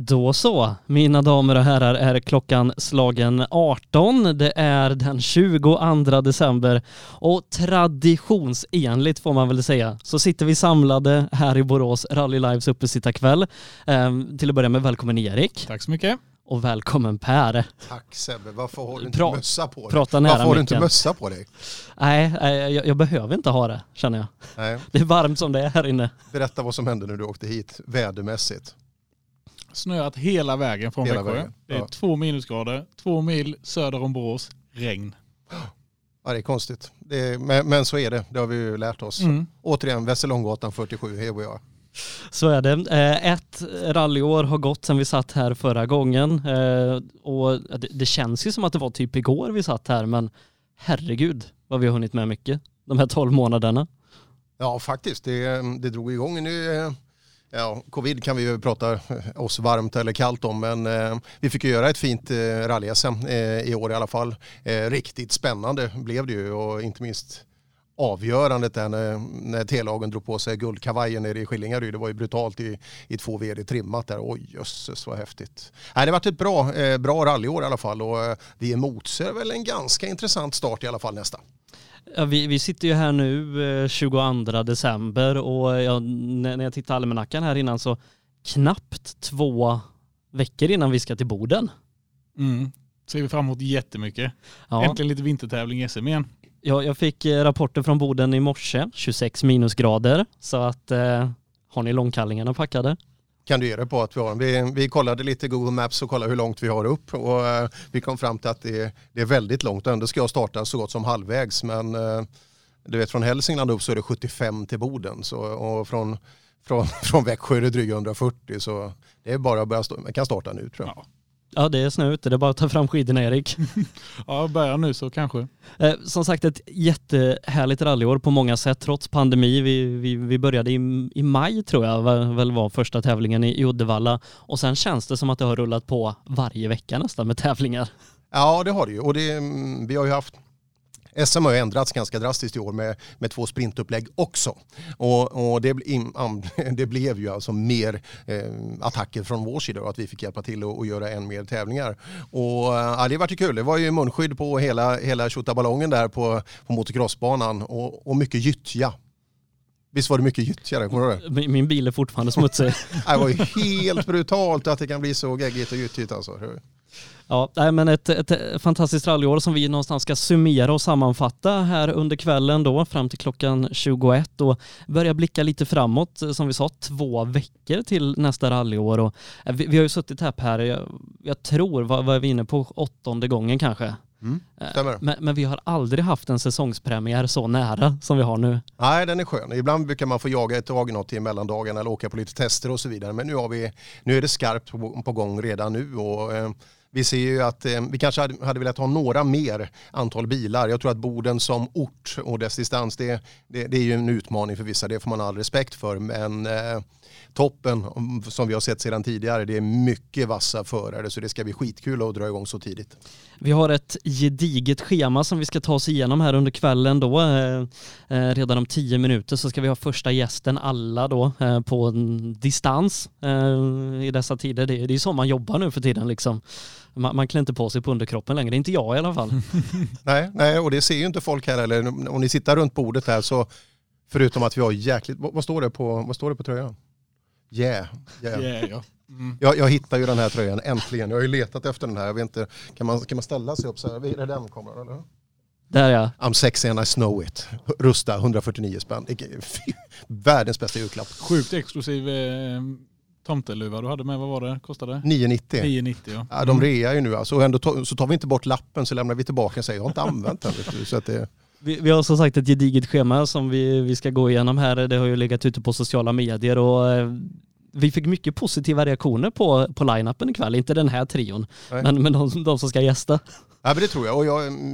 Då så, mina damer och herrar, är klockan slagen 18. Det är den 22 december och traditionsenligt får man väl säga så sitter vi samlade här i Borås Rally Lives uppesittarkväll. Till att börja med välkommen Erik. Tack så mycket. Och välkommen Per. Tack Sebbe, varför har du inte mössa på dig? Prata nära varför har du micken. inte mössa på dig? Nej, jag behöver inte ha det, känner jag. Nej. Det är varmt som det är här inne. Berätta vad som hände när du åkte hit, vädermässigt. Snöat hela vägen från Hela Växjö. vägen. Det är Ja. 2 minusgrader, 2 mil söder om Borås, regn. Ja, det är konstigt. Men så är det, det har vi ju lärt oss. Återigen, Västerlånggatan 47, här vi är. Så är det. Ett rallyår har gått sedan vi satt här förra gången. Och det känns ju som att det var typ igår vi satt här. Men herregud vad vi har hunnit med mycket de här 12 månaderna. Ja, faktiskt. Det drog igång nu. Ja, covid kan vi ju prata oss varmt eller kallt om, men vi fick ju göra ett fint rally-SM i år i alla fall. Riktigt spännande blev det ju, och inte minst avgörandet där när T-lagen drog på sig guldkavajen nere i Skillingaryd. Det var ju brutalt i 2 VD trimmat där. Oj, jösses vad häftigt. Nej, det har varit ett bra rallyår i alla fall, och vi emotser väl en ganska intressant start i alla fall nästa. Ja, vi sitter ju här nu 22 december och när jag tittar almanackan här innan så knappt 2 veckor innan vi ska till Boden. Ser vi fram emot jättemycket. Ja. Äntligen lite vintertävling i SM igen. Jag fick rapporter från Boden i morse, 26 minusgrader, så att har ni långkallingarna packade? Kan du ge det på att vi kollade lite Google Maps och kollade hur långt vi har upp, och vi kom fram till att det är väldigt långt. Ändå ska jag starta så gott som halvvägs, men du vet, från Hälsingland upp så är det 75 till Boden, så, och från Växjö är det dryga 140, så det är bara att börja man kan starta nu, tror jag. Ja, det är snö ute. Det är bara att ta fram skidorna, Erik. Ja, börja nu så kanske. Som sagt, ett jättehärligt rallyår på många sätt, trots pandemi. Vi började i maj, tror jag, väl var första tävlingen i Uddevalla. Och sen känns det som att det har rullat på varje vecka nästan med tävlingar. Ja, det har det ju. Och vi har ju haft... SM har ju ändrats ganska drastiskt i år med 2 sprintupplägg också. Och det blev ju alltså mer attacker från vår sida, och att vi fick hjälpa till att göra än mer tävlingar. Och det var ju kul. Det var ju munskydd på hela tjottaballongen där på motocrossbanan, och mycket gyttja. Visst var det mycket gyttja där, kommer du det? Min bil är fortfarande smutsig. Det var ju helt brutalt att det kan bli så geggigt och gyttigt alltså. Ja, men ett fantastiskt rallyår som vi någonstans ska summera och sammanfatta här under kvällen då fram till klockan 21 och börja blicka lite framåt. Som vi sa, 2 veckor till nästa rallyår, och vi har ju suttit här jag tror var vi inne på 8:e gången kanske. Men vi har aldrig haft en säsongspremiär så nära som vi har nu. Nej, den är skön. Ibland brukar man få jaga ett tag något i mellandagen eller åka på lite tester och så vidare. Men nu är det skarpt på gång redan nu, och vi ser ju att vi kanske hade velat ha några mer antal bilar. Jag tror att Boden som ort och dess distans, det är ju en utmaning för vissa. Det får man all respekt för. Men toppen, som vi har sett sedan tidigare, det är mycket vassa förare, så det ska bli skitkul att dra igång så tidigt. Vi har ett gediget schema som vi ska ta oss igenom här under kvällen då. Redan om 10 minuter så ska vi ha första gästen alla då på en distans i dessa tider. Det är så man jobbar nu för tiden liksom. Man klär inte på sig på underkroppen längre, inte jag i alla fall. Nej, och det ser ju inte folk här, eller om ni sitter runt bordet här, så förutom att vi har jäkligt... Vad står det på tröjan? Yeah. Ja. Jag hittar ju den här tröjan, äntligen. Jag har ju letat efter den här. Jag vet inte, kan man ställa sig upp så här? Är den kommer, eller? Där ja. I'm sexy and I snow it. Rusta, 149 spänn. Världens bästa julklapp. Sjukt exklusiv tomteluva du hade med. Vad var det? Kostade? 990. 990, ja. Ja, de rear ju nu alltså. Och ändå så tar vi inte bort lappen, så lämnar vi tillbaka och säger jag har inte använt den. Så att det... Vi har som sagt ett gediget schema som vi ska gå igenom här. Det har ju legat ute på sociala medier, och vi fick mycket positiva reaktioner på line-upen ikväll. Inte den här trion, men de som ska gästa. Ja, men det tror jag. Och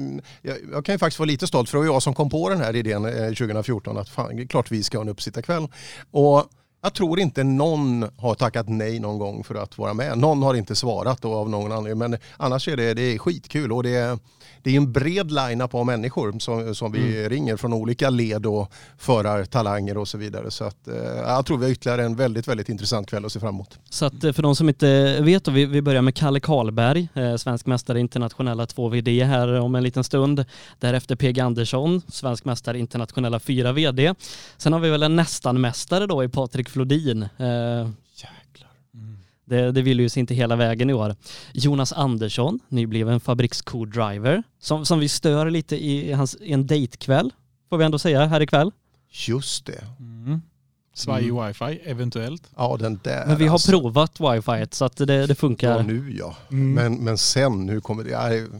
jag kan ju faktiskt vara lite stolt, för det var jag som kom på den här idén 2014. Att fan, det är klart vi ska ha en uppsittarkväll. Och Jag tror inte någon har tackat nej någon gång för att vara med. Någon har inte svarat då av någon anledning. Men annars är det är skitkul och det är en bred line-up av människor som vi ringer från olika led och förartalanger och så vidare. Så att, jag tror vi har ytterligare en väldigt, väldigt intressant kväll att se fram emot. Så att för de som inte vet då, vi börjar med Kalle Karlberg, svensk mästare internationella 2VD här om en liten stund. Därefter PG Andersson, svensk mästare internationella 4VD. Sen har vi väl en nästan mästare då i Patrik Flodin. Jäklar. Det vill ju sig inte hela vägen i år. Jonas Andersson, nybliven fabriks-co-driver, som vi stör lite i en datekväll, får vi ändå säga, här ikväll. Just det. Svajig wifi, eventuellt. Ja, den där. Men vi har provat wifi så att det funkar. Ja, nu ja. Men sen, hur kommer det?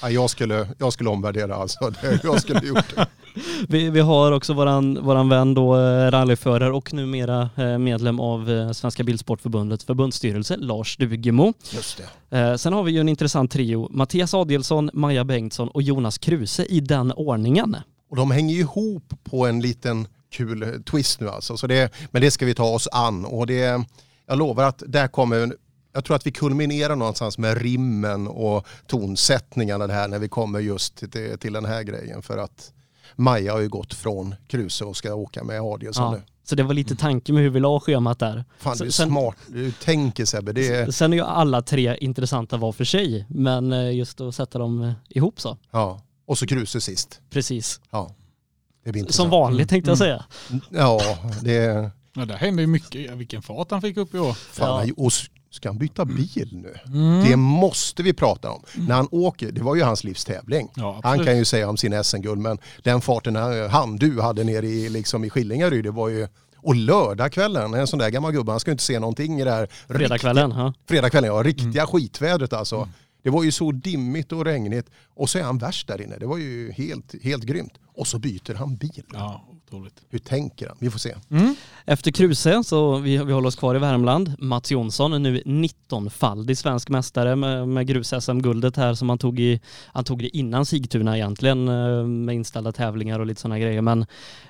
Jag skulle omvärdera alltså. Jag skulle gjort det. Vi har också våran vän då, rallyförare och numera medlem av Svenska Bilsportförbundets förbundsstyrelse, Lars Dugemo. Just det. Sen har vi ju en intressant trio. Mattias Adielsson, Maja Bengtsson och Jonas Kruse i den ordningen. Och de hänger ju ihop på en liten kul twist nu alltså. Men det ska vi ta oss an. Och jag lovar att där kommer... Jag tror att vi kulminerar någonstans med rimmen och tonsättningarna här när vi kommer just till den här grejen. För att Maja har ju gått från Kruse och ska åka med Adielsson nu. Så det var lite tanke med hur vi la schemat där. Fan, du är smart. Du tänker Sebbe. Sen är ju alla tre intressanta var för sig. Men just att sätta dem ihop så. Ja, och så Kruse sist. Precis. Ja, det blir som vanligt tänkte jag säga. Ja, det... Ja, det hände ju mycket. Vilken fart han fick upp i år. Fan, och ska han byta bil nu? Det måste vi prata om. När han åker, det var ju hans livstävling. Ja, han kan ju säga om sin SM-guld, men den farten du hade nere i Skillingaryd, det var ju... Och lördagskvällen, en sån där gammal gubbe, han ska ju inte se någonting i det här... Fredagskvällen, ja. Riktiga skitvädret alltså. Det var ju så dimmigt och regnigt. Och så är han värst där inne. Det var ju helt grymt. Och så byter han bil. Ja, otroligt. Hur tänker han? Vi får se. Efter Kruse, så vi håller oss kvar i Värmland. Mats Jonsson, nu 19-faldig svensk mästare med grus-SM-guldet här som han tog det innan Sigtuna egentligen med inställda tävlingar och lite sådana grejer. Men,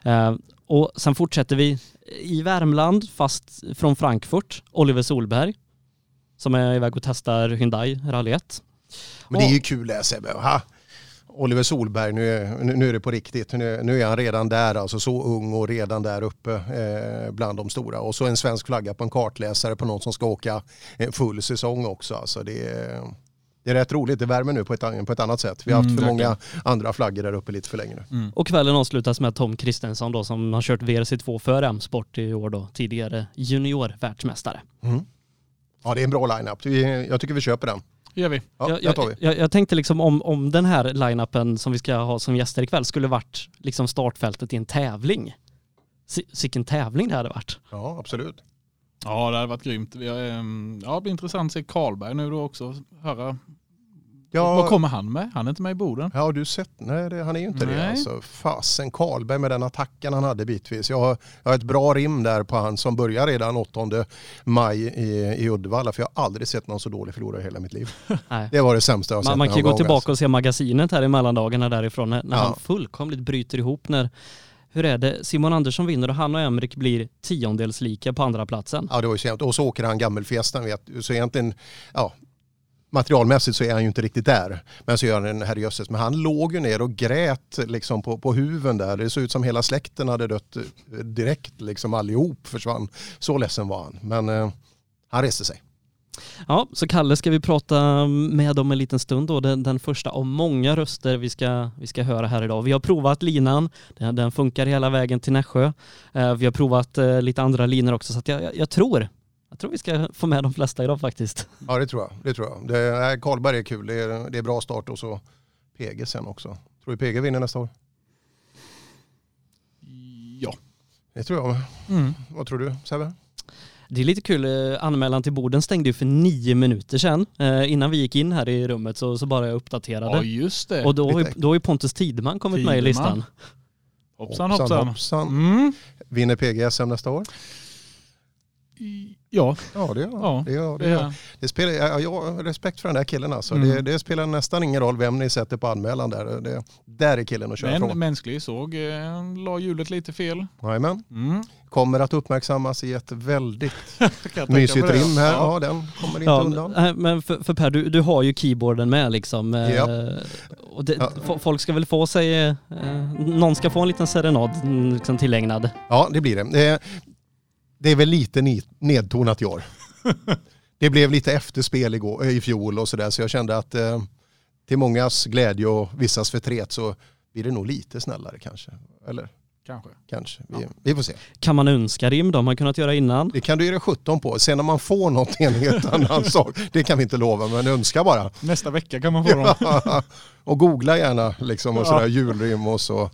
och sen fortsätter vi i Värmland, fast från Frankfurt. Oliver Solberg, som är iväg och testar Hyundai Rally 1. Men det är ju kul det Sebbe. Oliver Solberg, nu är det på riktigt. Nu är han redan där, alltså så ung och redan där uppe bland de stora. Och så en svensk flagga på en kartläsare på någon som ska åka full säsong också. Alltså det är rätt roligt, det värmer nu på ett annat sätt. Vi har haft för många andra flaggor där uppe lite för länge nu. Och kvällen avslutas med Tom Kristensson då, som har kört VRC2 för M-sport i år då, tidigare junior-världsmästare. Ja, det är en bra line-up. Jag tycker vi köper den. Gör vi. Ja, jag tänkte liksom om den här line-upen som vi ska ha som gäster ikväll skulle varit liksom startfältet i en tävling. Vilken tävling det hade varit. Ja, absolut. Ja, det hade varit grymt. Det blir intressant att se Karlberg nu då också. Höra. Vad kommer han med? Han är inte med i Boden. Ja, har du sett? Nej, han är ju inte det. Alltså, fasen Karlberg med den attacken han hade bitvis. Jag har ett bra rim där på han som börjar redan 8 maj i Uddevalla. För jag har aldrig sett någon så dålig förlorare i hela mitt liv. Nej. Det var det sämsta jag har sett. Man kan ju gå tillbaka och se magasinet här i mellandagarna därifrån. När han fullkomligt bryter ihop. Hur är det? Simon Andersson vinner och han och Emrik blir 10-dels lika på andra platsen. Ja, det var ju känt. Och så åker han gammelfjästan. Så egentligen... Ja, materialmässigt så är han ju inte riktigt där. Men så gör han en herrejösses. Men han låg ju ner och grät liksom på huven där. Det såg ut som hela släkten hade dött direkt. Liksom allihop försvann. Så ledsen var han. Men han reste sig. Ja, så Kalle ska vi prata med om en liten stund då. Den första av många röster vi ska höra här idag. Vi har provat linan. Den funkar hela vägen till Nässjö. Vi har provat lite andra linor också. Så att jag tror vi ska få med de flesta idag faktiskt. Ja, det tror jag. Karlberg är kul. Det är bra start och så PG sen också. Tror du PG vinner nästa år? Ja. Det tror jag. Vad tror du, Sebbe? Det är lite kul. Anmälan till Boden stängde ju för 9 minuter sedan. Innan vi gick in här i rummet så bara jag uppdaterade. Ja, just det. Och då har ju Pontus Tidman kommit med i listan. Hoppsan. Vinner PG SM nästa år? Ja, det gör. Det spelar, jag har respekt för den där killen alltså. Det spelar nästan ingen roll vem ni sätter på anmälan där. Där är killen och kör men från. Mänsklig såg la hjulet lite fel. Jajamän. Kommer att uppmärksammas i ett väldigt mysigt rim här. Ja, den kommer inte undan. Men för Per, du har ju keyboarden med liksom. Och folk ska väl få sig, någon ska få en liten serenad liksom, tillägnad. Ja, det blir det. Det är väl lite nedtonat i år. Det blev lite efterspel i fjol och sådär, så jag kände att till mångas glädje och vissas förtret så blir det nog lite snällare kanske. Eller? Kanske. Vi får se. Kan man önska rim då? Man kunnat göra innan? Det kan du göra 17 på. Sen när man får något en helt annan sak. Det kan vi inte lova, men önska bara. Nästa vecka kan man få dem. Och googla gärna liksom, och sådär julrim och så.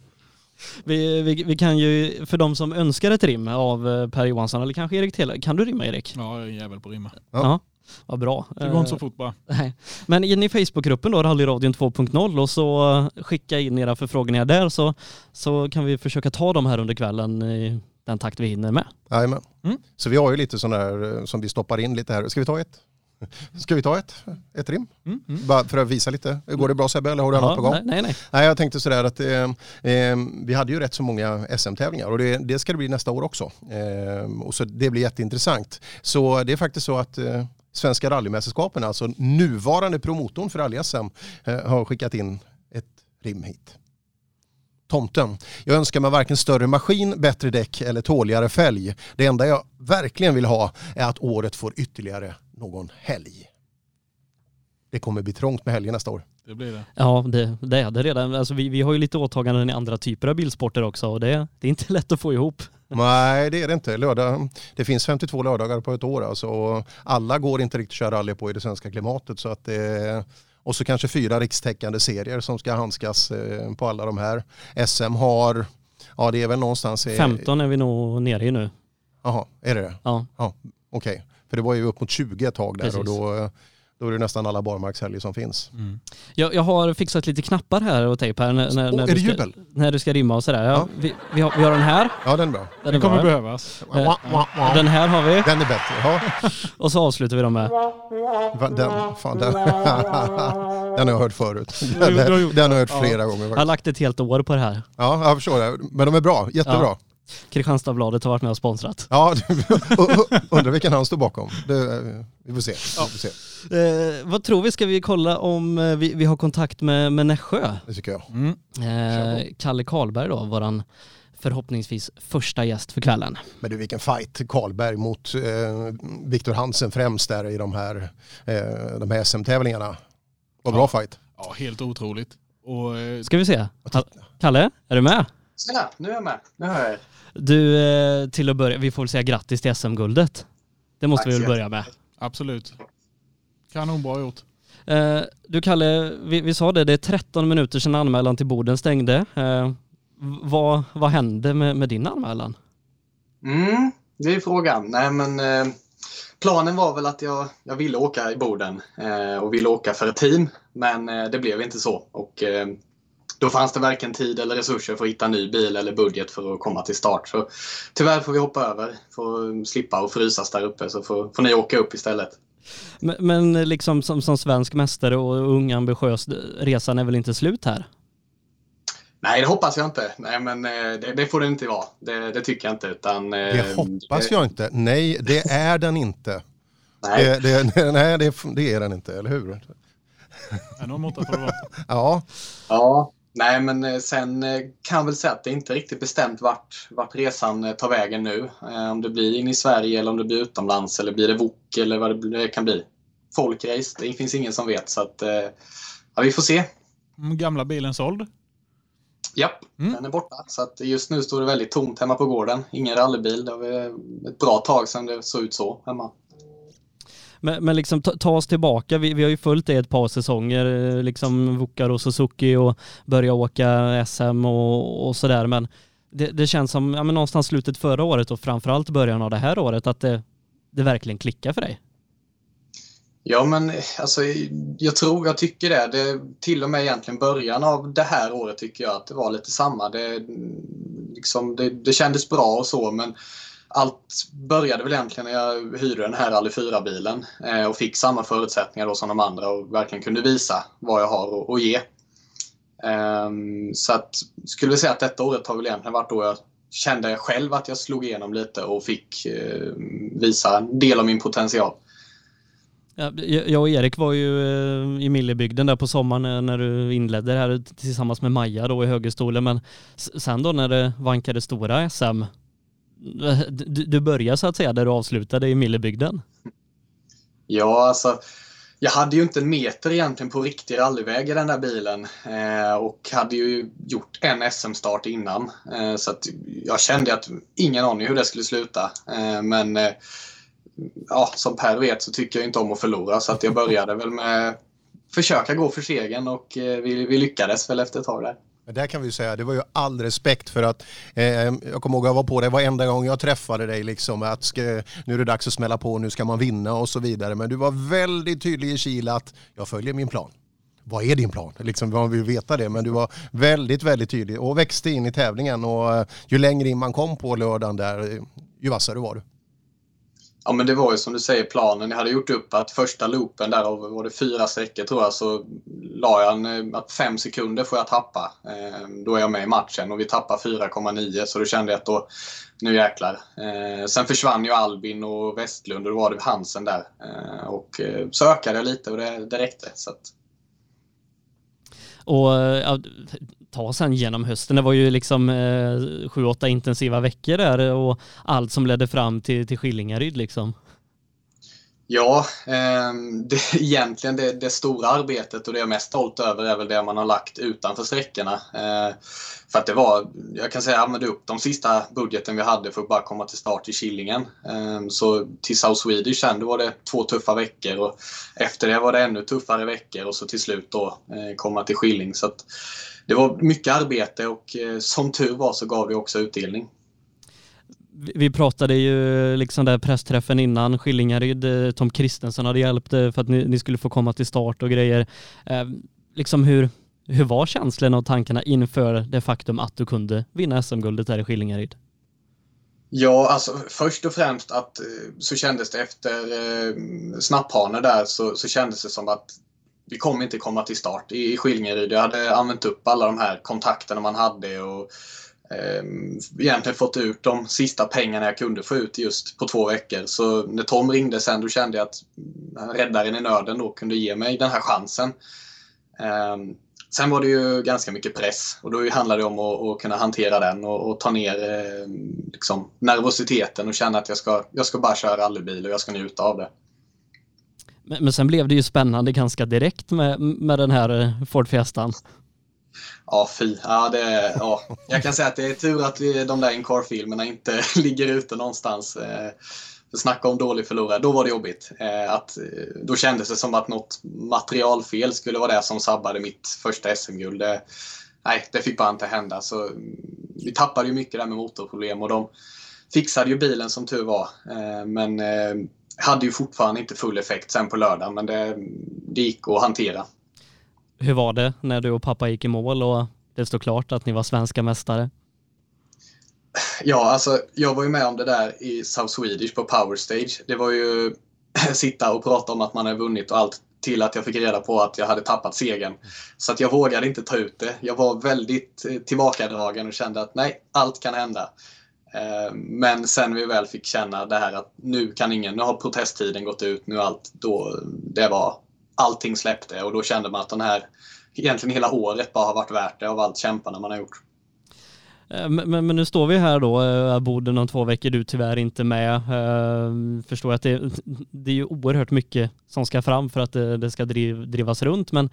Vi kan ju, för de som önskar ett rim av Per Johansson eller kanske Erik Tele. Kan du rimma, Erik? Ja, jag är jävel på rimma. Ja. Vad bra. Det går inte så fort bara. Nej. Men in i Facebookgruppen då, Rallyradion 2.0, och så skicka in era förfrågningar där så kan vi försöka ta dem här under kvällen i den takt vi hinner med. Jajamän. Så vi har ju lite sådana här som vi stoppar in lite här. Ska vi ta ett rim? Bara för att visa lite. Går det bra, Sebbe, eller har du annat på gång? Nej, jag tänkte sådär att vi hade ju rätt så många SM-tävlingar och det ska det bli nästa år också. Och så det blir jätteintressant. Så det är faktiskt så att Svenska rallymästerskapen, alltså nuvarande promotorn för rally-SM, har skickat in ett rim hit. Tomten. Jag önskar mig varken större maskin, bättre däck eller tåligare fälg. Det enda jag verkligen vill ha är att året får ytterligare någon helg. Det kommer bli trångt med helgen nästa år. Det blir det. Ja, det är det redan. Alltså vi har ju lite åtaganden i andra typer av bilsporter också och det är inte lätt att få ihop. Nej, det är det inte. Det finns 52 lördagar på ett år. Alltså, och alla går inte riktigt att köra rally på i det svenska klimatet. Så att och så kanske 4 rikstäckande serier som ska handskas på alla de här. SM har, det är väl någonstans... 15 är vi nog nere i nu. Jaha, är det? Ja. Okej. För det var ju upp mot 20 ett tag där. Precis. Och då är det nästan alla barmarkshelger som finns. Jag har fixat lite knappar här och tejp här när du ska rimma och sådär. Ja. Vi har den här. Ja, den är bra. Den kommer behövas. Den här har vi. Den är bättre. Ja. Och så avslutar vi dem med. Den har jag hört förut. Den har jag hört flera gånger. Jag har lagt ett helt år på det här. Ja, jag förstår det. Men de är bra. Jättebra. Ja. Kristianstadsbladet har varit med och sponsrat. Ja, undrar vilken han står bakom. Vi får se. Vad tror vi? Ska vi kolla om vi har kontakt med Nässjö? Det tycker jag. Kalle Karlberg då, våran förhoppningsvis första gäst för kvällen. Men du, vilken fight Karlberg mot Viktor Hansen främst där i de här SM-tävlingarna. Vad bra fight. Ja, helt otroligt. Och, ska vi se. Kalle, är du med? Ja, nu är jag med. Nu hör jag. Du, till att börja, vi får väl säga grattis till SM-guldet. Det måste vi väl börja med. Absolut. Kanonbra gjort. Du Kalle, vi sa det är 13 minuter sedan anmälan till Boden stängde. Vad hände med din anmälan? Det är frågan. Nej, men planen var väl att jag ville åka i Boden och ville åka för ett team. Men det blev inte så. Och då fanns det varken tid eller resurser för att hitta en ny bil eller budget för att komma till start. Så tyvärr får vi hoppa över för att slippa och frysas där uppe, så får ni åka upp istället. Men liksom som svensk mästare och ung ambitiös, resan är väl inte slut här? Nej, det hoppas jag inte. Nej, men det får det inte vara. Det tycker jag inte. Utan, det hoppas jag inte. Nej, det är den inte. Nej. Det är den inte, eller hur? Någon måtta får det vara. Ja. Nej, men sen kan jag väl säga att det inte är riktigt bestämt vart resan tar vägen nu. Om det blir in i Sverige eller om det blir utomlands eller blir det VOK eller vad det kan bli. Folkrace, det finns ingen som vet, så att vi får se. Gamla bilen såld? Japp, den är borta. Så att just nu står det väldigt tomt hemma på gården. Ingen rallybil. Det var ett bra tag sedan det såg ut så hemma. Men liksom ta oss tillbaka. Vi har ju följt det ett par säsonger. Liksom Vokar och Suzuki och börja åka SM och sådär. Men det känns som någonstans slutet förra året och framförallt början av det här året att det verkligen klickar för dig. Ja, men alltså, jag tycker det till och med egentligen början av det här året tycker jag att det var lite samma. Det kändes bra och så, men allt började väl egentligen när jag hyrde den här Rally 4-bilen och fick samma förutsättningar då som de andra och verkligen kunde visa vad jag har att ge. Så att, skulle jag säga att detta året har väl egentligen varit då jag kände själv att jag slog igenom lite och fick visa en del av min potential. Ja, jag och Erik var ju i Millebygden där på sommaren när du inledde det här tillsammans med Maja då i högerstolen, men sen då när det vankade stora SM, du började så att säga där du avslutade i Millebygden. Ja, alltså jag hade ju inte en meter egentligen på riktig rallyväg i den där bilen och hade ju gjort en SM-start innan. Så att jag kände att ingen aning hur det skulle sluta. Men ja, som Per vet så tycker jag inte om att förlora, så att jag började väl med försöka gå för segern och vi lyckades väl efter ett tag där. Men där kan vi säga, det var ju all respekt för att jag kommer ihåg att jag var på det varenda gång jag träffade dig liksom att nu är det dags att smälla på, nu ska man vinna och så vidare. Men du var väldigt tydlig i Kil att jag följer min plan. Vad är din plan? Liksom, man vill veta det, men du var väldigt, väldigt tydlig och växte in i tävlingen och ju längre in man kom på lördagen där, ju vassare var du. Ja, men det var ju som du säger planen. Jag hade gjort upp att första loopen där var det 4 sträckor tror jag, så la jag att 5 sekunder får jag tappa. Då är jag med i matchen och vi tappar 4,9, så då kände jag att då, nu jäklar. Sen försvann ju Albin och Westlund och då var det Hansen där. Och så ökade jag lite och det räckte. Så att... Och ta sen genom hösten, det var ju liksom 7-8 intensiva veckor där och allt som ledde fram till Skillingaryd liksom. Ja, egentligen det stora arbetet och det jag är mest stolt över är väl det man har lagt utanför sträckorna. För att det var, jag kan säga, jag använde upp de sista budgeten vi hade för att bara komma till start i Killingen. Så till South Swedish sen, då var det 2 tuffa veckor och efter det var det ännu tuffare veckor och så till slut då komma till Skilling. Så att det var mycket arbete och som tur var så gav vi också utdelning. Vi pratade ju liksom där pressträffen innan Skillingaryd, Tom Kristensson hade hjälpt för att ni skulle få komma till start och grejer. Liksom hur var känslan och tankarna inför det faktum att du kunde vinna SM-guldet där i Skillingaryd? Ja, alltså först och främst att så kändes det efter snapphaner där så kändes det som att vi kommer inte komma till start i Skillingaryd. Jag hade använt upp alla de här kontakterna man hade och egentligen fått ut de sista pengarna jag kunde få ut just på 2 veckor. Så när Tom ringde sen, då kände jag att räddaren i nöden då kunde ge mig den här chansen. Sen var det ju ganska mycket press och då handlade det om att kunna hantera den och ta ner liksom nervositeten och känna att jag ska bara köra rallybil och jag ska njuta av det. Men sen blev det ju spännande ganska direkt med den här Ford Fiestan. Ja, ja, jag kan säga att det är tur att de där in-car-filmerna inte ligger ute någonstans. För snacka om dålig förlorare, då var det jobbigt. Då kändes det som att något materialfel skulle vara det som sabbade mitt första SM-guld. Nej, det fick bara inte hända. Så vi tappade ju mycket där med motorproblem och de fixade ju bilen som tur var. Men hade ju fortfarande inte full effekt sen på lördagen, men det gick att hantera. Hur var det när du och pappa gick i mål och det stod klart att ni var svenska mästare? Ja, alltså jag var ju med om det där i South Swedish på Power Stage. Det var ju sitta och prata om att man hade vunnit och allt till att jag fick reda på att jag hade tappat segern. Så att jag vågade inte ta ut det. Jag var väldigt tillbakadragen och kände att nej, allt kan hända. Men sen vi väl fick känna det här att nu har protesttiden gått ut, nu allting släppte och då kände man att den här egentligen hela året bara har varit värt det av allt kämparna man har gjort. Men nu står vi här då, Boden om 2 veckor, du tyvärr inte med. Förstår att det är ju oerhört mycket som ska fram för att det ska drivas runt, men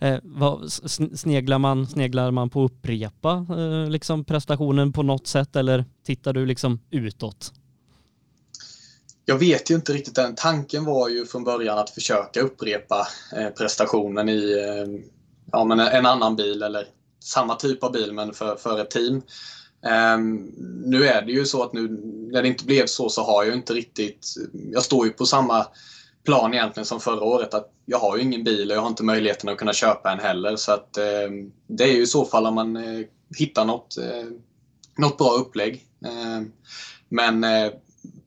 sneglar man på att upprepa liksom prestationen på något sätt eller tittar du liksom utåt? Jag vet ju inte riktigt än. Tanken var ju från början att försöka upprepa prestationen i en annan bil eller samma typ av bil men för ett team. Nu är det ju så att nu när det inte blev så har jag inte riktigt, jag står ju på samma plan egentligen som förra året, att jag har ju ingen bil och jag har inte möjligheten att kunna köpa en heller, så att det är ju i så fall om man hittar något bra upplägg. Men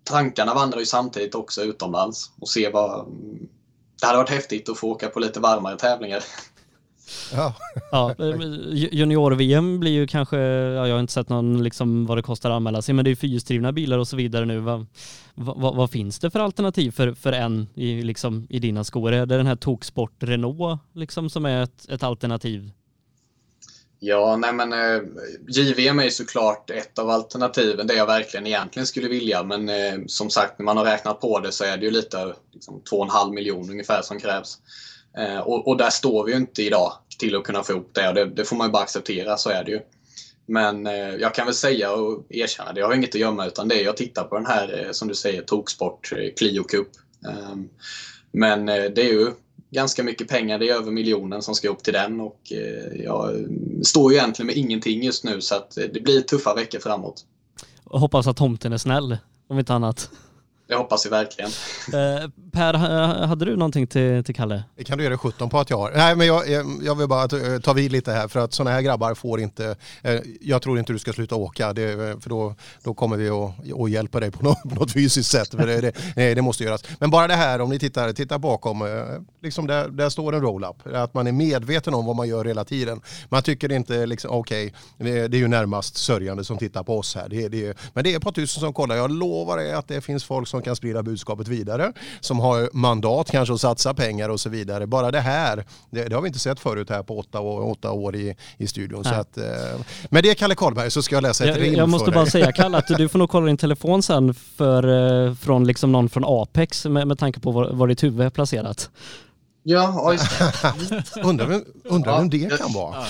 tankarna vandrar ju samtidigt också utomlands och se vad... Det hade varit häftigt att få åka på lite varmare tävlingar. Ja, junior-VM blir ju kanske, jag har inte sett någon liksom vad det kostar att anmäla sig, men det är ju fyrhjulsdrivna bilar och så vidare nu. Vad finns det för alternativ för en i dina skor? Är det den här Toksport Renault liksom som är ett alternativ? Ja, nej men JVM är såklart ett av alternativen, det jag verkligen egentligen skulle vilja, men som sagt, när man har räknat på det så är det ju lite 2,5 miljoner ungefär som krävs. Och där står vi ju inte idag till att kunna få ihop det, och det får man ju bara acceptera, så är det ju. Men jag kan väl säga och erkänna det, jag har inget att gömma, utan det är jag tittar på den här, som du säger, Toksport Clio Cup. Men det är ju ganska mycket pengar, det är över 1 miljon som ska upp till den, och jag står ju egentligen med ingenting just nu, så att det blir tuffa veckor framåt. Och hoppas att tomten är snäll, om inte annat. Det hoppas vi verkligen. Per, hade du någonting till Kalle? Det kan du göra 17 på att jag har. Nej, men jag vill bara ta vid lite här, för att sådana här grabbar får inte... Jag tror inte du ska sluta åka, för då kommer vi att hjälpa dig på något fysiskt sätt. För det måste göras. Men bara det här, om ni tittar bakom, liksom där står en roll-up. Att man är medveten om vad man gör hela tiden. Man tycker inte, liksom, okej, det är ju närmast sörjande som tittar på oss här. Men det är ett par tusen som kollar. Jag lovar er att det finns folk som kan sprida budskapet vidare, som har mandat kanske att satsa pengar och så vidare. Bara det här, det har vi inte sett förut här på 8 år i studion. Så att, med det, Kalle Karlberg, så ska jag läsa ett rim. Jag måste bara säga, Kalle, att du får nog kolla din telefon sen från liksom någon från Apex med tanke på var ditt huvud är placerat. Ja, just det. Undrar vem det kan vara.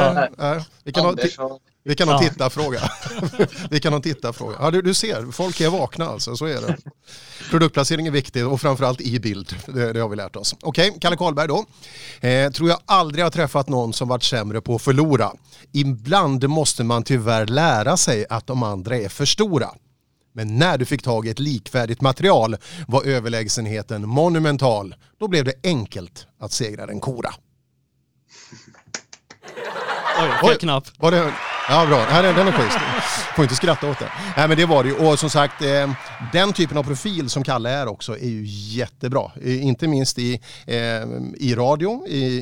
Vi kan ha tittarfråga. Vi kan ha tittarfråga. Ja, du ser, folk är vakna alltså, så är det. Produktplacering är viktigt, och framförallt i bild. Det har vi lärt oss. Okej, Kalle Karlberg då. Tror jag aldrig har träffat någon som varit sämre på att förlora. Ibland måste man tyvärr lära sig att de andra är för stora. Men när du fick tag i ett likvärdigt material var överlägsenheten monumental. Då blev det enkelt att segra den kora. Oj, knapp. Var det... Ja, bra. Den är schysst. Får inte skratta åt det. Nej, men det var det ju. Och som sagt, den typen av profil som Kalle är också är ju jättebra. Inte minst i radio,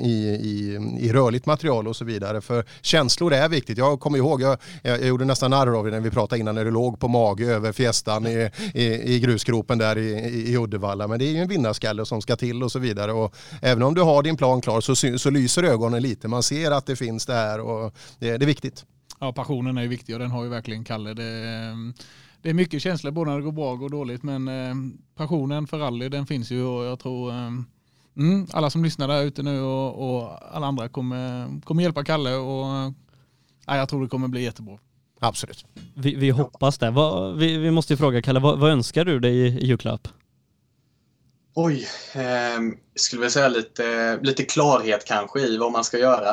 i rörligt material och så vidare. För känslor är viktigt. Jag kommer ihåg, jag gjorde nästan narr av det när vi pratade innan, när du låg på mage över Fiestan i grusgropen där i Uddevalla. Men det är ju en vinnarskalle som ska till och så vidare. Och även om du har din plan klar så lyser ögonen lite. Man ser att det finns det här, och det är viktigt. Ja, passionen är ju viktig, och den har ju verkligen Kalle. Det är mycket känslor både när det går bra och går dåligt, men passionen för rally, den finns ju, och jag tror alla som lyssnar där ute nu och alla andra kommer hjälpa Kalle, och jag tror det kommer bli jättebra. Absolut. Vi hoppas det. Vi måste ju fråga Kalle, vad önskar du dig i julklapp? Oj, skulle väl säga lite klarhet kanske i vad man ska göra.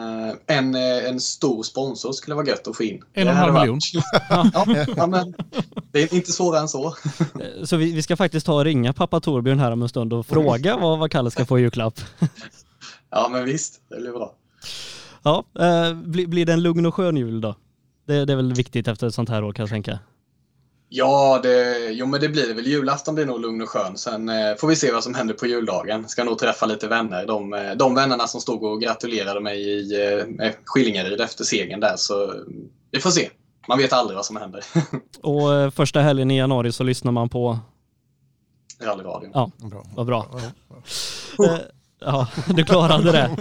En stor sponsor skulle vara gött att få in. 1,5 miljon. Ja, men det är inte svårare än så. Så vi ska faktiskt ta och ringa pappa Torbjörn här om en stund och fråga vad Kalle ska få i julklapp. Ja, men visst, det blir bra. Ja, blir det en lugn och skön jul då? Det är väl viktigt efter ett sånt här år, kan jag tänka. Ja, men det blir väl. Julafton blir nog lugn och skön. Sen får vi se vad som händer på juldagen. Ska nog träffa lite vänner. De vännerna som stod och gratulerade mig i Skillingaryd efter segern där. Så vi får se. Man vet aldrig vad som händer. Och första helgen i januari så lyssnar man på Rallyradion. Ja, vad bra. Ja, du klarade det.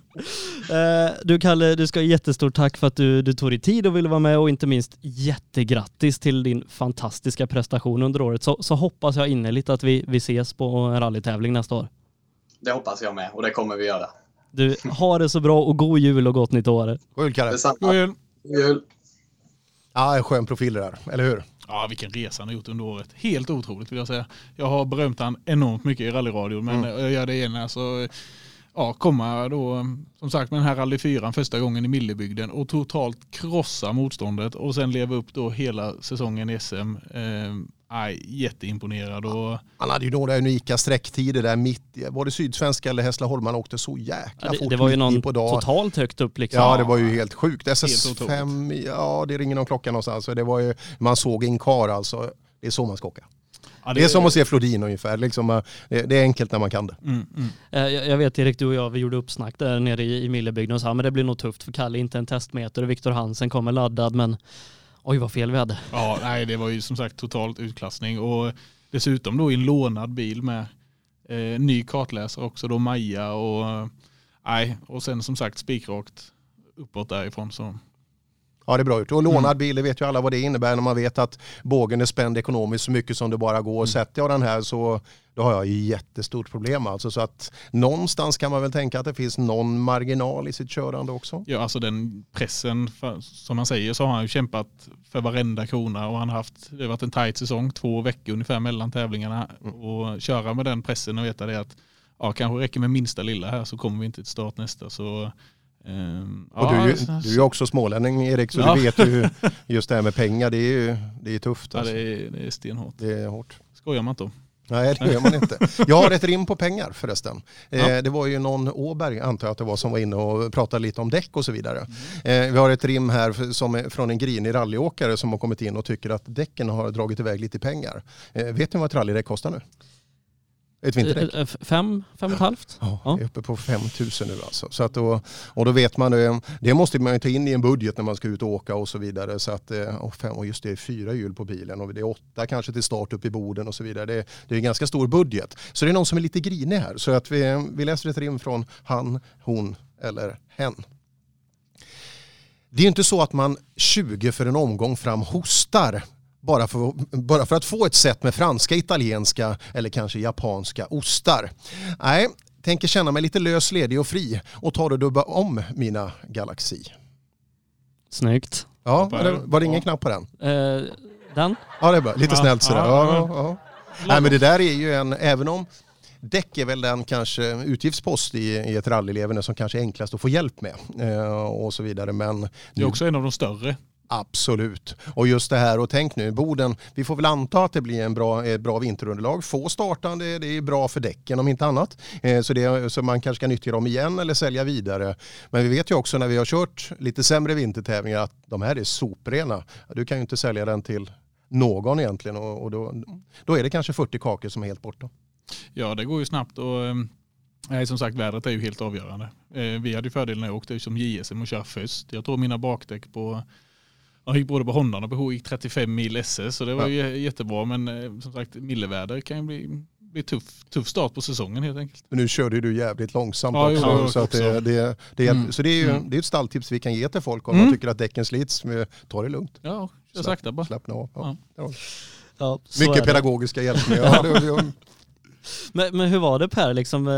Du Kalle, du ska ha jättestort tack för att du tog dig tid och ville vara med, och inte minst jättegrattis till din fantastiska prestation under året. Så hoppas jag innerligt att vi ses på en rallytävling nästa år. Det hoppas jag med, och det kommer vi göra. Du, har det så bra, och god jul och gott nytt år. God jul, Kalle. God jul. God jul. Ja, en skön profil där, eller hur? Ja, vilken resa han har gjort under året. Helt otroligt vill jag säga. Jag har berömt han enormt mycket i rallyradion, men jag gör det igen. Alltså, komma då, som sagt, med den här Rally 4 första gången i Millebygden och totalt krossa motståndet, och sen leva upp då hela säsongen i SM. Jätteimponerad. Och han hade ju några unika sträcktider där mitt, var det Sydsvenska eller Hässleholm, han åkte så jäkla fort. Det var ju någon totalt högt upp liksom. Ja, det var ju helt sjukt. SS5, ja, det ringer någon klocka någonstans. Det var ju, man såg in kar alltså. Det är så man ska åka. Ja, det är som att se Flodin ungefär. Liksom, det är enkelt när man kan det. Jag vet Erik, du och jag, vi gjorde uppsnack där nere i Millebygden och sa men det blir nog tufft för Kalle, inte en testmeter och Viktor Hansen kommer laddad, men oj vad fel vi hade. Ja, nej, det var ju som sagt totalt utklassning och dessutom då i en lånad bil med ny kartläsare också då, Maja och sen som sagt spikrakt uppåt därifrån så. Ja, det är bra gjort. Och lånad bil, det vet ju alla vad det innebär när man vet att bågen är spänd ekonomiskt så mycket som det bara går. Sätter jag den här så då har jag ju jättestort problem. Alltså, så att någonstans kan man väl tänka att det finns någon marginal i sitt körande också. Ja, alltså den pressen, som man säger så har han ju kämpat för varenda krona och det har varit en tajt säsong, 2 veckor ungefär mellan tävlingarna och köra med den pressen och veta det att kanske räcker med minsta lilla här så kommer vi inte till start nästa så. Och du är ju också smålänning Erik, så du vet ju just det här med pengar, det är tufft. Alltså. Ja, det är stenhårt. Det är hårt. Skojar man inte om. Nej, det gör man inte. Jag har ett rim på pengar förresten. Det var ju någon Åberg, antar jag att det var, som var inne och pratade lite om däck och så vidare. Vi har ett rim här som är från en grinig rallyåkare som har kommit in och tycker att däcken har dragit iväg lite pengar. Vet ni vad ett rallydäck kostar nu? Ett vinterdäck? 5,5? Ja, är uppe på 5 000 nu alltså. Så att och då vet man, det måste man ju ta in i en budget när man ska ut och åka och så vidare. Så att, och just det är 4 hjul på bilen och det är 8 kanske till start upp i Boden och så vidare. Det är en ganska stor budget. Så det är någon som är lite grinig här. Så att vi läser ett rim från han, hon eller hen. Det är ju inte så att man 20 för en omgång fram hostar bara för att få ett set med franska, italienska eller kanske japanska ostar. Nej, tänker känna mig lite lös, ledig och fri och ta och dubba om mina Galaxy. Snyggt. Ja, var det ingen knapp på den? Den? Ja, det är bra. Lite snällt sådär. Ja. Nej, men det där är ju även om däck är väl den kanske utgiftspost i ett rallylevande som kanske är enklast att få hjälp med och så vidare. Men det är också en av de större. Absolut. Och just det här, och tänk nu, Boden, vi får väl anta att det blir ett bra vinterunderlag. Få startande, det är bra för däcken om inte annat. Så man kanske kan nyttja dem igen eller sälja vidare. Men vi vet ju också när vi har kört lite sämre vintertävlingar att de här är soprena. Du kan ju inte sälja den till någon egentligen och då är det kanske 40 kakor som är helt borta. Ja, det går ju snabbt och som sagt, vädret är ju helt avgörande. Vi hade ju fördelen när jag åkte som JSM och kör först. Jag tror mina bakdäck jag gick både på Hondan och på H gick 35 mil SS så det var ju jättebra, men som sagt milleväder kan ju bli tuff start på säsongen helt enkelt. Men nu körde du jävligt långsamt också. Så att så det är ju ett stalltips vi kan ge till folk om man tycker att däcken slits. Ta det lugnt. Ja, kör sakta bara. Slappna av. Ja, mycket pedagogiska hjälpmedel. Men hur var det Per?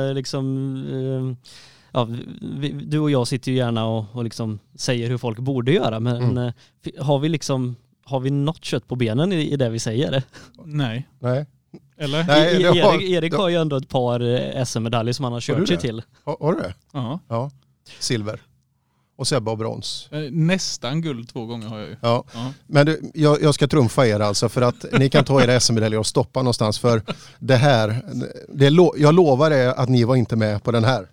Du och jag sitter ju gärna och liksom säger hur folk borde göra, men har vi något kött på benen i det vi säger? Nej. Eller? Nej, Erik har ju ändå ett par SM-medaljer som han har kört sig till. Har du det? Ja. Silver. Och Sebbe och brons. Nästan guld 2 gånger har jag ju. Ja. Men jag ska trumfa er alltså för att ni kan ta era SM-medaljer och stoppa någonstans för det här. Jag lovar er att ni var inte med på den här.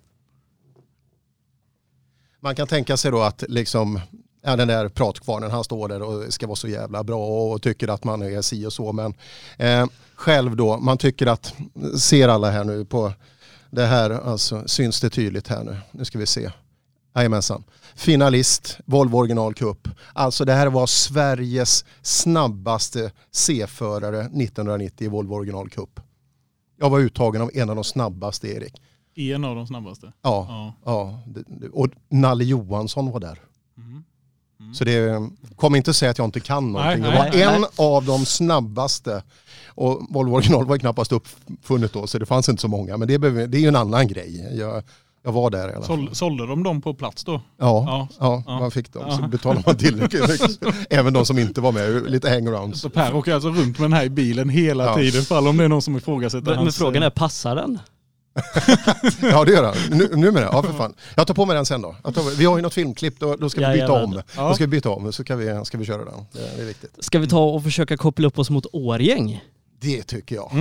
Man kan tänka sig då att liksom, den där pratkvarnen, han står där och ska vara så jävla bra och tycker att man är si och så. Men själv då, man tycker att, ser alla här nu på det här, alltså syns det tydligt här nu. Nu ska vi se. Jajamensan. Finalist, Volvo Original Cup. Alltså det här var Sveriges snabbaste C-förare 1990 i Volvo Original Cup. Jag var uttagen av en av de snabbaste, Erik. En av de snabbaste? Ja. Och Nalle Johansson var där. Så det kommer inte att säga att jag inte kan någonting. Jag var en av de snabbaste. Och Volvo Original var knappast uppfunnet då, så det fanns inte så många. Men det är ju en annan grej. Jag var där i alla fall. Sålde de dem på plats då? Ja. Man fick dem. Så betalade man tillräckligt. Även de som inte var med. Lite hangarounds. Så Per åker alltså runt med den här i bilen hela tiden. För om det är någon som ifrågasätter Men frågan är, passar den? Ja, det gör det. Nu med det. Ja, för fan. Jag tar på mig den sen då. Vi har ju något filmklipp. Då ska vi byta om. Då ska vi byta om. Så ska vi köra den. Det är viktigt. Ska vi ta och försöka koppla upp oss mot Årgäng? Det tycker jag.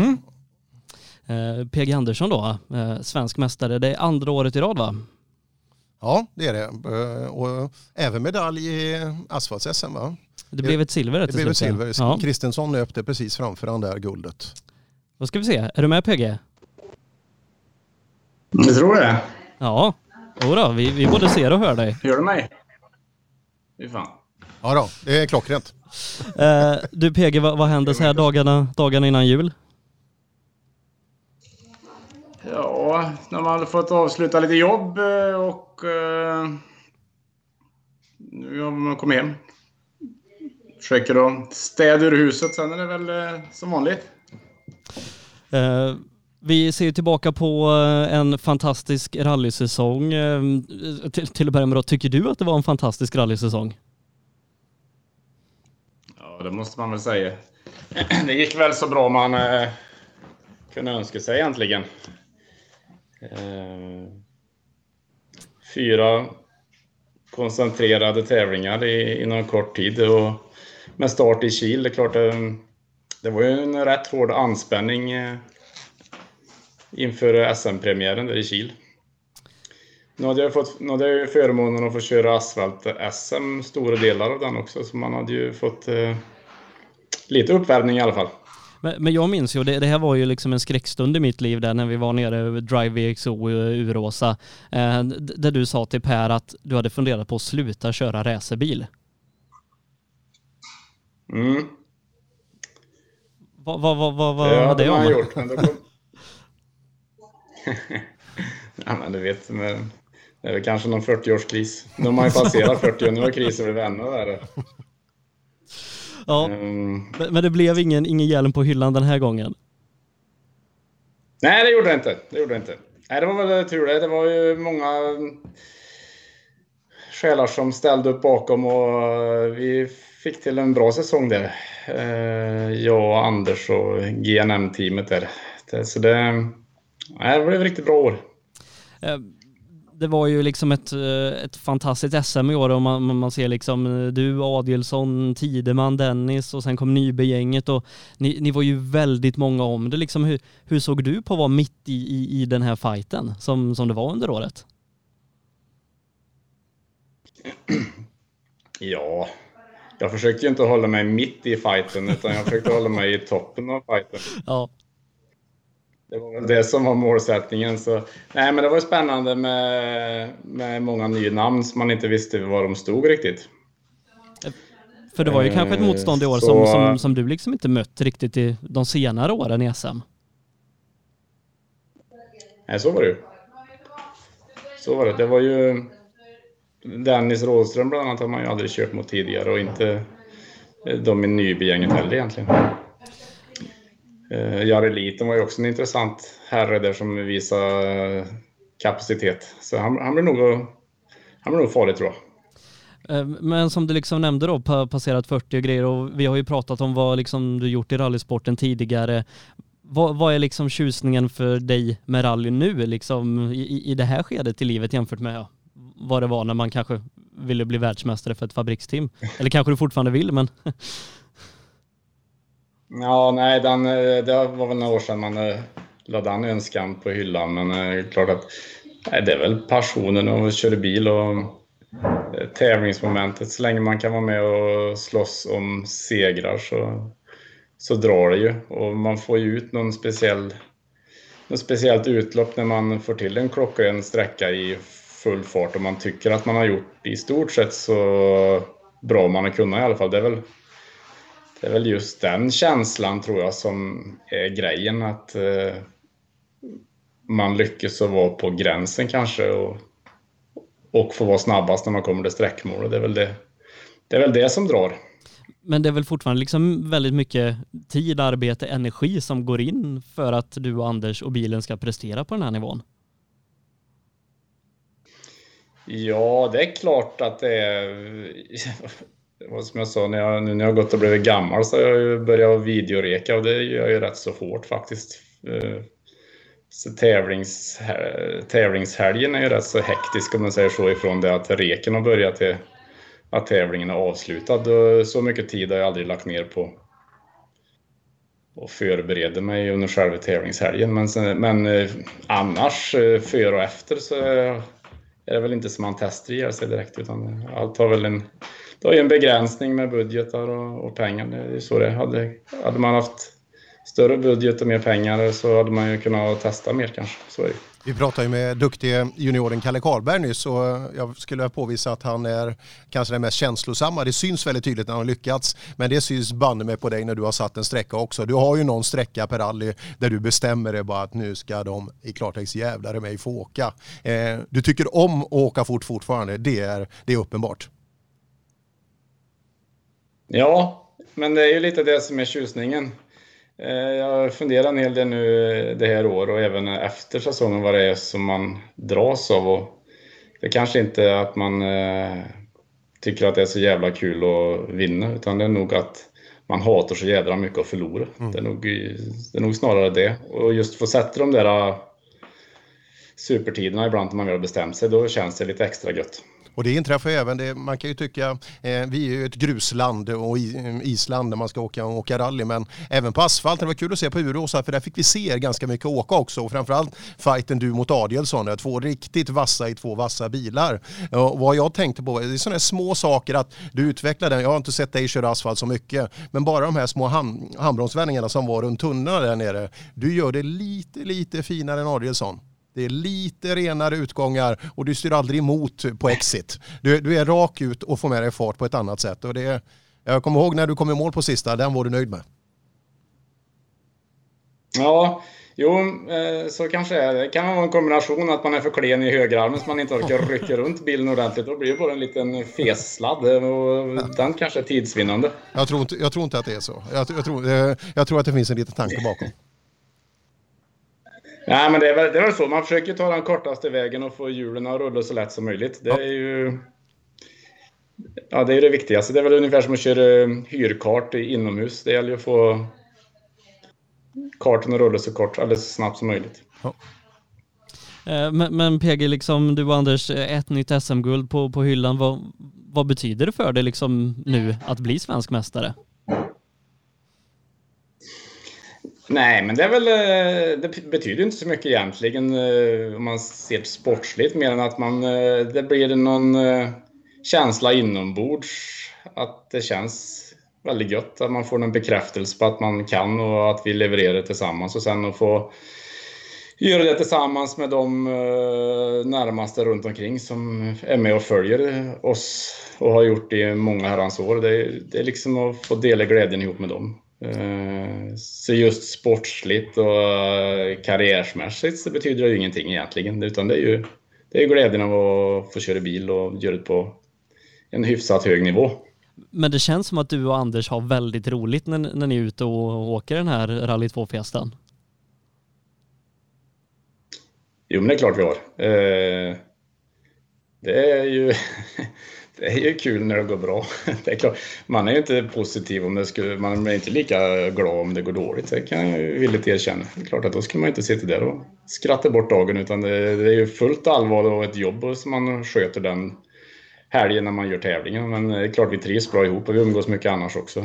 PG Andersson då, svensk mästare. Det är andra året i rad, va? Ja, det är det. Och även medalj i asfalts-SM, va? Det blev ett silver. Det blev ett silver. Ja. Kristensson löpte precis framför han där guldet. Då ska vi se. Är du med, PG? Jag tror det. Ja. Jodå, vi både ser och hör dig. Hör du mig? Fy fan. Ja då, det är klockrent. Du PG, vad händer så här dagarna innan jul? Ja, när man hade fått avsluta lite jobb och nu har man kommit hem. Försöker då städa ur huset, sen är det väl som vanligt. Vi ser tillbaka på en fantastisk rallysäsong. Till att börja med då, tycker du att det var en fantastisk rallysäsong? Ja, det måste man väl säga. Det gick väl så bra man kunde önska sig egentligen. 4 koncentrerade tävlingar inom kort tid och med start i Kil. Det är klart det var ju en rätt hård anspänning inför SM-premiären där i Kil. Nu hade jag ju förmånen att få köra asfalt-SM stora delar av den också, så man hade ju fått lite uppvärmning i alla fall. Men jag minns ju, det här var ju liksom en skräckstund i mitt liv där när vi var nere över Drive VXO i Uråsa, där du sa till Per att du hade funderat på att sluta köra racerbil. Mm. Vad var det om? Gjort, men ja, men du vet, det är väl kanske någon 40-årskris. Nu har man ju passerat 40 och nu har krisen blivit ännu värre. Ja, men det blev ingen hjälm på hyllan den här gången. Nej, det gjorde det inte. Nej, det var väl tur det. Det var ju många själar som ställde upp bakom och vi fick till en bra säsong där. Jag och Anders och GNM-teamet där. Så det blev ett riktigt bra år. Det var ju liksom ett fantastiskt SM i år och man ser liksom du, Adielsson, Tideman, Dennis och sen kom Nybergänget och ni var ju väldigt många om det. Liksom, hur såg du på att vara mitt i den här fighten som det var under året? Ja, jag försökte ju inte hålla mig mitt i fighten utan jag försökte hålla mig i toppen av fighten. Ja. Det var väl det som var målsättningen. Så, nej, men det var ju spännande med många nya namn som man inte visste var de stod riktigt. För det var ju kanske ett motstånd i år som du liksom inte mött riktigt i de senare åren i SM. Nej, så var det ju. Så var det. Det var ju Dennis Rådström bland annat har man ju aldrig kört mot tidigare och inte de i Nybergänget heller egentligen. Jari Liten var ju också en intressant herre där som visar kapacitet. Så han blir nog farlig, tror jag. Men som du liksom nämnde då, passerat 40 och grejer och vi har ju pratat om vad liksom du gjort i rallysporten tidigare. Vad är liksom tjusningen för dig med rally nu liksom i det här skedet i livet jämfört med vad det var när man kanske ville bli världsmästare för ett fabriksteam? Eller kanske du fortfarande vill, men... Ja, nej, det var väl några år sedan man lade den önskan på hyllan. Men klart att det är väl passionen att köra bil och tävlingsmomentet. Så länge man kan vara med och slåss om segrar så drar det ju. Och man får ju ut något speciellt utlopp när man får till en klockren sträcka i full fart. Och man tycker att man har gjort i stort sett så bra man har kunnat i alla fall. Det är väl just den känslan, tror jag, som är grejen. Att man lyckas att vara på gränsen kanske och få vara snabbast när man kommer till sträckmål. Det är väl det som drar. Men det är väl fortfarande liksom väldigt mycket tid, arbete, energi som går in för att du och Anders och bilen ska prestera på den här nivån? Ja, det är klart att det är... Som jag sa, när jag har gått och blivit gammal så har jag ju börjat videoreka och det gör ju rätt så hårt faktiskt. Så tävlingshelgen är ju rätt så hektisk om man säger så, ifrån det att reken har börjat till att tävlingen är avslutad. Så mycket tid har jag aldrig lagt ner på att förbereda mig under själva tävlingshelgen. Men annars, före och efter, så är det väl inte som man testar ihjäl sig direkt, utan allt har väl en begränsning med budgetar och pengar. Det är så det hade man haft större budget och mer pengar så hade man ju kunnat testa mer kanske. Så är det. Vi pratade ju med duktiga junioren Kalle Karlberg nyss och jag skulle påvisa att han är kanske den mest känslosamma. Det syns väldigt tydligt när han har lyckats, men det syns banne med på dig när du har satt en sträcka också. Du har ju någon sträcka per rally där du bestämmer dig bara att nu ska de i klartext jävlar i mig få åka. Du tycker om att åka fort fortfarande, det är uppenbart. Ja, men det är ju lite det som är tjusningen. Jag funderar en hel del nu det här år och även efter säsongen vad det är som man dras av. Och det kanske inte är att man tycker att det är så jävla kul att vinna, utan det är nog att man hatar så jävla mycket att förlora. Det är nog snarare det. Och just få sätta de där supertiderna ibland när man väl har bestämt sig, då känns det lite extra gött. Och det inträffar ju även, man kan ju tycka, vi är ju ett grusland och island där man ska åka rally, men även på asfalt, det var kul att se på Uråsa för där fick vi se ganska mycket åka också, och framförallt fighten du mot Adielsson, där 2 riktigt vassa i 2 vassa bilar. Och vad jag tänkte på, det är sådana små saker att du utvecklar den, jag har inte sett dig köra asfalt så mycket, men bara de här små handbromsvändningarna som var runt tunnorna där nere, du gör det lite finare än Adielsson. Det är lite renare utgångar och du styr aldrig emot på exit. Du är rak ut och får med dig fart på ett annat sätt. Och jag kommer ihåg när du kom i mål på sista, den var du nöjd med. Ja, så kanske är det. Det kan vara en kombination att man är för klen i högerarmen så man inte orkar rycka runt bilen ordentligt. Då blir det bara en liten fessladd och den kanske är tidsvinnande. Jag tror inte att det är så. Jag tror att det finns en liten tanke bakom. Nej, men det är väl så. Man försöker ta den kortaste vägen och få hjulen att rulla så lätt som möjligt. Det är ju det är det viktigaste. Det är väl ungefär som att köra hyrkart inomhus. Det gäller ju att få karten att rulla så kort, eller så snabbt som möjligt. Ja. Men PG, liksom, du och Anders, ett nytt SM-guld på hyllan. Vad betyder det för dig liksom, nu att bli svensk mästare? Nej, men det är väl, det betyder inte så mycket egentligen om man ser sportsligt, mer än att det blir någon känsla inombords att det känns väldigt gött att man får en bekräftelse på att man kan och att vi levererar tillsammans, och sen att få göra det tillsammans med de närmaste runt omkring som är med och följer oss och har gjort det i många herrans år. Det är liksom att få dela glädjen ihop med dem. Så just sportsligt och karriärsmässigt så betyder det ju ingenting egentligen, utan det är glädjen av att få köra bil och göra det på en hyfsat hög nivå. Men det känns som att du och Anders har väldigt roligt när ni är ute och åker den här Rally 2-festen. Jo, men det är klart vi har. Det är ju det är ju kul när det går bra. Det är klart, man är ju inte positiv om man är inte lika glad om det går dåligt. Det kan jag ju villigt erkänna. Det är klart att då ska man inte sitta där och skratta bort dagen, utan det är ju fullt allvar och ett jobb som man sköter den helgen när man gör tävlingen. Men det är klart vi trivs bra ihop och vi umgås mycket annars också.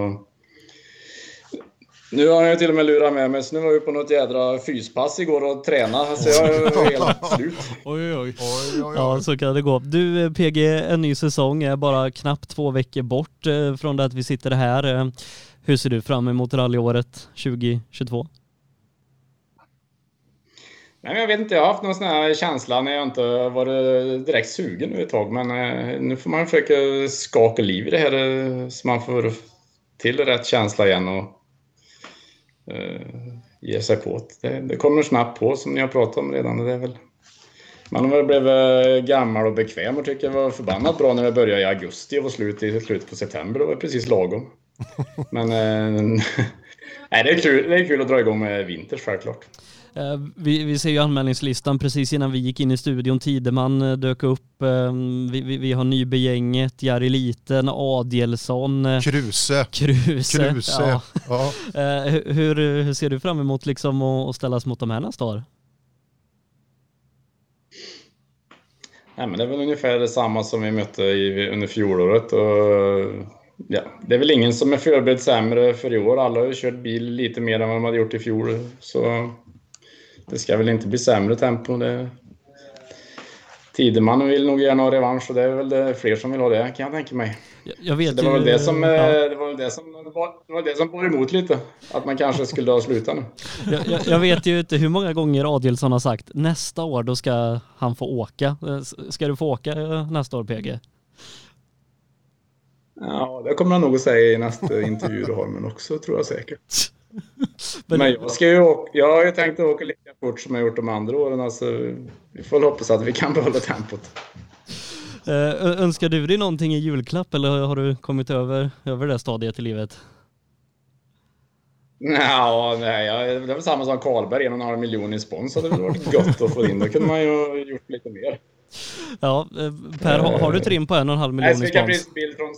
Nu har jag till och med lurat med mig, så nu var vi på något jädra fyspass igår och tränade, så jag är helt slut. Oj. Ja, så kan det gå. Du PG, en ny säsong är bara knappt 2 veckor bort från det att vi sitter här. Hur ser du fram emot rallyåret 2022? Nej, jag vet inte, jag har haft någon sån här känsla när jag inte varit direkt sugen nu ett tag, men nu får man försöka skaka liv i det här så man får till rätt känsla igen och ge sig på. Det kommer snabbt på, som ni har pratat om redan. Det är väl, man har väl blivit gammal och bekväm och tycker det var förbannat bra när det började i augusti och var slut på september. Det var precis lagom. Men nej, det är kul att dra igång med vinters, självklart. Vi ser ju anmälningslistan precis innan vi gick in i studion. Tideman dök upp. Vi har Nybegänget, Jari Liten, Adielsson, Kruse. Ja. Ja. Hur ser du fram emot liksom att ställas mot de här nästa år? Nej, men det är väl ungefär samma som vi mötte under fjolåret. Och ja, det är väl ingen som är förberedd sämre för i år. Alla har ju kört bil lite mer än vad de hade gjort i fjol. Så det ska väl inte bli sämre tempo. Tideman vill nog gärna ha revansch, och det är väl fler som vill ha det, kan jag tänka mig. Jag vet det var väl ju, det som ja. det var det som var emot lite, att man kanske skulle ha slutat nu. Jag vet ju inte hur många gånger Adielsson har sagt nästa år då ska han få åka. Ska du få åka nästa år, PG? Ja, det kommer han nog att säga i nästa intervju du har, men också tror jag säkert. Men jag har ju tänkt att åka lika fort som jag gjort de andra åren. Alltså, vi får hoppas att vi kan behålla tempot. Önskar du dig någonting i julklapp eller har du kommit över det stadiet i livet? Nej, det är väl samma som Karlberg, 1,5 miljon i spons. Det hade väl varit gott att få in. Då kunde man ju ha gjort lite mer. Ja, Per, har du trim på 1,5 miljon i spons? Bild från...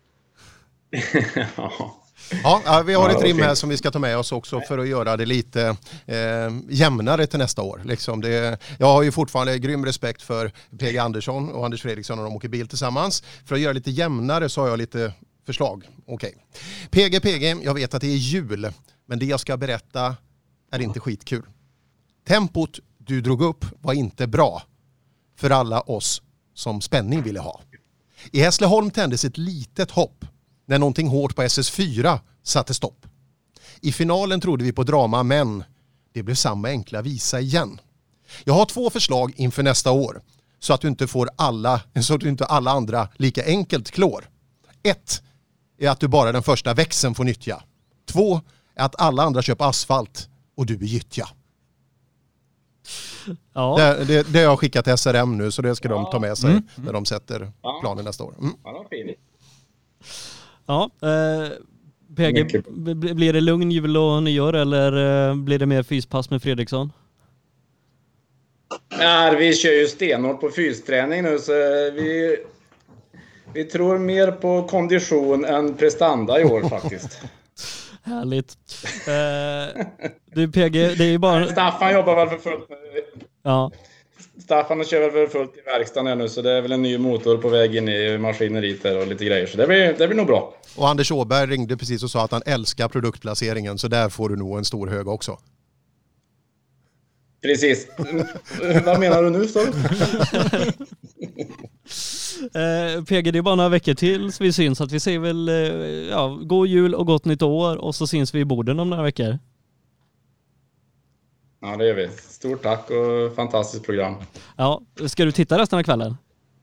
Ja, vi har ett trim här som vi ska ta med oss också för att göra det lite jämnare till nästa år. Liksom jag har ju fortfarande grym respekt för PG Andersson och Anders Fredriksson när de åker bil tillsammans. För att göra det lite jämnare så har jag lite förslag. Okej. PG, jag vet att det är jul, men det jag ska berätta är inte skitkul. Tempot du drog upp var inte bra för alla oss som spänning ville ha. I Hässleholm tändes ett litet hopp när någonting hårt på SS4 satte stopp. I finalen trodde vi på drama, men det blev samma enkla visa igen. Jag har 2 förslag inför nästa år så att du inte alla andra lika enkelt klår. 1 är att du bara den första växeln får nyttja. 2 är att alla andra köper asfalt och du är gyttja. Ja. Det har jag skickat till SRM nu, så det ska de ta med sig när de sätter planen nästa år. Ja, det var fint. Ja, PG, blir det lugn jul och nyår eller blir det mer fyspass med Fredriksson? Ja, vi kör ju stenhårt på fysträning nu, så vi tror mer på kondition än prestanda i år faktiskt. Härligt. Du PG, det är ju bara... Staffan jobbar väl för fullt. Ja. Staffan kör väl för fullt i verkstaden nu, så det är väl en ny motor på väg in i maskineriet och lite grejer, så det blir nog bra. Och Anders Åberg ringde precis och sa att han älskar produktplaceringen, så där får du nog en stor hög också. Precis. Vad menar du nu, så? PG, det är bara några veckor till så vi syns, att vi säger väl god jul och gott nytt år, och så syns vi i Boden om några veckor. Ja, det gör vi. Stort tack och fantastiskt program. Ja, ska du titta resten av kvällen?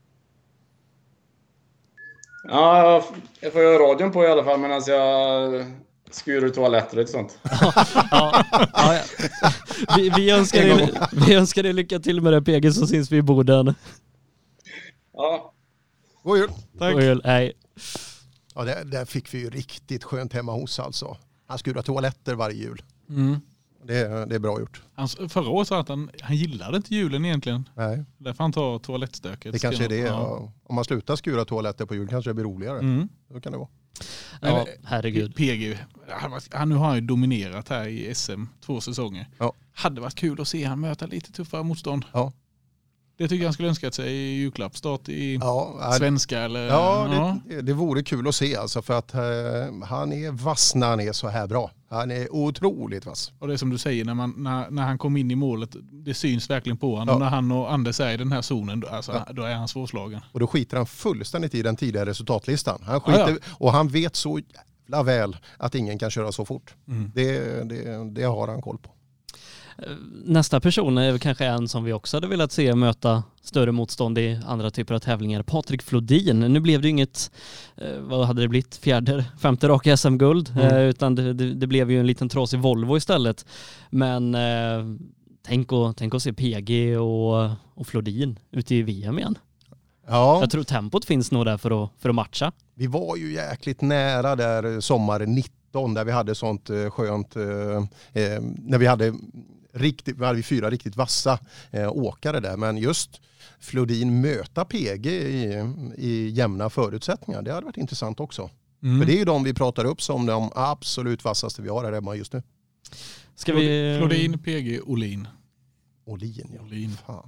Ja, jag får göra radion på i alla fall, medan jag skurar toaletter och sånt. Ja. Vi önskar dig lycka till med det, PG, så syns vi i Boden. Ja. God jul. Tack. God jul, hej. Ja, där fick vi ju riktigt skönt hemma hos alltså. Han skurar toaletter varje jul. Det är bra gjort. Förra året sa att han gillade inte julen egentligen. Nej. Därför han tar toalettstöket. Det kanske är det. Ja. Om man slutar skura toaletter på jul kanske det blir roligare. Då kan det vara. Ja, herregud. PG, nu har han ju dominerat här i SM 2 säsonger. Ja. Hade varit kul att se han möta lite tuffare motstånd. Ja. Det tycker jag han skulle önskat sig i julklapp. Start i svenska eller... Ja, det vore kul att se alltså, för att han är vass när han är så här bra. Han är otroligt vass. Och det är som du säger, när han kom in i målet, det syns verkligen på honom. Ja. Och när han och Anders är i den här zonen, då är han svårslagen. Och då skiter han fullständigt i den tidigare resultatlistan. Han skiter, och han vet så jävla väl att ingen kan köra så fort. Det har han koll på. Nästa person är kanske en som vi också hade velat se möta större motstånd i andra typer av tävlingar. Patrik Flodin. Nu blev det ju inget, vad hade det blivit? 4:e, 5:e raka SM-guld. Utan det blev ju en liten trasig Volvo istället. Men tänk att se PG och Flodin ute i VM igen. Ja. Jag tror tempot finns nog där för att matcha. Vi var ju jäkligt nära där sommaren 19 där vi hade sånt skönt, när vi hade 4 riktigt vassa åkare där. Men just Flodin möta PG i jämna förutsättningar, det hade varit intressant också. För det är ju de vi pratar upp som de absolut vassaste vi har här hemma just nu. Ska vi... Flodin, PG, Olin. Olin, ja. Olin. Fan.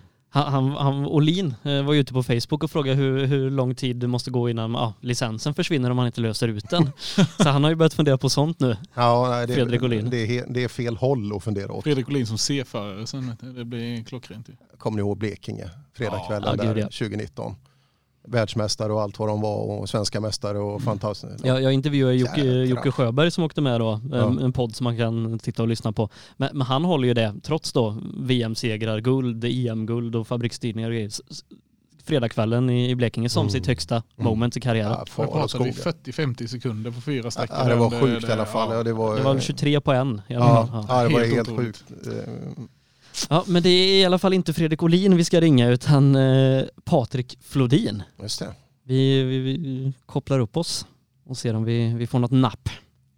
Olin var ju ute på Facebook och frågade hur lång tid det måste gå innan licensen försvinner om man inte löser ut den. Så han har ju börjat fundera på sånt nu. Ja, Fredrik Olin. Det är fel håll att fundera åt. Fredrik Olin som C-förare sen, det blir klockrent. Kommer ni ihåg Blekinge? Fredagskvällen där 2019. världsmästare och allt vad de var och svenska mästare och fantastiskt. Jag intervjuade Jocke Sjöberg som åkte med då, en podd som man kan titta och lyssna på. Men han håller ju det, trots då VM-segrar, guld, EM-guld och fabrikstidningar och grejer. Fredagskvällen i Blekinge som sitt högsta moment i karriären. Jag pratade vi 40-50 sekunder på 4 sträckor. Ja, det var sjukt i alla fall. Ja, det var 23 på en. Det var helt sjukt. Ja, men det är i alla fall inte Fredrik Olin vi ska ringa utan Patrik Flodin. Just det. Vi kopplar upp oss och ser om vi får något napp.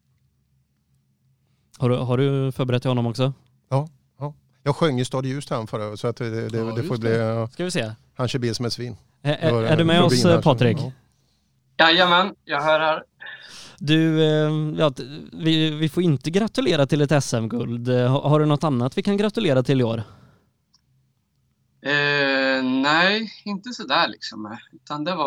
Har du förberett honom också? Ja. Jag sjöng i Stad Ljus här förra, så att det får bli... Ska vi se. Han kör bil som ett svin. Är du med oss, Patrik? Jajamän, jag hör här. Du, vi får inte gratulera till ett SM-guld. Har du något annat vi kan gratulera till i år? Nej, inte sådär liksom. Utan det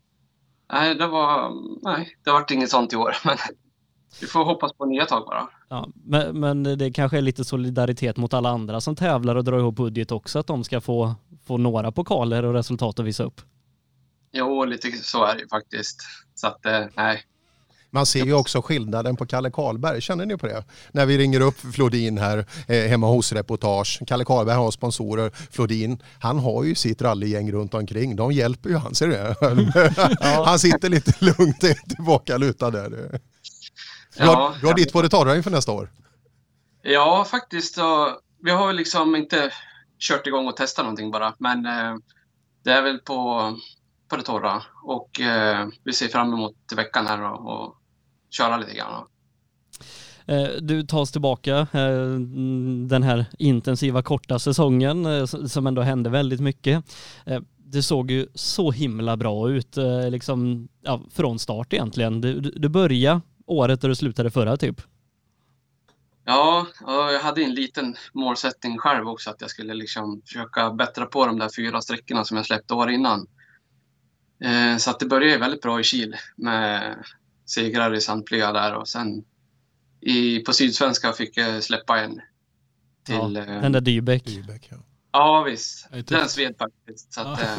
var inget sånt i år. Men vi får hoppas på nya tag bara. Ja, men det kanske är lite solidaritet mot alla andra som tävlar och drar ihop budget också. Att de ska få några pokaler och resultat att visa upp. Jo, lite så är det faktiskt. Så att, nej. Man ser ju också skillnaden på Kalle Karlberg. Känner ni på det? När vi ringer upp Flodin här hemma hos Reportage. Kalle Karlberg har sponsorer. Flodin, han har ju sitt rallygäng runt omkring. De hjälper ju han, ser det? Han sitter lite lugnt tillbaka lutad där. Du har ditt på det tar inför nästa år. Ja, faktiskt. Så, vi har liksom inte kört igång och testat någonting bara. Men det är väl på det torra. Och vi ser fram emot till veckan här och köra lite grann. Du tas tillbaka den här intensiva korta säsongen som ändå hände väldigt mycket. Det såg ju så himla bra ut liksom, från start egentligen. Du började året där du slutade förra typ. Ja, jag hade en liten målsättning själv också att jag skulle liksom försöka bättra på de där 4 sträckorna som jag släppte år innan. Så att det började väldigt bra i Kil med segrar i samtliga där och sen på Sydsvenska fick jag släppa en till... den där Dybeck. Ja, visst. Den sved faktiskt. Så att,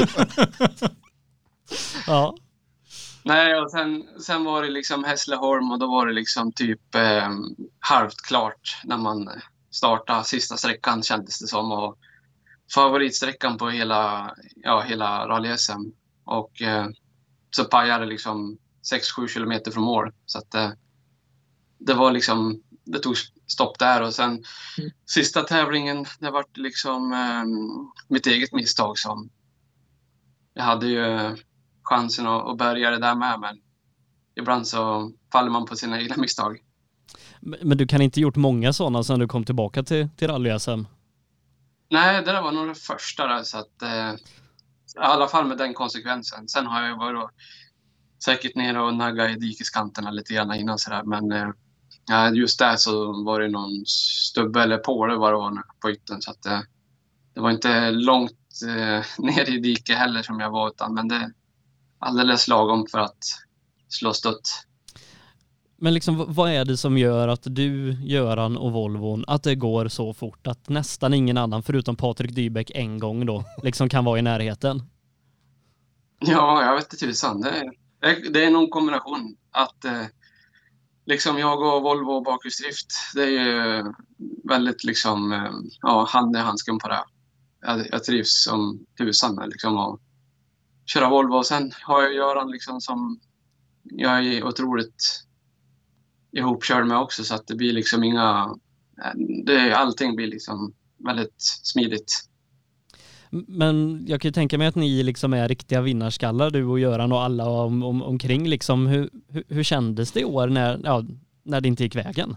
ja. Nej, och sen var det liksom Hässleholm och då var det liksom typ halvt klart när man startade sista sträckan kändes det som och favoritsträckan på hela rally-SM och så pajade liksom 6-7 kilometer från mål så att det var liksom det tog stopp där och sen sista tävlingen det var liksom mitt eget misstag som jag hade ju chansen att börja det där med men ibland så faller man på sina egna misstag. Men du kan inte gjort många sådana sedan du kom tillbaka till rally-SM? Nej, det där var nog det första där, så att i alla fall med den konsekvensen. Sen har jag varit säkert nere och naggat i dikeskanterna lite grann innan sådär, men just där så var det någon stubbe eller påle var det var på ytten så att det var inte långt ner i diket heller som jag var utan men det alldeles lagom för att slå stött. Men liksom, vad är det som gör att du, Göran och Volvon, att det går så fort att nästan ingen annan förutom Patrik Dybeck en gång då liksom kan vara i närheten? Ja, jag vet inte tusan. Det är någon kombination att liksom jag och Volvo och bakhjulsdrift, det är ju väldigt liksom hand i handsken på det. Jag trivs som tusan med liksom att köra Volvo och sen har jag Göran liksom som jag är otroligt ihopkörd med också så att det blir liksom allting blir liksom väldigt smidigt. Men jag kan ju tänka mig att ni liksom är riktiga vinnarskallar, du och Göran och alla omkring liksom. Hur kändes det i år när det inte gick vägen?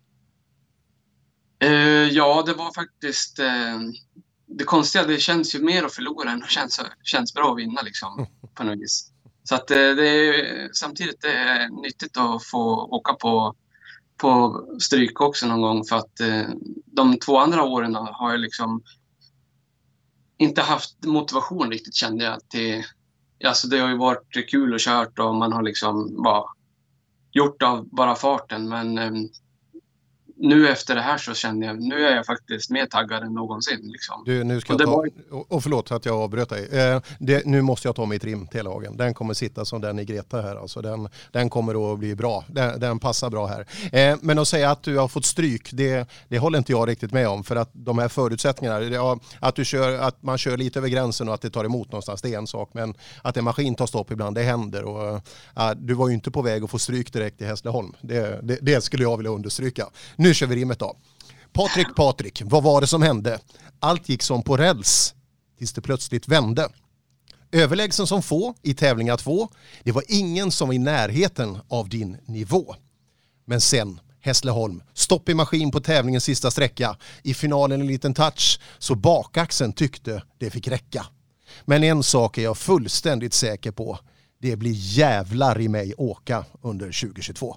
Ja, det var faktiskt det konstiga, det känns ju mer att förlora än känns bra att vinna liksom på något vis. Så att samtidigt det är nyttigt att få åka på stryk också någon gång för att de 2 andra åren har jag liksom inte haft motivation riktigt kände jag till, alltså det har ju varit kul och kört och man har liksom bara gjort av bara farten men nu efter det här så känner jag, nu är jag faktiskt mer taggad än någonsin. Liksom. Du, nu ska jag ta, och förlåt att jag avbröt dig. Nu måste jag ta mig trim Telehagen. Den kommer sitta som den i Greta här. Alltså den kommer att bli bra. Den passar bra här. Men att säga att du har fått stryk, det håller inte jag riktigt med om. För att de här förutsättningarna, att man kör lite över gränsen och att det tar emot någonstans, det är en sak. Men att en maskin tar stopp ibland, det händer. Och, du var ju inte på väg att få stryk direkt i Hässleholm. Det skulle jag vilja understryka. Nu kör vi rimmet då. Patrik, vad var det som hände? Allt gick som på räls tills det plötsligt vände. Överlägsen som få i tävlingar 2. Det var ingen som var i närheten av din nivå. Men sen, Hässleholm, stopp i maskin på tävlingens sista sträcka. I finalen en liten touch, så bakaxeln tyckte det fick räcka. Men en sak är jag fullständigt säker på. Det blir jävlar i mig åka under 2022.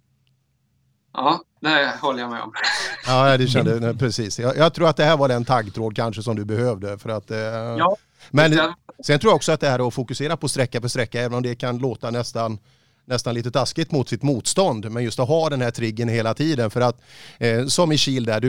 Ja, det håller jag med om. Ja, det kände precis. Jag tror att det här var den taggtråd kanske som du behövde. För att, ja, men sen tror jag också att det här att fokusera på sträcka på sträcka, även om det kan låta nästan lite taskigt mot sitt motstånd, men just att ha den här triggen hela tiden. För att som i Kil där,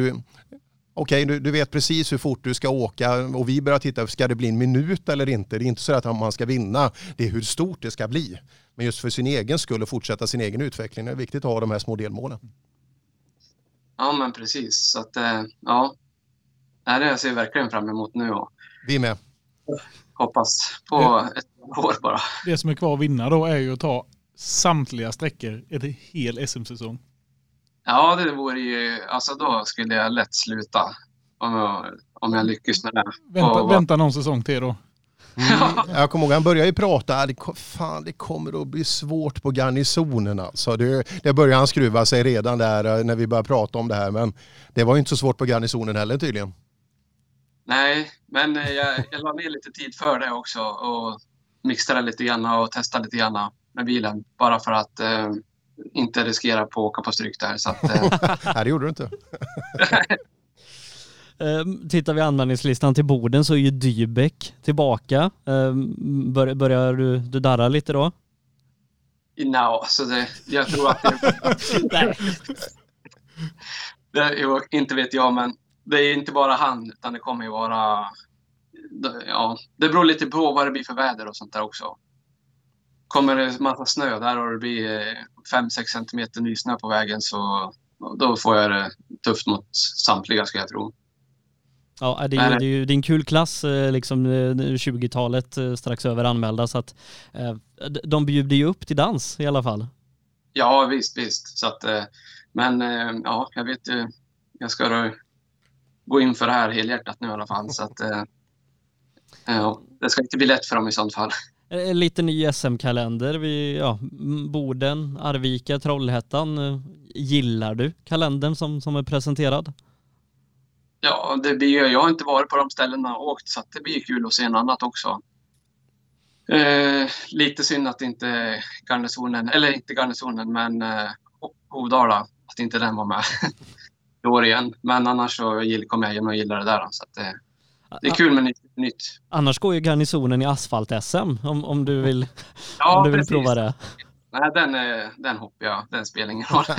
du vet precis hur fort du ska åka och vi börjar titta, ska det bli en minut eller inte? Det är inte så att man ska vinna, det är hur stort det ska bli. Men just för sin egen skull och fortsätta sin egen utveckling är det viktigt att ha de här små delmålen. Ja, men precis. Så att, ja, det jag ser verkligen fram emot nu. Och vi med. Hoppas på ett år bara. Det som är kvar att vinna då är ju att ta samtliga sträckor ett hel SM-säsong. Ja, det vore ju, alltså då skulle jag lätt sluta om jag lyckas med det. Vänta någon säsong till då. Jag kommer ihåg, han började ju prata, det kommer att bli svårt på garnisonen alltså. Det började han skruva sig redan där när vi började prata om det här, men det var ju inte så svårt på garnisonen heller tydligen. Nej, men jag la ner lite tid för det också och mixade lite grann och testade lite grann med bilen bara för att inte riskera på att åka på stryk där. Så att, nej, det gjorde du inte. Tittar vi anmälningslistan till Boden så är ju Dybeck tillbaka. Börjar du darra lite då? Så jag tror att inte vet jag, men det är inte bara han, utan det kommer ju vara, ja, det beror lite på vad det blir för väder och sånt där också. Kommer det massa snö där och det blir 5-6 centimeter ny snö på vägen, så då får jag det tufft mot samtliga, ska jag tro. Ja, det är ju en kul klass, liksom 20-talet strax över anmälda, så att de bjuder ju upp till dans i alla fall. Ja, visst. Så att, men ja, jag vet ju, jag ska då gå in för det här helhjärtat nu i alla fall, så att ja, det ska inte bli lätt för dem i sånt fall. Lite ny SM-kalender. Boden, Arvika, Trollhättan. Gillar du kalendern som är presenterad? Ja, jag har inte varit på de ställena och åkt, så att det blir kul att se en annat också. Lite synd att inte garnisonen, men Hovdala, att inte den var med i år igen. Men annars så kommer jag gärna gilla det där. Så att det är kul med nytt. Annars går ju garnisonen i asfalt-SM om du vill, ja, om du vill prova det. Nej, den hoppar jag. Den spelar ingen roll.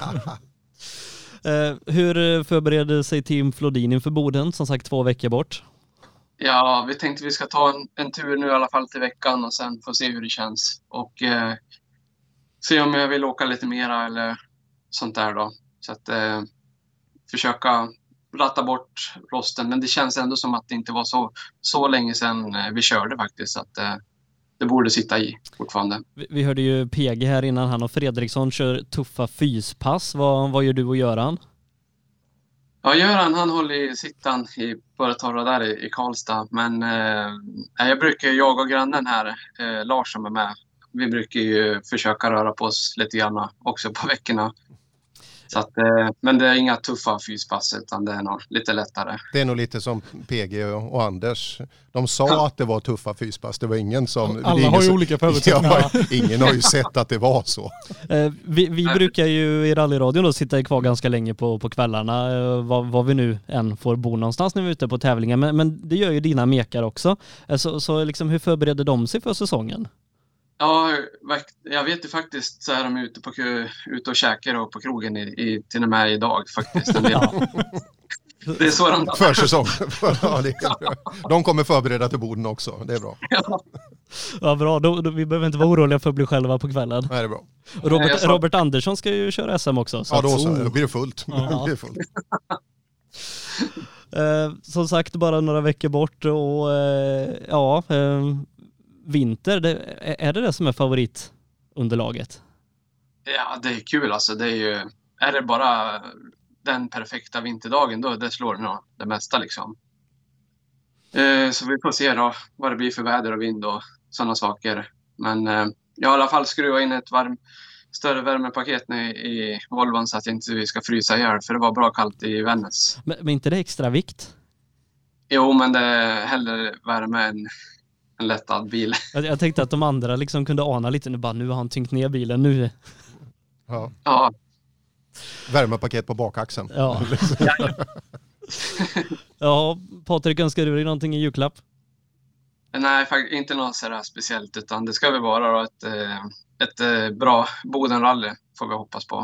Hur förbereder sig Team Flodin inför Boden? Som sagt 2 veckor bort. Ja, vi tänkte vi ska ta en tur nu i alla fall till veckan och sen få se hur det känns. Och se om jag vill åka lite mera eller sånt där då. Så att försöka ratta bort rosten. Men det känns ändå som att det inte var så länge sedan vi körde faktiskt. Så att det borde sitta i fortfarande. Vi hörde ju PG här innan, han och Fredriksson kör tuffa fyspass. Vad gör du och Göran? Ja, Göran han håller i sittan i Börretorra där i Karlstad. Men jag och grannen här, Lars som är med, vi brukar ju försöka röra på oss lite grann också på veckorna. Så att, men det är inga tuffa fyspass, utan det är nog lite lättare. Det är nog lite som PG och Anders. De sa att det var tuffa fyspass. Det var ingen som... Alla har ju olika förutsättningar. Ja, ingen har ju sett att det var så. Vi brukar ju i rallyradion då sitta kvar ganska länge på kvällarna. Var vi nu än får bo någonstans när vi är ute på tävlingar. Men det gör ju dina mekar också. Så liksom, hur förbereder de sig för säsongen? Ja, jag vet ju faktiskt så är de ute och käkar och på krogen till och med idag faktiskt. Det är så de... Försäsong. Ja, de kommer förbereda till borden också. Det är bra. Ja, bra. Vi behöver inte vara oroliga för att bli själva på kvällen. Nej, det är bra. Och Robert Andersson ska ju köra SM också. Så då blir det fullt. Ja. Det blir fullt. Som sagt, bara några veckor bort och vinter, är det som är favoritunderlaget? Ja, det är kul alltså. Det är ju, är det bara den perfekta vinterdagen då, det slår nog det mesta liksom. Så vi får se då vad det blir för väder och vind och sådana saker. Men jag har i alla fall skruvat in ett större värmepaket nu i Volvon så att inte vi ska frysa ihjäl, för det var bra kallt i Vännäs. Men inte det extra vikt? Jo, men det är hellre värme än en lättad bil. Jag tänkte att de andra liksom kunde ana lite, nu har han tyngt ner bilen nu. Ja. Värmepaket på bakaxeln. Ja. Ja, Patrik, önskar du dig någonting i julklapp? Nej, faktiskt inte något sådär speciellt, utan det ska väl vara då ett bra Boden-rally får vi hoppas på.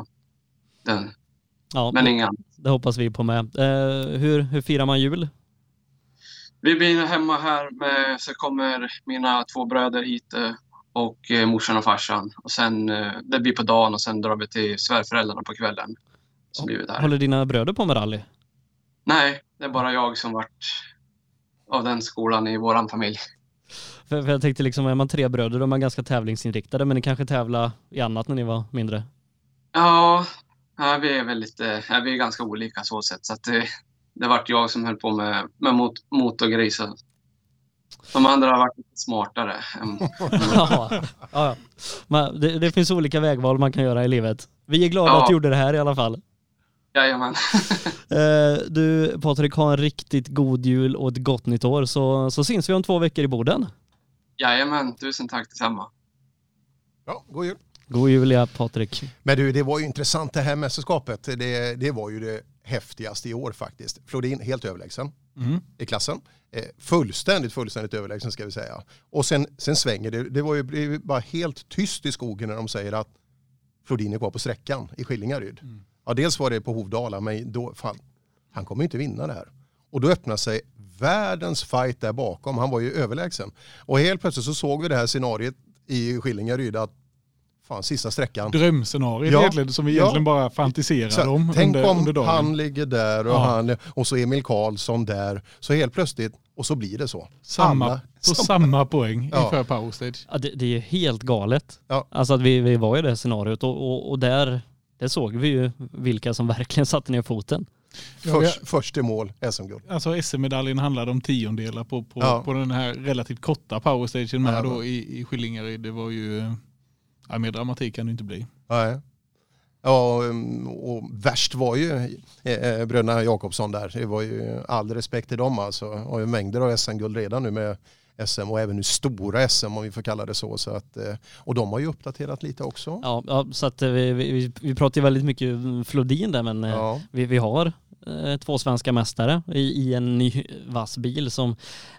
Ja, men ingen. Det hoppas vi på med. Hur firar man jul? Vi blir hemma här så kommer mina 2 bröder hit och morsan och farsan. Och sen det blir på dagen och sen drar vi till svärföräldrarna på kvällen. Så blir vi där. Håller dina bröder på med rally? Nej, det är bara jag som varit av den skolan i våran familj. För jag tänkte liksom, är man 3 bröder, då är man ganska tävlingsinriktade, men ni kanske tävla i annat när ni var mindre? Ja, vi är väl vi är ganska olika så sätt, så att det vart jag som höll på med motorgrej, så de andra har varit lite smartare. Ja. Men det finns olika vägval man kan göra i livet. Vi är glada att du gjorde det här i alla fall. Jajamän. Du, Patrik, har en riktigt god jul och ett gott nytt år, så syns vi om 2 veckor i Boden. Jajamän, tusen tack detsamma. Ja, god jul. God jul, ja, Patrik. Men du, det var ju intressant det här mästerskapet. Det var ju det häftigaste i år faktiskt. Flodin helt överlägsen i klassen. Fullständigt överlägsen ska vi säga. Och sen svänger det. Det var ju bara helt tyst i skogen när de säger att Flodin är kvar på sträckan i Skillingaryd. Ja, dels var det på Hovdala, men då, han kommer inte vinna det här. Och då öppnar sig världens fight där bakom. Han var ju överlägsen. Och helt plötsligt så såg vi det här scenariet i Skillingaryd att sista sträckan. Drömscenariet egentligen, som vi egentligen bara fantiserade om. Tänk under dagen. Han ligger där och och så Emil Karlsson där. Så helt plötsligt, och så blir det så. Samma poäng inför Power Stage. Ja, det är ju helt galet. Ja. Alltså att vi var i det scenariot och där såg vi ju vilka som verkligen satte ner foten. Först i mål, SM-guld. Alltså SM-medaljen handlade om 10-delar på den här relativt korta Power Stagen med då i Skillingaryd. Det var ju... Ja, mer dramatik kan det inte bli. Nej. Ja, och värst var ju bröderna Jakobsson där. Det var ju all respekt till dem alltså. Och mängder av SM-guld redan nu med SM och även nu stora SM om vi får kalla det så. Så att, och de har ju uppdaterat lite också. Ja, så att vi pratar ju väldigt mycket Flodin där, men vi har 2 svenska mästare i en ny vass bil som,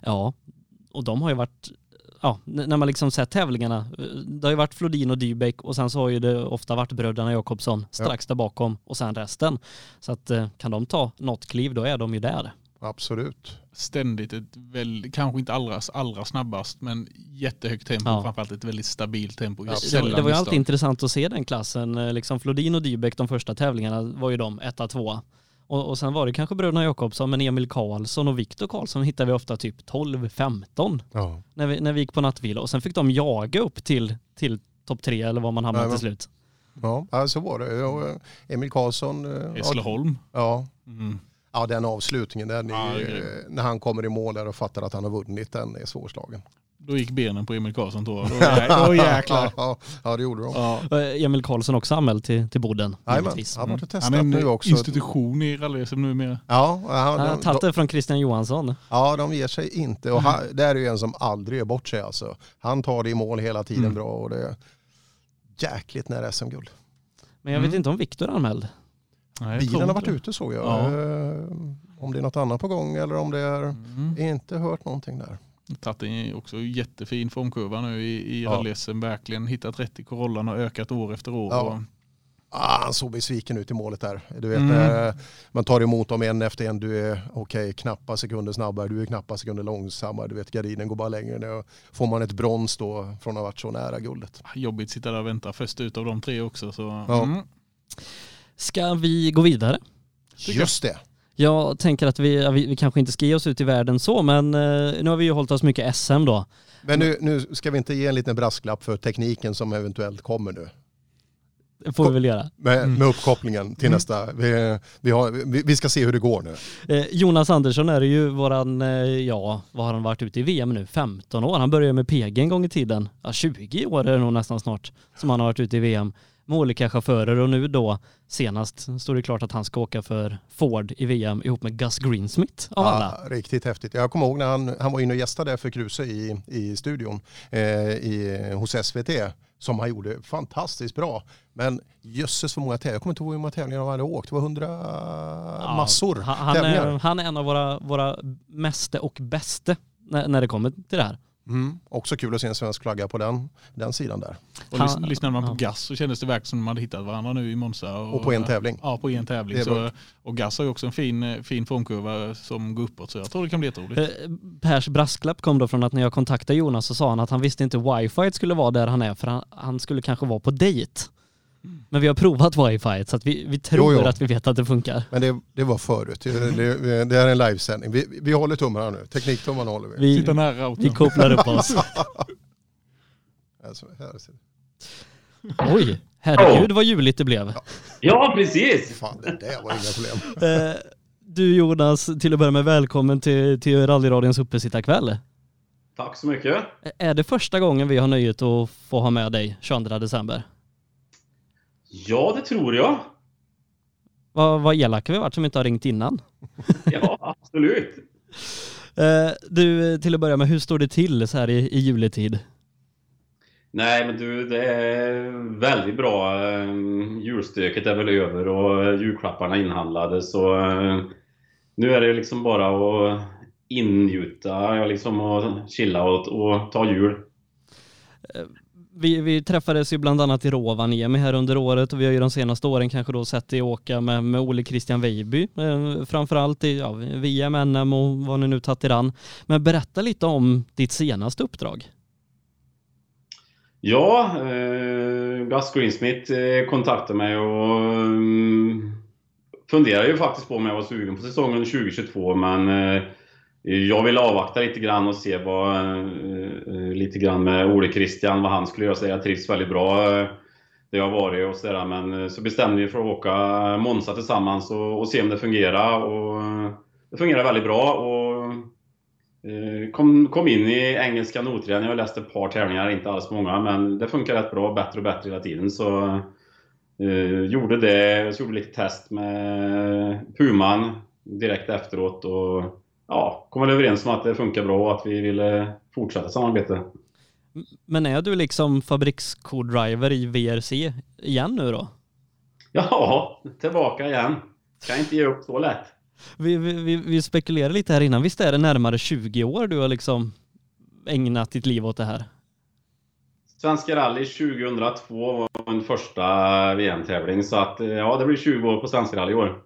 och de har ju varit... Ja, när man liksom sett tävlingarna, det har ju varit Flodin och Dybeck och sen så har ju det ofta varit bröderna Jakobsson strax där bakom och sen resten. Så att kan de ta något kliv, då är de ju där. Absolut. Ständigt kanske inte allra snabbast, men jättehögt tempo, framförallt ett väldigt stabilt tempo. Det var ju alltid intressant att se den klassen, liksom Flodin och Dybeck, de första tävlingarna var ju de 1-2. Och sen var det kanske bröderna Jakobsson, men Emil Karlsson och Viktor Karlsson hittade vi ofta typ 12-15 när vi gick på nattvila. Och sen fick de jaga upp till topp 3 eller vad man hamnade till slut. Ja, så var det. Och Emil Karlsson... Hässleholm. Ja. Ja, den avslutningen där när han kommer i mål där och fattar att han har vunnit, den är svårslagen. Då gick benen på Emil Karlsson då. Då jäklar. Ja, det gjorde de. Ja. Emil Karlsson också anmäld till Boden. Han är en nu också. Institution i rally-SM numera. Ja, han har tagit det från Christian Johansson. Ja, de ger sig inte. Och det är ju en som aldrig är bort sig alltså. Han tar det i mål hela tiden bra och det är jäkligt nära SM-guld. Men jag vet inte om Viktor är anmäld. Nej, bilen har varit ute såg jag. Ja. Om det är något annat på gång eller om det är inte hört någonting där. Tagit en också jättefin formkurva nu i rally-SM, verkligen hittat rätt i Corollan och ökat år efter år. Ja. Han såg besviken ut i målet där. Du vet, man tar emot dem en efter en. Du är knappa sekunder snabbare, du är knappa sekunder långsammare. Du vet, gardinen går bara längre nu. Får man ett brons då från att ha varit så nära guldet. Jobbigt sitta där och vänta först ut av de 3 också. Så. Ska vi gå vidare? Just det. Jag tänker att vi kanske inte ska ge oss ut i världen så, men nu har vi ju hållit oss mycket SM då. Men nu ska vi inte ge en liten brasklapp för tekniken som eventuellt kommer nu. Det får vi väl göra. Med uppkopplingen till nästa. Vi ska se hur det går nu. Jonas Andersson är ju våran, vad har han varit ute i VM nu? 15 år. Han började med PG en gång i tiden. 20 år är det nog nästan snart som han har varit ute i VM med olika chaufförer, och nu då senast står det klart att han ska åka för Ford i VM ihop med Gus Greensmith av alla. Riktigt häftigt. Jag kommer ihåg när han var inne och gästade för Kruse i studion hos SVT, som han gjorde fantastiskt bra. Men jösses för många tävlingar. Jag kommer inte ihåg hur många tävlingar han hade åkt. Det var 100 massor tävlingar. Han är en av våra meste och bäste när det kommer till det här. Också kul att se en svensk flagga på den sidan där. Och lyssnade man på Gas så kändes det verkligen som de hade hittat varandra nu i Monza. Och på en tävling. Ja, på en tävling. Och Gas har ju också en fin formkurva som går uppåt, så jag tror det kan bli jätteroligt. Pers brasklapp kom då från att när jag kontaktade Jonas så sa han att han visste inte wifi skulle vara där han är, för han skulle kanske vara på dejt. Men vi har provat wifi så att vi tror att vi vet att det funkar. Men det var förut. Det är en livesändning. Vi håller tummarna nu. Tekniktummarna håller vi. Sitter nära vi kopplar upp oss. Alltså, Oj, herregud vad juligt det blev. Ja, precis. Fan, det var inga problem. Du Jonas, till att börja med välkommen till Rallyradions uppesittarkväll. Tack så mycket. Är det första gången vi har nöjet att få ha med dig 22 december? Ja, det tror jag. Vad elaka vi varit som inte har ringt innan. Ja, absolut. Du, till att börja med, hur står det till så här i juletid? Nej, men du, det är väldigt bra. Julstöket är väl över och julklapparna inhandlade. Så nu är det liksom bara att ingjuta liksom, och chilla och ta jul. Vi träffades ju bland annat i Rovaniemi här under året, och vi har ju de senaste åren kanske då sett dig åka med Ole Christian Weiby, framförallt i VM, NM och vad ni nu tagit i ran. Men berätta lite om ditt senaste uppdrag. Ja, Gus Greensmith kontaktade mig och funderade ju faktiskt på om jag var sugen på säsongen 2022, men jag vill avvakta lite grann och se lite grann med Ole Christian vad han skulle göra. Så jag trivs väldigt bra där jag har varit och sådär. Men så bestämde vi för att åka Monza tillsammans och se om det fungerar. Och det fungerar väldigt bra. Och kom in i engelska notredan. Jag har läst ett par tävlingar, inte alls många. Men det funkar rätt bra, bättre och bättre hela tiden. Så gjorde det. Så gjorde lite test med Puman direkt efteråt. Och kom väl överens om att det funkar bra och att vi ville fortsätta samarbete. Men är du liksom fabriks-co-driver i VRC igen nu då? Ja, tillbaka igen. Kan inte ge upp så lätt. Vi spekulerar lite här innan. Visst är det närmare 20 år du har liksom ägnat ditt liv åt det här? Svenska rally 2002 var min första VM-tävling. Så att det blir 20 år på Svenska rally i år.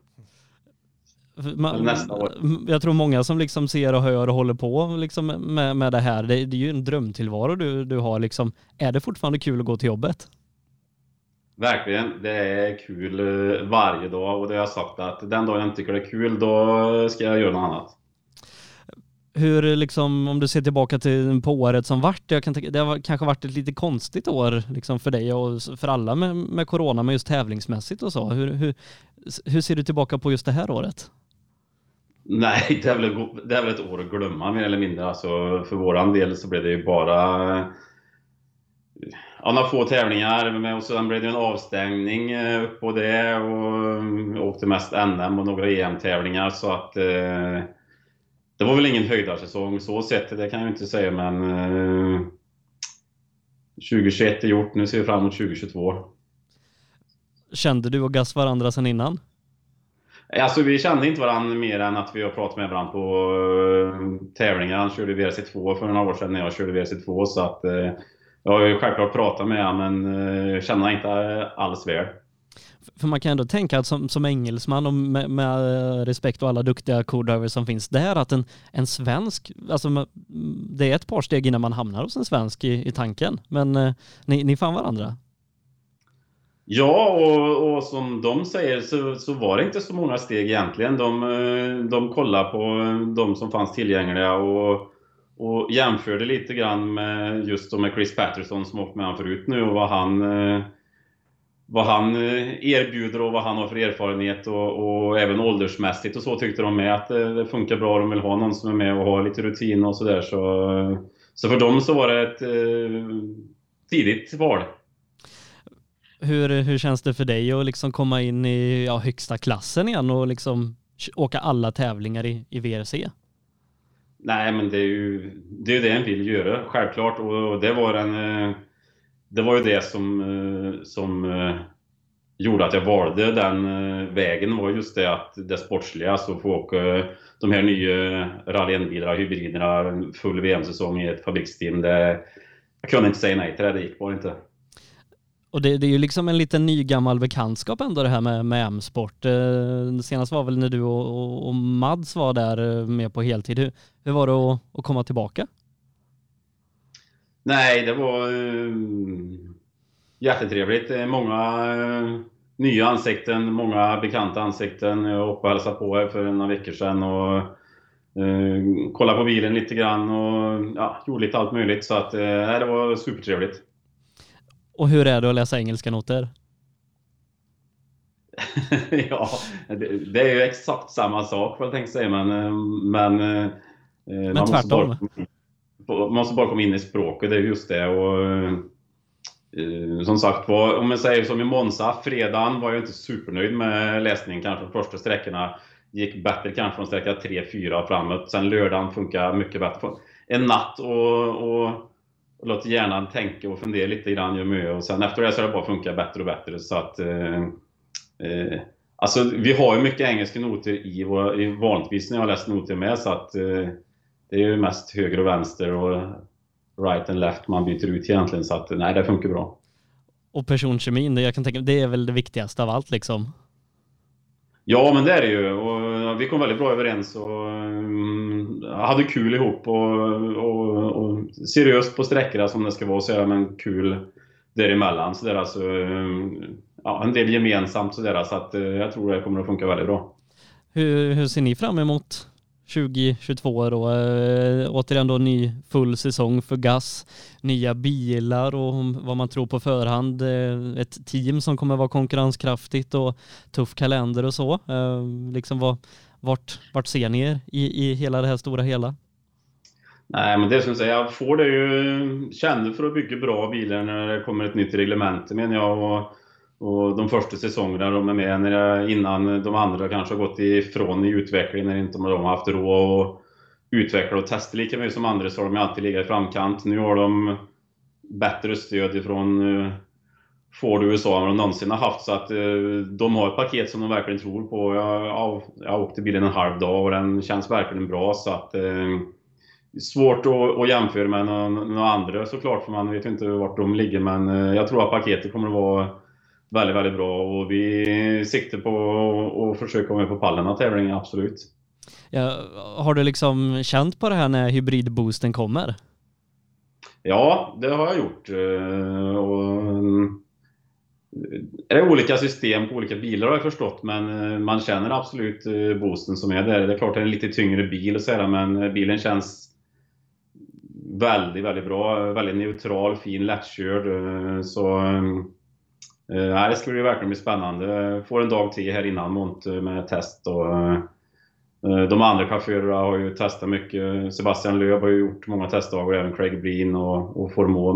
Nästa år. Jag tror många som liksom ser och hör och håller på liksom med det här, det är ju en drömtillvaro du har liksom. Är det fortfarande kul att gå till jobbet? Verkligen, det är kul varje dag, och det har jag sagt att den dag jag inte tycker det är kul, då ska jag göra något annat. Hur liksom, om du ser tillbaka på året som vart, det har kanske varit ett lite konstigt år liksom för dig och för alla med corona, men just tävlingsmässigt och så. Hur ser du tillbaka på just det här året? Nej, det är väl ett år att glömma mer eller mindre. Alltså, för våran del så blev det ju bara några få tävlingar, och sen blev det en avstängning på det, och åkte mest NM och några EM-tävlingar, så att det var väl ingen höjdarsäsong så sett, det kan jag inte säga, men 2021 är gjort, nu ser vi fram emot 2022. Kände du och Gus varandra sedan innan? Alltså vi kände inte varandra mer än att vi har pratat med varandra på tävlingar. Han körde VRC2 för några år sedan när jag körde VRC2, så att jag har ju självklart pratat med honom, men känner inte alls väl. För man kan ändå tänka att som engelsman och med respekt och alla duktiga co-drivers som finns där, att en svensk, alltså det är ett par steg innan man hamnar hos en svensk i tanken, men ni fann varandra. Ja, och som de säger så var det inte så många steg egentligen. De kollade på de som fanns tillgängliga och jämförde lite grann med just med Chris Patterson som åkt med han förut nu, och vad han erbjuder och vad han har för erfarenhet och även åldersmässigt och så tyckte de med att det funkar bra. De vill ha någon som är med och har lite rutin och sådär. Så för dem så var det ett tidigt val. Hur känns det för dig att liksom komma in i högsta klassen igen och liksom åka alla tävlingar i VRC? Nej, men det är ju det en vill göra, självklart. Och det var ju det som gjorde att jag valde den vägen, var just det att det sportsliga, så få åka de här nya Rally N-bilarna, hybriderna, full VM-säsong i ett fabriksteam. Jag kunde inte säga nej till det gick bara inte. Och det är ju liksom en liten ny gammal bekantskap ändå det här med M-sport. Senast var väl när du och Mads var där med på heltid. Hur var det att komma tillbaka? Nej, det var jättetrevligt. Många nya ansikten, många bekanta ansikten. Jag åkte och hälsade på här för några veckor sedan och kollade på bilen lite grann och gjorde lite allt möjligt. Så att det var supertrevligt. Och hur är det att läsa engelska noter? Ja, det är ju exakt samma sak vad jag tänkte säga, men man tvärtom. måste bara komma in i språket, det är just det. Och som sagt, om man säger som i Monza, fredagen var jag inte supernöjd med läsningen kanske de första sträckorna. Gick bättre kanske från sträcka 3-4 framåt. Sen lördagen funkar mycket bättre. En natt och låt hjärnan tänka och fundera lite grann. Och sen efter det så har det bara funkat bättre och bättre. Så att alltså vi har ju mycket engelska noter i vanligtvis när jag läst noter med, så att det är ju mest höger och vänster och right and left man byter ut egentligen, så att nej, det funkar bra. Och personkemin, jag kan tänka, det är väl det viktigaste av allt liksom? Ja, men det är det ju, och vi kom väldigt bra överens och hade kul ihop och seriöst på sträckorna som det ska vara, så men kul däremellan, så det är alltså en del gemensamt så där, så att jag tror det kommer att funka väldigt bra. Hur ser ni fram emot 2022 då? Återigen då ny full säsong för GAS, nya bilar och vad man tror på förhand, ett team som kommer vara konkurrenskraftigt och tuff kalender och så. Liksom vart ser ni er i hela det här stora hela? Nej, men det som säger, jag får det ju kände för att bygga bra bilar när det kommer ett nytt reglement, menar jag, och de första säsongerna de är med innan de andra kanske har gått ifrån i utvecklingen, när inte de har haft råd att utveckla och testa lika mycket som andra, så har de alltid legat i framkant. Nu har de bättre stöd ifrån Ford USA än de någonsin har haft, så att de har ett paket som de verkligen tror på. Jag åkte bilen en halv dag och den känns verkligen bra, så att svårt att jämföra med några andra såklart, för man vet ju inte vart de ligger, men jag tror att paketet kommer att vara väldigt, väldigt bra, och vi siktar på att försöka komma med på pallen av tävlingen, absolut. Ja, har du liksom känt på det här när hybridboosten kommer? Ja, det har jag gjort. Och är det olika system på olika bilar har jag förstått, men man känner absolut boosten som är där. Det är klart det är en lite tyngre bil och så, men bilen känns väldigt, väldigt bra, väldigt neutral, fin, lättkörd, så det skulle ju verkligen bli spännande. Får en dag till här innan Mont med test, och de andra chaufförerna har ju testat mycket. Sebastian Lööf har ju gjort många testdagar, även Craig Breen och Formå,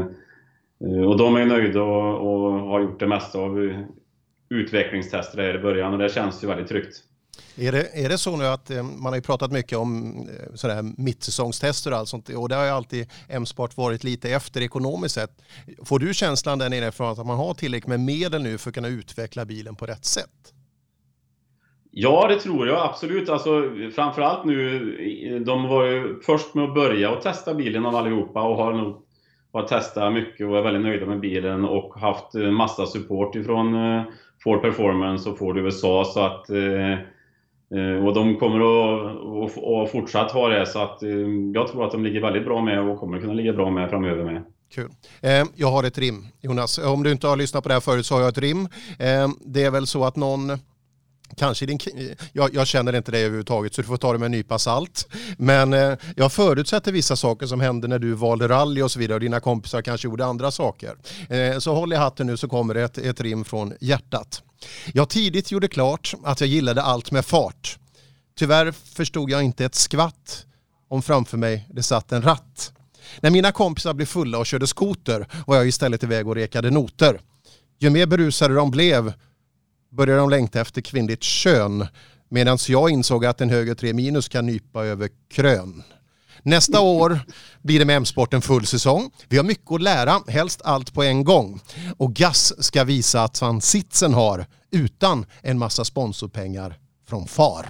och de är ju nöjda och har gjort det mesta av utvecklingstester här i början, och det känns ju väldigt tryggt. Är det så nu att man har ju pratat mycket om sådär mittsäsongstester och allt sånt, och det har ju alltid M-sport varit lite efter ekonomiskt sett. Får du känslan där nere från att man har tillräckligt med medel nu för att kunna utveckla bilen på rätt sätt? Ja, det tror jag absolut. Alltså, framförallt nu, de var ju först med att börja och testa bilen av allihopa och har testat mycket och är väldigt nöjda med bilen och haft massa support ifrån Ford Performance och Ford USA, så att och de kommer att fortsatt ha det, så att jag tror att de ligger väldigt bra med och kommer kunna ligga bra med framöver med. Kul. Jag har ett rim, Jonas. Om du inte har lyssnat på det här förut så har jag ett rim. Det är väl så att någon... Kanske jag känner inte det överhuvudtaget, så du får ta det med en nypa salt. Men jag förutsätter vissa saker som hände när du valde rally och så vidare, och dina kompisar kanske gjorde andra saker. Så håll i hatten nu, så kommer det ett rim från hjärtat. Jag tidigt gjorde klart att jag gillade allt med fart. Tyvärr förstod jag inte ett skvatt om framför mig det satt en ratt. När mina kompisar blev fulla och körde skoter var jag istället iväg och rekade noter. Ju mer berusade de blev började de längta efter kvinnligt kön, medan jag insåg att en höger 3- kan nypa över krön. Nästa år blir det med M-sporten full säsong. Vi har mycket att lära, helst allt på en gång. Och GAS ska visa att han sitsen har utan en massa sponsorpengar från far.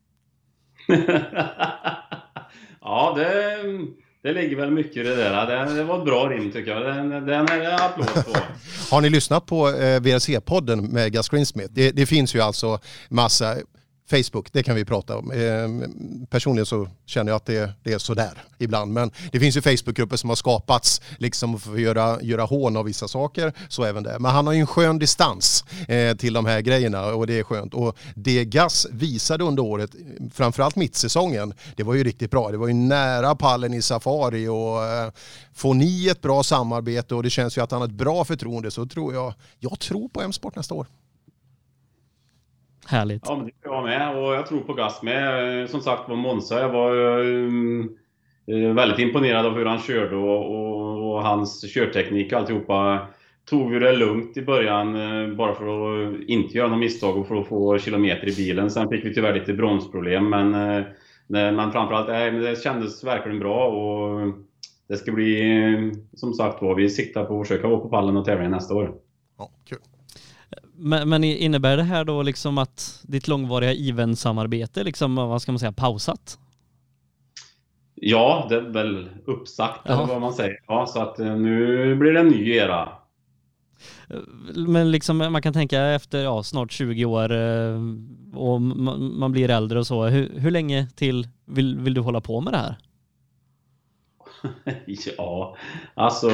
Ja, det ligger väl mycket i det där. Det var ett bra rim tycker jag. Den är det applåd på. Har ni lyssnat på VRC-podden med Gus Greensmith? Det finns ju alltså massa... Facebook, det kan vi prata om. Personligen så känner jag att det är sådär ibland. Men det finns ju Facebookgrupper som har skapats liksom för att göra hån av vissa saker. Så även det. Men han har ju en skön distans till de här grejerna, och det är skönt. Och det Gas visade under året, framförallt mittsäsongen, det var ju riktigt bra. Det var ju nära pallen i Safari, och får ni ett bra samarbete, och det känns ju att han har ett bra förtroende, så tror jag tror på M-sport nästa år. Härligt. Ja, men det är jag med, och jag tror på Gas med. Som sagt var Monza, jag var väldigt imponerad av hur han körde och hans körteknik och alltihopa. Tog vi det lugnt i början bara för att inte göra några misstag och för att få kilometer i bilen. Sen fick vi tyvärr lite bromsproblem, men framförallt det kändes verkligen bra, och det ska bli som sagt vad vi siktar på att försöka vara på pallen och tävla nästa år. Ja, kul. Men innebär det här då liksom att ditt långvariga eventsamarbete liksom, vad ska man säga, pausat? Ja, det är väl uppsagt eller vad man säger. Ja, så att nu blir det en ny era. Men liksom man kan tänka efter snart 20 år och man blir äldre och så. Hur länge till vill du hålla på med det här? Ja, alltså...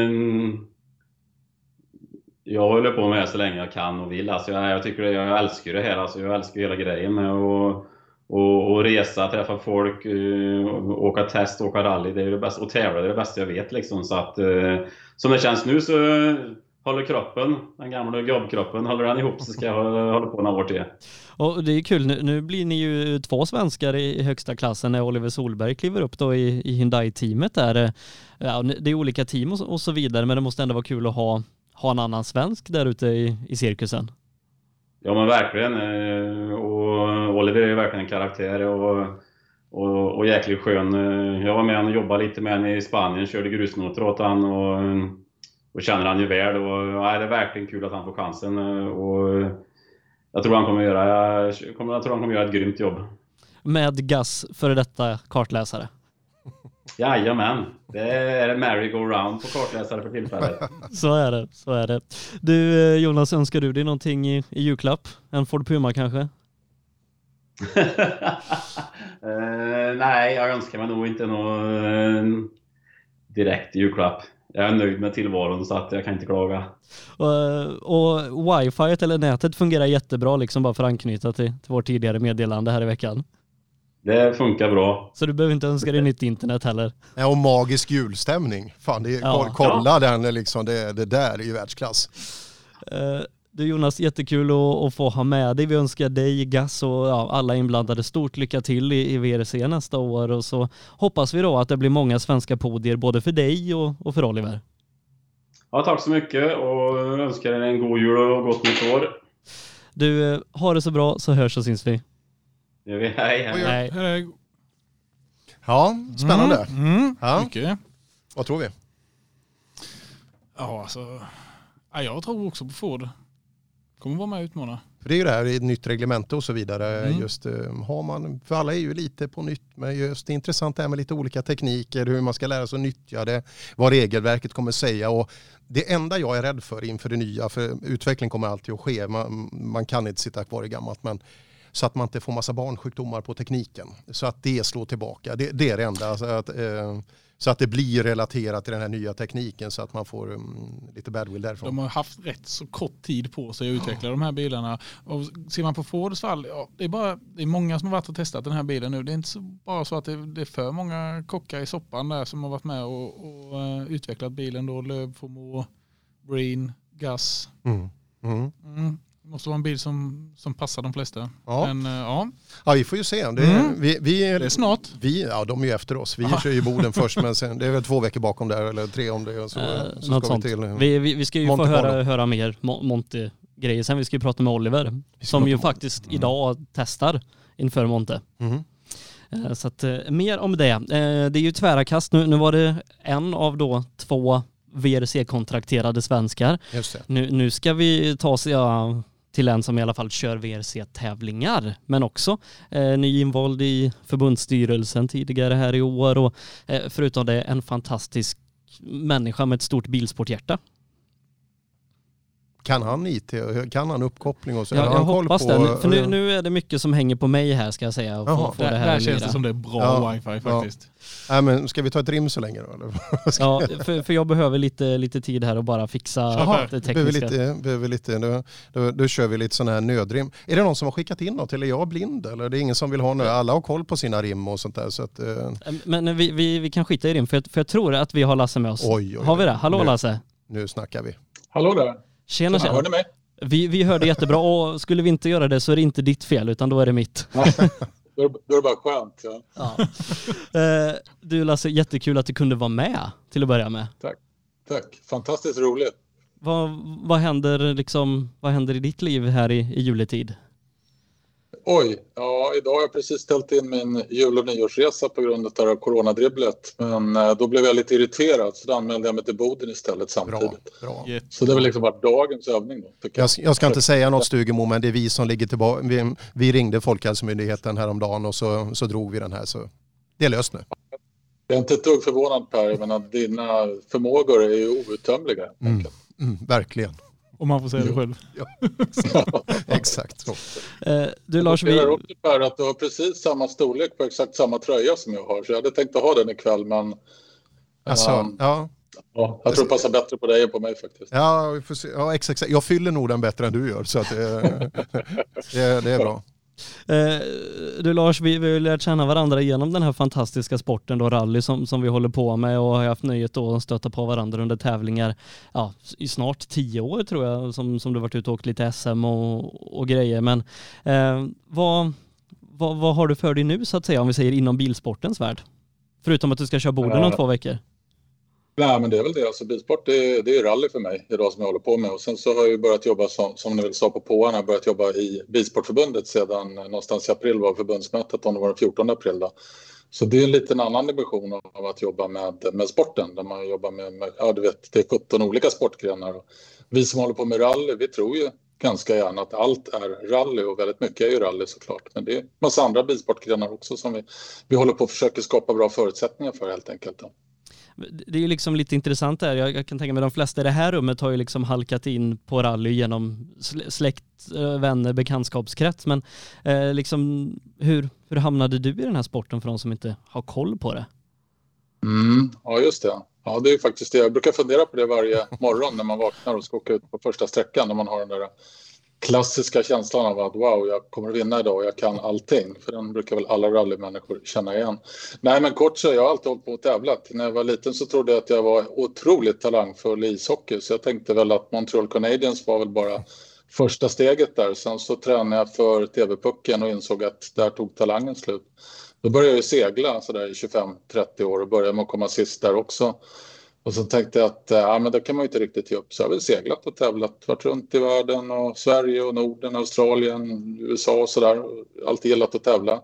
Jag håller på med det så länge jag kan och vill. Alltså jag tycker jag älskar det här. Alltså jag älskar hela grejen med att resa, träffa folk, åka test, åka rally. Det är det bästa, och tävla, det är det bästa jag vet liksom. Så att som det känns nu så håller kroppen, den gamla gubbkroppen, håller den ihop, så ska jag hålla på några år till. Och det är kul, nu blir ni ju 2 svenskar i högsta klassen när Oliver Solberg kliver upp då i Hyundai-teamet där. Ja, det är olika team och så vidare, men det måste ändå vara kul att ha en annan svensk där ute i cirkusen. Ja, men verkligen. Och Oliver är ju verkligen en karaktär och jäkligt skön. Jag var med och jobbade lite med honom i Spanien, körde grusnoter åt han och känner han ju väl. Och det är verkligen kul att han får chansen. Och jag tror han kommer göra ett grymt jobb. Med Gas före detta kartläsare. Jajamän, det är en merry-go-round på kartläsare för tillfället. Så är det. Du Jonas, önskar du dig någonting i julklapp? En Ford Puma kanske? Nej, jag önskar mig nog inte någon direkt julklapp. Jag är nöjd med tillvaron så att jag kan inte klaga. Och wifi eller nätet fungerar jättebra liksom, bara för att anknyta till vårt tidigare meddelande här i veckan. Det funkar bra. Så du behöver inte önska dig nytt internet heller. Ja, och magisk julstämning. Fan, kolla den liksom, det där är ju världsklass. Du Jonas, jättekul att få ha med dig. Vi önskar dig, Gas och alla inblandade stort lycka till i VRC nästa år. Och så hoppas vi då att det blir många svenska podier både för dig och för Oliver. Ja, tack så mycket och önskar er en god jul och gott nytt år. Du, har det så bra, så hörs och syns vi. Hej. Ja, spännande. Ja. Mycket. Vad tror vi? Ja, alltså... Ja, jag tror också på Ford. Kommer vara med och utmana. För det är ju det här, ett nytt reglemente och så vidare. Just har man, för alla är ju lite på nytt, men just det är intressant är med lite olika tekniker, hur man ska lära sig att nyttja det, vad regelverket kommer säga. Och det enda jag är rädd för inför det nya, för utveckling kommer alltid att ske, man kan inte sitta kvar i gammalt, men så att man inte får massa barnsjukdomar på tekniken. Så att det slår tillbaka. Det är det enda. Alltså så att det blir relaterat till den här nya tekniken så att man får lite badwill därifrån. De har haft rätt så kort tid på sig att utveckla de här bilarna. Och ser man på Fords fall, det är många som har varit och testat den här bilen nu. Det är inte så bara så att det är för många kockar i soppan där som har varit med och utvecklat bilen då. Lööf, Formå, Breen, Gas. Det måste vara en bil som passar de flesta. Ja. Men ja, vi får ju se. Det är snart. De är ju efter oss. Vi kör ju Boden först, men sen, det är väl 2 veckor bakom där, eller 3 om det. Så något ska sånt. Vi ska ju få höra mer Monte-grejer. Sen vi ska ju prata med Oliver, som ju faktiskt idag testar inför Monte. Så att, mer om det. Det är ju tvära kast. Nu var det en av då 2 VRC-kontrakterade svenskar. Just det. Nu ska vi ta oss till en som i alla fall kör VRC-tävlingar, men också nyinvald i förbundsstyrelsen tidigare här i år, och förutom det en fantastisk människa med ett stort bilsporthjärta. Kan han IT? Kan han uppkoppling? Och så? Jag hoppas det. För nu är det mycket som hänger på mig här, ska jag säga. Och få det här känns det som det är bra wifi faktiskt. Ja. Men ska vi ta ett rim så länge då? Eller? Ja, för jag behöver lite tid här och bara fixa det tekniska. Behöver lite. Då kör vi lite sån här nödrim. Är det någon som har skickat in något? Eller är jag blind? Eller det är ingen som vill ha nu? Alla har koll på sina rim och sånt där. Så att, Men vi kan skita i rim, för jag tror att vi har Lasse med oss. Oj. Har vi det? Hallå Lasse. Nu snackar vi. Hallå där. Tjena. Hör ni mig? Vi hörde jättebra, och skulle vi inte göra det så är det inte ditt fel, utan då är det mitt. Då är det bara skönt. Ja. Du Lasse, jättekul att du kunde vara med till att börja med. Tack. Fantastiskt roligt. Vad händer i ditt liv här i juletid? Idag har jag precis ställt in min jul- och nyårsresa på grund av coronadribblet. Men då blev jag lite irriterad, så då anmälde jag mig till Boden istället samtidigt. Bra. Så det har väl liksom varit dagens övning då. Jag ska inte säga något Stugemo, men det är vi som ligger tillbaka. Vi ringde Folkhälsomyndigheten häromdagen och så drog vi den här. Så det är löst nu. Jag är inte ett dugg förvånad, Per, men att dina förmågor är ju outtömliga. Verkligen. Om man får säga det själv. Ja. Exakt så. Du Lars, jag också, Per, att du har precis samma storlek på exakt samma tröja som jag har. Så jag hade tänkt att ha den ikväll, men jag tror det passar bättre på dig än på mig faktiskt. Ja, vi får se. Ja, exakt. Jag fyller nog den bättre än du gör, så att det är bra. Du Lars, vi har lärt känna varandra genom den här fantastiska sporten då, rally som vi håller på med, och har haft nöjet att stöta på varandra under tävlingar i snart 10 år tror jag, som du varit ute och åkt lite SM och grejer. Men vad har du för dig nu, så att säga, om vi säger inom bilsportens värld? Förutom att du ska köra Boden om 2 veckor. Nej, men det är väl det. Alltså, bilsport det är rally för mig idag som jag håller på med. Och sen så har jag börjat jobba som ni väl sa på påarna. Jag har börjat jobba i Bilsportförbundet sedan någonstans i april var förbundsmötet, om det var den 14 april då. Så det är en liten annan dimension av att jobba med sporten. Där man jobbar med du vet, det är 17 olika sportgrenar. Och vi som håller på med rally, vi tror ju ganska gärna att allt är rally, och väldigt mycket är ju rally såklart. Men det är massa andra bilsportgrenar också som vi håller på att försöka skapa bra förutsättningar för helt enkelt då. Det är ju liksom lite intressant där. Jag kan tänka mig de flesta i det här rummet har ju liksom halkat in på rally genom släkt, vänner, bekantskapskrets. Men hur hamnade du i den här sporten, för de som inte har koll på det? Ja, just det. Ja, det är faktiskt det. Jag brukar fundera på det varje morgon när man vaknar och ska åka ut på första sträckan, när man har den där klassiska känslan av att wow, jag kommer att vinna idag och jag kan allting. För den brukar väl alla rallymänniskor känna igen. Nej, men kort så jag har alltid hållit på och tävlat. När jag var liten så trodde jag att jag var otroligt talangfull i ishockey. Så jag tänkte väl att Montreal Canadiens var väl bara första steget där. Sen så tränade jag för TV-pucken och insåg att där tog talangen slut. Då började jag ju segla så där i 25-30 år och började med att komma sist där också. Och så tänkte jag att men det kan man ju inte riktigt ge upp. Så jag har väl seglat och tävlat, varit runt i världen och Sverige och Norden, Australien, USA och sådär. Alltid gillat att tävla.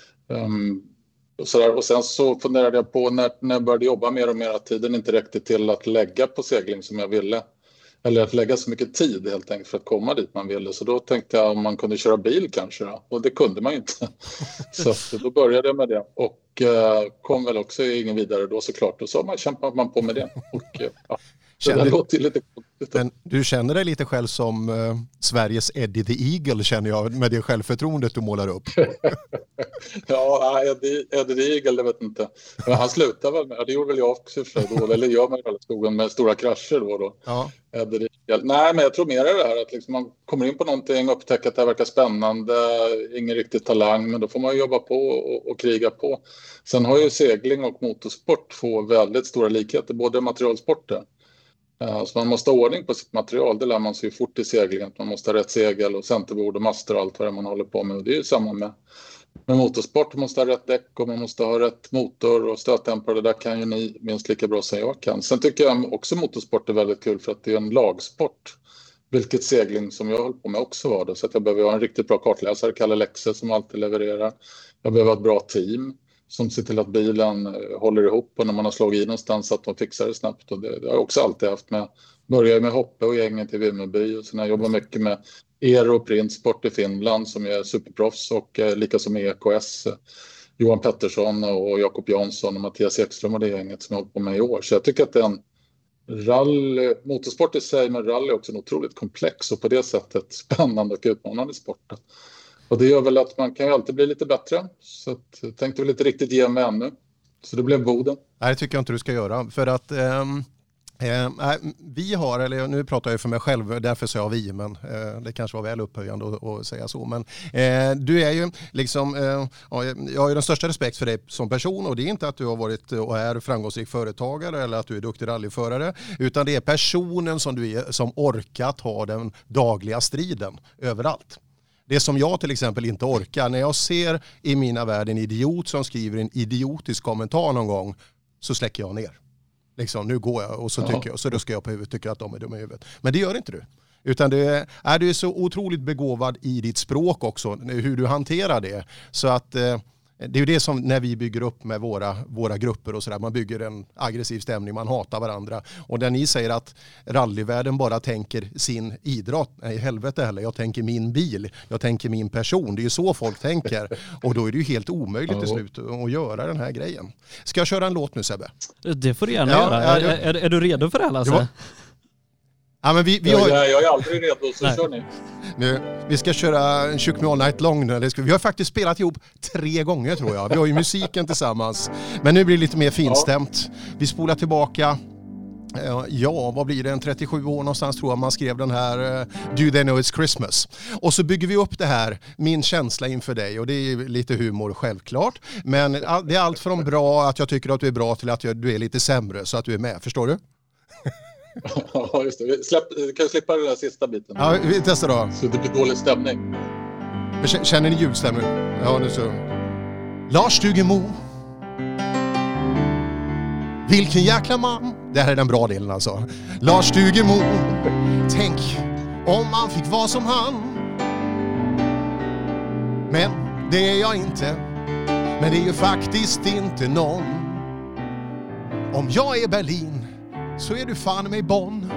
Och sen så funderade jag på när jag började jobba mer och mer att tiden inte räckte till att lägga på segling som jag ville. eller att lägga så mycket tid helt enkelt för att komma dit man ville. Så då tänkte jag om man kunde köra bil kanske då. Och det kunde man ju inte. Så då började jag med det. Och kom väl också ingen vidare då såklart. Och så kämpade man på med det. Och det låter lite konstigt. Men du känner dig lite själv som Sveriges Eddie the Eagle, känner jag, med det självförtroendet du målar upp. Ja, Eddie the Eagle, det vet inte. Men han slutade väl med, det gjorde väl jag också för sig då, eller gör man i skogen med stora krascher då. Ja. Eddie the Eagle. Nej, men jag tror mer det här att liksom man kommer in på någonting och upptäcker att det verkar spännande, ingen riktigt talang, men då får man jobba på och kriga på. Sen har ju segling och motorsport två väldigt stora likheter, både materialsporter. Så man måste ha ordning på sitt material, det lär man sig ju fort i seglingen. Man måste ha rätt segel och centerbord och master och allt vad man håller på med. Och det är ju samma med motorsport. Man måste ha rätt däck och man måste ha rätt motor och stötdämpare. Det där kan ju ni minst lika bra som jag kan. Sen tycker jag också motorsport är väldigt kul för att det är en lagsport. Vilket segling som jag håller på med också var det. Så att jag behöver ha en riktigt bra kartläsare, Kalle Lexe, som alltid levererar. Jag behöver ha ett bra team som ser till att bilen håller ihop och när man har slagit i någonstans att de fixar det snabbt. Och det har jag också alltid haft med. Började med Hoppe och gänget i Vimmerby och sen har jag jobbat mycket med Eero och Printsport i Finland som är superproffs och likaså med EKS, Johan Pettersson och Jakob Jansson och Mattias Ekström och det gänget som jag har hållit på med i år. Så jag tycker att det är en motorsport i sig, men rally är också en otroligt komplex och på det sättet spännande och utmanande sport. Och det gör väl att man kan ju alltid bli lite bättre. Så jag tänkte väl inte riktigt ge mig ännu. Så det blev Boden. Nej, det tycker jag inte du ska göra. För att vi har, eller nu pratar jag för mig själv, därför sa jag vi, men det kanske var väl upphöjande att säga så. Men du är ju liksom, jag har ju den största respekt för dig som person och det är inte att du har varit och är framgångsrik företagare eller att du är duktig rallyförare, utan det är personen som du är som orkat ha den dagliga striden överallt. Det som jag till exempel inte orkar, när jag ser i mina värld en idiot som skriver en idiotisk kommentar någon gång, så släcker jag ner. Liksom, nu går jag och så tycker jag, så då ska jag på huvudet tycka att de är dumma i huvudet. Men det gör inte du. Utan du är så otroligt begåvad i ditt språk också, hur du hanterar det. Så att det är ju det som när vi bygger upp med våra grupper och sådär, man bygger en aggressiv stämning, man hatar varandra. Och där ni säger att rallyvärlden bara tänker sin idrott, nej helvete heller, jag tänker min bil, jag tänker min person, det är ju så folk tänker. Och då är det ju helt omöjligt till slut att göra den här grejen. Ska jag köra en låt nu, Sebbe? Det får du gärna göra. Är du redo för det här, Lasse? Ja, men vi har... Jag är aldrig redo, så kör ni. Nu, vi ska köra en Shook Me All Night Long nu. Vi har faktiskt spelat ihop 3 gånger tror jag. Vi har ju musiken tillsammans. Men nu blir det lite mer finstämt. Vi spolar tillbaka. Ja, vad blir det? En 37 år någonstans tror jag man skrev den här Do They Know It's Christmas. Och så bygger vi upp det här, min känsla inför dig. Och det är lite humor självklart. Men det är allt från bra att jag tycker att du är bra till att du är lite sämre så att du är med. Förstår du? Ja, just det. Kan vi slippa den där sista biten? Ja, vi testar då. Så det blir dålig stämning. Känner ni julstämning? Ja, nu så. Lars Stugemo. Vilken jäkla man. Det här är den bra delen alltså. Lars Stugemo. Tänk om man fick vara som han. Men det är jag inte. Men det är ju faktiskt inte någon. Om jag är Berlin så är du fan mig Bonn.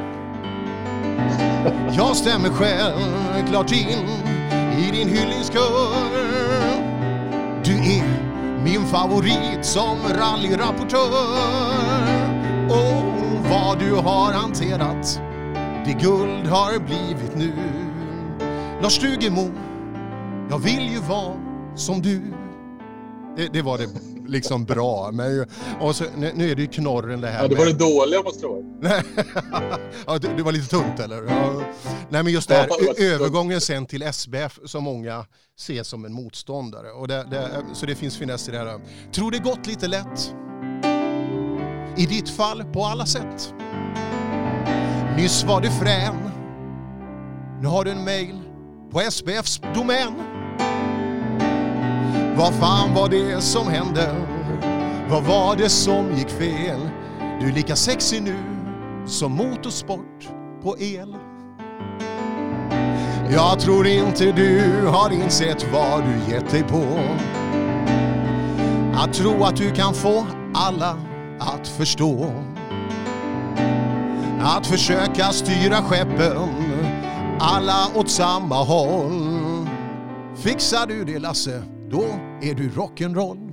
Jag stämmer självklart in i din hyllningskör. Du är min favorit som rallyrapportör. Och vad du har hanterat, det guld har blivit nu. Lars Stugemo, jag vill ju vara som du. Det var det liksom bra. Men, och så, nu är det ju knorren det här. Ja, det var det dåliga måste det vara. Ja, det var lite tungt eller? Ja. Nej, men just det här övergången sen till SBF som många ser som en motståndare. Och så det finns finess i det här. Tror det gått lite lätt. I ditt fall på alla sätt. Nyss var du frän. Nu har du en mail på SBFs domän. Vad fan var det som hände? Vad var det som gick fel? Du är lika sexig nu som motorsport på el. Jag tror inte du har insett vad du gett dig på. Att tro att du kan få alla att förstå att försöka styra skeppen alla åt samma håll. Fixar du det, Lasse, då är du rock'n'roll.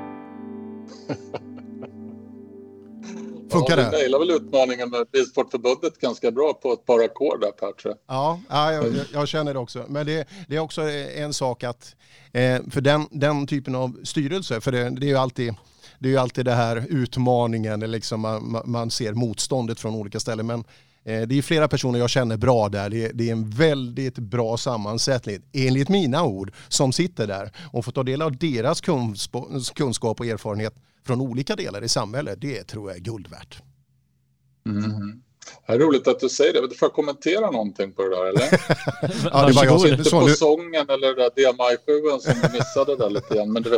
Funkar det? Du nailar väl utmaningen med Bilsportförbundet ganska bra på ett par ackord där, Per, tror jag. Ja, jag känner det också. Men det är också en sak att för den typen av styrelse, för det är ju alltid det här utmaningen, liksom man ser motståndet från olika ställen. Men det är flera personer jag känner bra där. Det är en väldigt bra sammansättning, enligt mina ord, som sitter där. Och får ta del av deras kunskap och erfarenhet från olika delar i samhället, det tror jag är guld värt. Mm. Det är roligt att du säger det. Du får kommentera någonting på det där, eller? Ja, det var jag inte på sången eller det där DMI-7 som du missade där lite grann. Men, det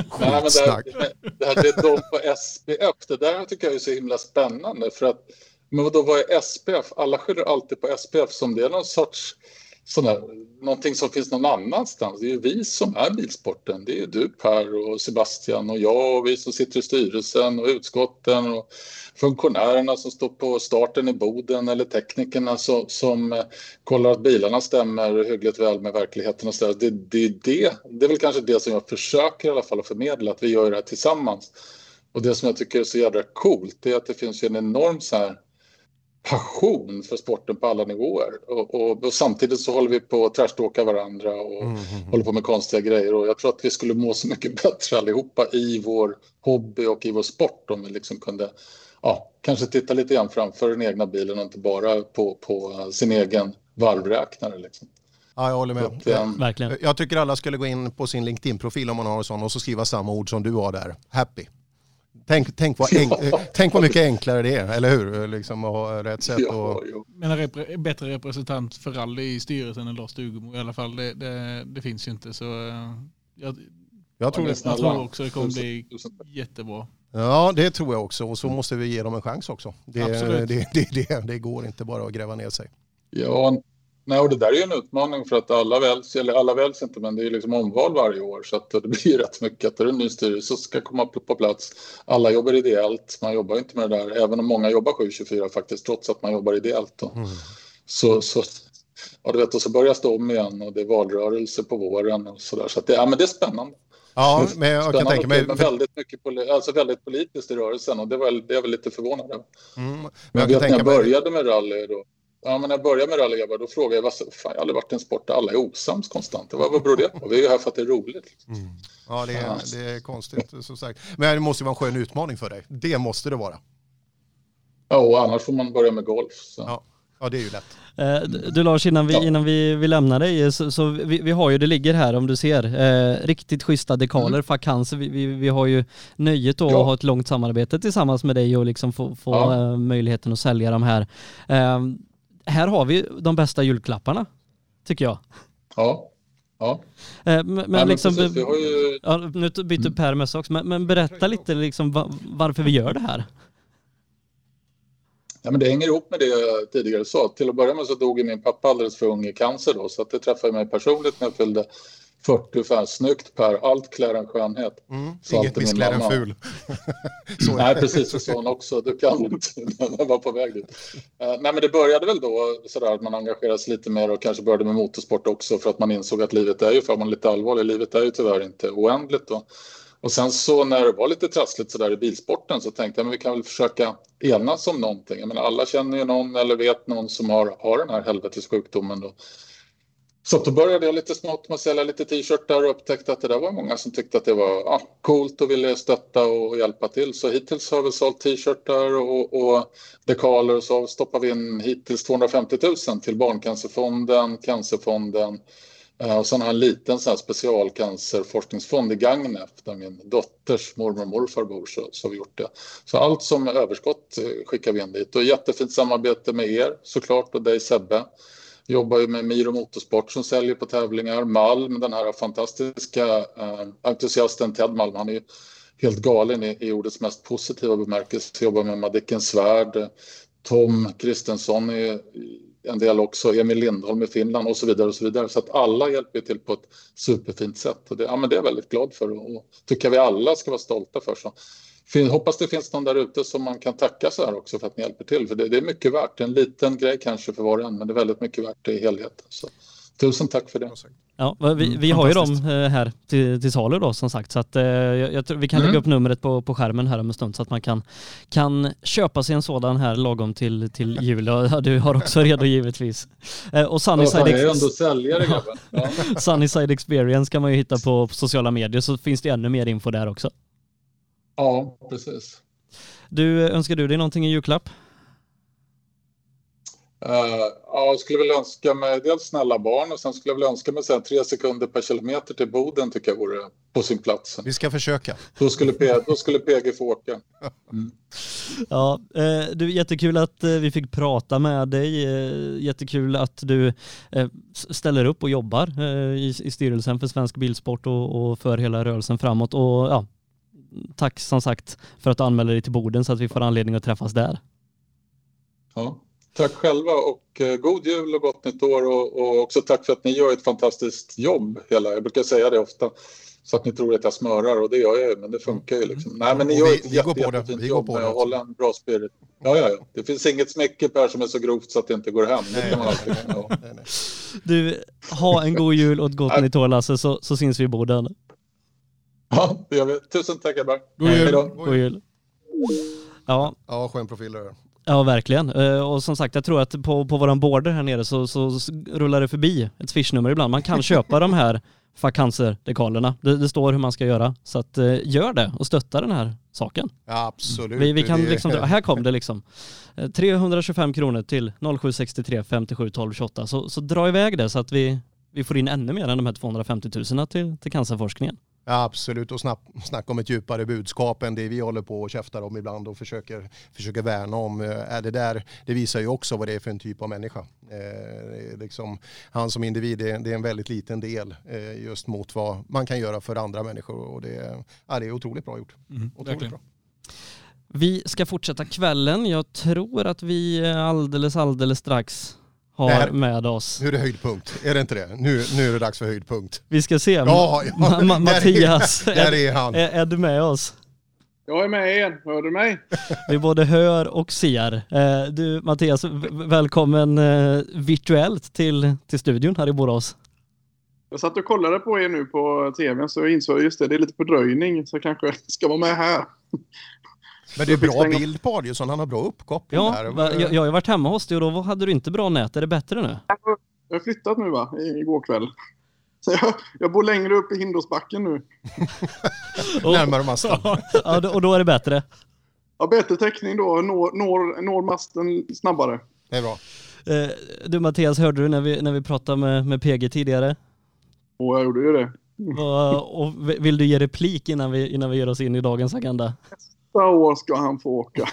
är de på SPF. Det där tycker jag är så himla spännande. För att, men vad är SPF? Alla skyller alltid på SPF som det är någon sorts någonting som finns någon annanstans. Det är ju vi som är bilsporten. Det är du, Per, och Sebastian och jag och vi som sitter i styrelsen och utskotten och funktionärerna som står på starten i Boden eller teknikerna som kollar att bilarna stämmer hyggligt väl med verkligheten. Och så det är väl kanske det som jag försöker i alla fall att förmedla, att vi gör det här tillsammans. Och det som jag tycker är så jävla coolt, det är att det finns en enorm så här passion för sporten på alla nivåer och samtidigt så håller vi på att trashtalka varandra och håller på med konstiga grejer, och jag tror att vi skulle må så mycket bättre allihopa i vår hobby och i vår sport om vi liksom kunde kanske titta lite grann framför den egna bilen och inte bara på sin egen varvräknare liksom. Ja, jag håller med. Verkligen. Jag tycker alla skulle gå in på sin LinkedIn-profil om man har en sån och så skriva samma ord som du har där. Happy. Tänk vad mycket enklare det är, eller hur? Liksom att ha rätt sätt. Men bättre representant för rally i styrelsen än Lars Stugemo i alla fall. Det finns ju inte. Så jag tror också det kommer bli jättebra. Ja, det tror jag också. Och så måste vi ge dem en chans också. Det går inte bara att gräva ner sig. Ja, nej, och det där är ju en utmaning för att alla väljs inte, men det är liksom omval varje år, så att det blir rätt mycket att det är en ny styrelse ska komma på plats. Alla jobbar ideellt, man jobbar inte med det där, även om många jobbar 7-24 faktiskt, trots att man jobbar ideellt. Så du vet, och så börjar det om igen och det är valrörelse på våren och sådär, så att det är spännande. Ja, men jag kan tänka mig väldigt mycket väldigt politiskt i rörelsen, och det är väl lite förvånande. Men jag vet när jag började med rally då. Ja, men när jag började med rally, då frågade jag, jag har aldrig varit en sport där alla är osams konstant. Vad beror det på? Vi är ju här för att det är roligt. Ja, det är konstigt, som sagt. Men det måste ju vara en skön utmaning för dig. Det måste det vara. Ja, och annars får man börja med golf. Så. Ja, det är ju lätt. Du Lars, innan vi lämnar dig, så vi har ju, det ligger här om du ser, riktigt schyssta dekaler, Fackhanse. Vi har ju nöjet att ha ett långt samarbete tillsammans med dig och liksom få möjligheten att sälja de här. Här har vi de bästa julklapparna, tycker jag. Ja. Men liksom, precis, vi har ju... nu byter Per mössa också, men berätta lite liksom varför vi gör det här. Ja, men det hänger ihop med det jag tidigare sa. Till att börja med så dog min pappa alldeles för ung i cancer då, så att det träffade mig personligt när jag fyllde 40 ungefär. Snyggt, Per, allt klär en skönhet. Inget missklär en ful. Nej, precis, så sa hon också. Du kan inte, jag var på väg dit. Nej, men det började väl då sådär att man engagerade sig lite mer och kanske började med motorsport också, för att man insåg att livet är ju, för man är lite allvarlig, livet är ju tyvärr inte oändligt då. Och sen så när det var lite trassligt sådär i bilsporten så tänkte jag, men vi kan väl försöka enas om någonting. Jag menar, alla känner ju någon eller vet någon som har den här helvetessjukdomen då. Så då började jag lite smått med att sälja lite t-shirtar och upptäckte att det där var många som tyckte att det var coolt och ville stötta och hjälpa till. Så hittills har vi sålt t-shirtar och dekaler, och så stoppar vi in hittills 250 000 till Barncancerfonden, Cancerfonden. Och sen har jag en liten så här specialcancerforskningsfond i Gagnef där min dotters mormor och morfar bor, så har vi gjort det. Så allt som är överskott skickar vi in dit. Och jättefint samarbete med er såklart, och dig Sebbe. Jobbar ju med Miro Motorsport som säljer på tävlingar. Malm, den här fantastiska entusiasten Ted Malm, han är ju helt galen i ordets mest positiva bemärkelse. Jobbar med Madicken Svärd, Tom Kristensson är en del också, Emil Lindholm i Finland och så vidare och så vidare. Så att alla hjälper till på ett superfint sätt. Och det är jag väldigt glad för och tycker vi alla ska vara stolta för. Så hoppas det finns någon där ute som man kan tacka så här också för att ni hjälper till. För det är mycket värt. Det är en liten grej kanske för var och en, men det är väldigt mycket värt i helheten. Så tusen tack för det. Ja, vi har ju dem här till salu då som sagt, så att jag tror vi kan lägga upp numret på skärmen här om en stund så att man kan köpa sig en sådan här lagom till jul. Ja, du har också redo givetvis. Och Sunnyside Experience kan man ju hitta på sociala medier, så finns det ännu mer info där också. Ja, precis. Önskar du dig någonting i julklapp? Jag skulle väl önska mig dels snälla barn och sen skulle jag väl önska mig 3 sekunder per kilometer till Boden, tycker jag vore på sin plats. Vi ska försöka. Då skulle PG få åka. Ja, du, jättekul att vi fick prata med dig. Jättekul att du ställer upp och jobbar i styrelsen för Svensk Bilsport och för hela rörelsen framåt. Och ja, tack som sagt för att du anmäler dig till Boden så att vi får anledning att träffas där. Ja. Tack själva och god jul och gott nytt år och också tack för att ni gör ett fantastiskt jobb. Jag brukar säga det ofta så att ni tror att jag smörar, och det gör jag, men det funkar ju liksom. Nej, men ni gör ett jättefint jobb med att hålla en bra spirit. Ja. Det finns inget smäckep här som är så grovt så att det inte går hem. Det kan man alltid. Ja. Du, ha en god jul och ett gott nytt år, Lasse, så syns vi i Boden. Ja, det gör vi. Tusen tack, Ebba. God jul. Ja, skön profil där. Ja, verkligen. Och som sagt, jag tror att på våran border här nere så rullar det förbi ett swishnummer ibland. Man kan köpa de här vakanser-dekalerna. Det står hur man ska göra. Så att gör det och stötta den här saken. Ja, absolut. Vi kan liksom här kom det liksom 325 kronor till 0763 57 12 28. Så dra iväg det så att vi får in ännu mer än de här 250 000 till cancerforskningen. Ja, absolut, och snacka om ett djupare budskap än det vi håller på och käftar om ibland och försöker värna om. Det visar ju också vad det är för en typ av människa. Liksom, han som individ, det är en väldigt liten del just mot vad man kan göra för andra människor, och det är otroligt bra gjort. Otroligt bra. Vi ska fortsätta kvällen. Jag tror att vi alldeles strax har med oss. Nu är det höjdpunkt. Är det inte det? Nu är det dags för höjdpunkt. Vi ska se. Mattias, där är han. Är du med oss? Jag är med igen. Hör du mig? Vi både hör och ser. Du, Mattias, välkommen virtuellt till studion här i Borås. Jag satt och kollade på er nu på tvn, så jag insåg just det är lite fördröjning, så jag kanske ska vara med här. Men det är bra bild på Adielsson, han har bra uppkoppling där. Jag har varit hemma hos dig och då hade du inte bra nät. Är det bättre nu? Jag har flyttat nu igår kväll. Så jag bor längre upp i Hindåsbacken nu. Närmare masten. Ja, och då är det bättre. Ja, bättre täckning då. Når masten snabbare. Det är bra. Du Mattias, hörde du när vi pratade med PG tidigare? Jag gjorde ju det. Och vill du ge replik innan vi ger oss in i dagens agenda? År ska han få åka.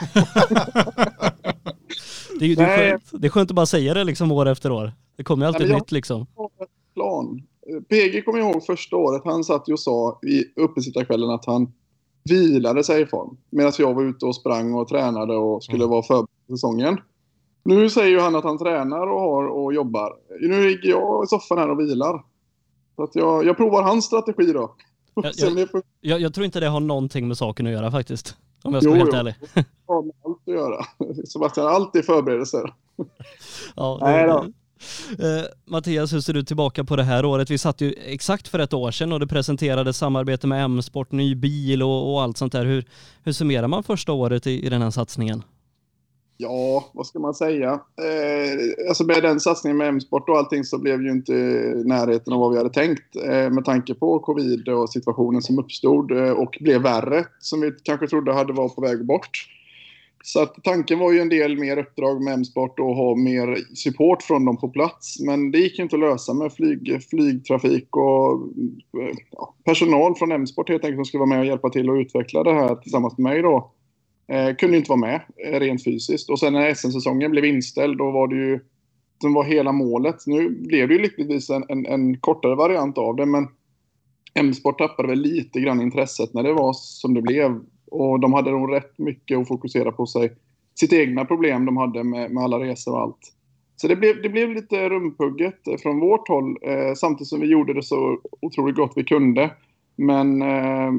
Det är skönt att bara säga det liksom år efter år. Det kommer ju alltid nytt liksom. Plan. PG kommer ihåg första året. Han satt ju och sa i uppesittarkvällen att han vilade sig i form. Medan jag var ute och sprang och tränade och skulle vara förberedd för säsongen. Nu säger ju han att han tränar och jobbar. Nu ligger jag i soffan här och vilar. Så att jag provar hans strategi då. Jag tror inte det har någonting med saken att göra faktiskt. Om jag ska vara helt ärlig. Det har med allt att göra. Sebastian, alltid förberedelser. Ja, Mattias, hur ser du tillbaka på det här året? Vi satt ju exakt för ett år sedan och det presenterades samarbete med M-sport, ny bil och allt sånt där. Hur summerar man första året i den här satsningen? Ja, vad ska man säga? Alltså med den satsningen med M-sport och allting så blev ju inte närheten av vad vi hade tänkt. Med tanke på covid och situationen som uppstod och blev värre som vi kanske trodde hade varit på väg bort. Så att tanken var ju en del mer uppdrag med M-sport och ha mer support från dem på plats. Men det gick inte att lösa med flygtrafik och personal från M-sport helt enkelt som skulle vara med och hjälpa till att utveckla det här tillsammans med mig då. Kunde inte vara med rent fysiskt. Och sen när SM-säsongen blev inställd, då var det ju som var hela målet. Nu blev det ju lyckligtvis en kortare variant av det, men M-sport tappade väl lite grann intresset när det var som det blev. Och de hade nog rätt mycket att fokusera på sitt egna problem de hade med alla resor och allt. Så det blev lite rumpugget från vårt håll, samtidigt som vi gjorde det så otroligt gott vi kunde. Men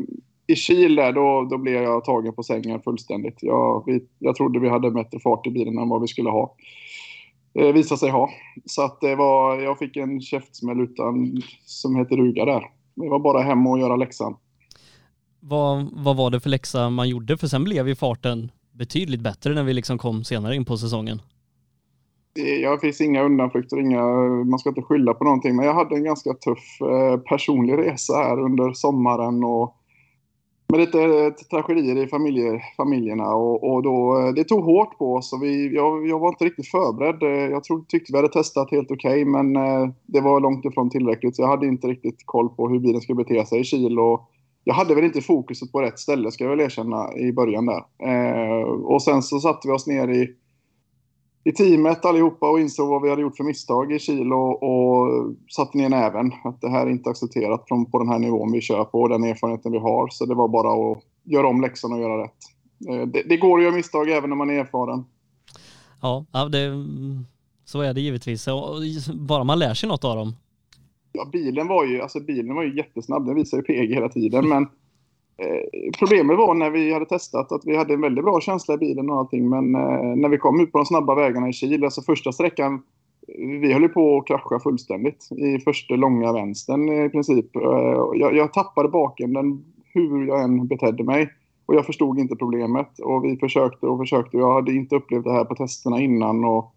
i Kil där, då blev jag tagen på sängen fullständigt. Jag trodde vi hade bättre fart i bilen än vad vi skulle ha. Visade sig ha. Så att jag fick en käftsmäll som heter duga där. Det var bara hem och göra läxan. Vad var det för läxa man gjorde? För sen blev ju farten betydligt bättre när vi liksom kom senare in på säsongen. Jag finns inga undanflykter, man ska inte skylla på någonting. Men jag hade en ganska tuff personlig resa här under sommaren. Och med lite tragedier i familjerna. Och då, det tog hårt på oss. Och jag var inte riktigt förberedd. Jag tyckte vi hade testat helt okej, men det var långt ifrån tillräckligt. Så jag hade inte riktigt koll på hur bilen skulle bete sig i Kil. Och jag hade väl inte fokuset på rätt ställe, ska jag väl erkänna, i början där. Och sen så satte vi oss ner i teamet allihopa och insåg vad vi hade gjort för misstag i Kil och satte ner näven. Att det här är inte accepterat på den här nivån vi kör på och den erfarenheten vi har. Så det var bara att göra om läxorna och göra rätt. Det går att göra misstag även när man är erfaren. Ja, så är det givetvis. Bara man lär sig något av dem. Ja, bilen var ju jättesnabb. Den visade ju PG hela tiden. Men problemet var när vi hade testat att vi hade en väldigt bra känsla i bilen och allting. Men när vi kom ut på de snabba vägarna i Kil, alltså första sträckan, vi höll på att krascha fullständigt i första långa vänstern i princip. Jag tappade bakänden hur jag än betedde mig. Och jag förstod inte problemet. Och vi försökte. Jag hade inte upplevt det här på testerna innan. Och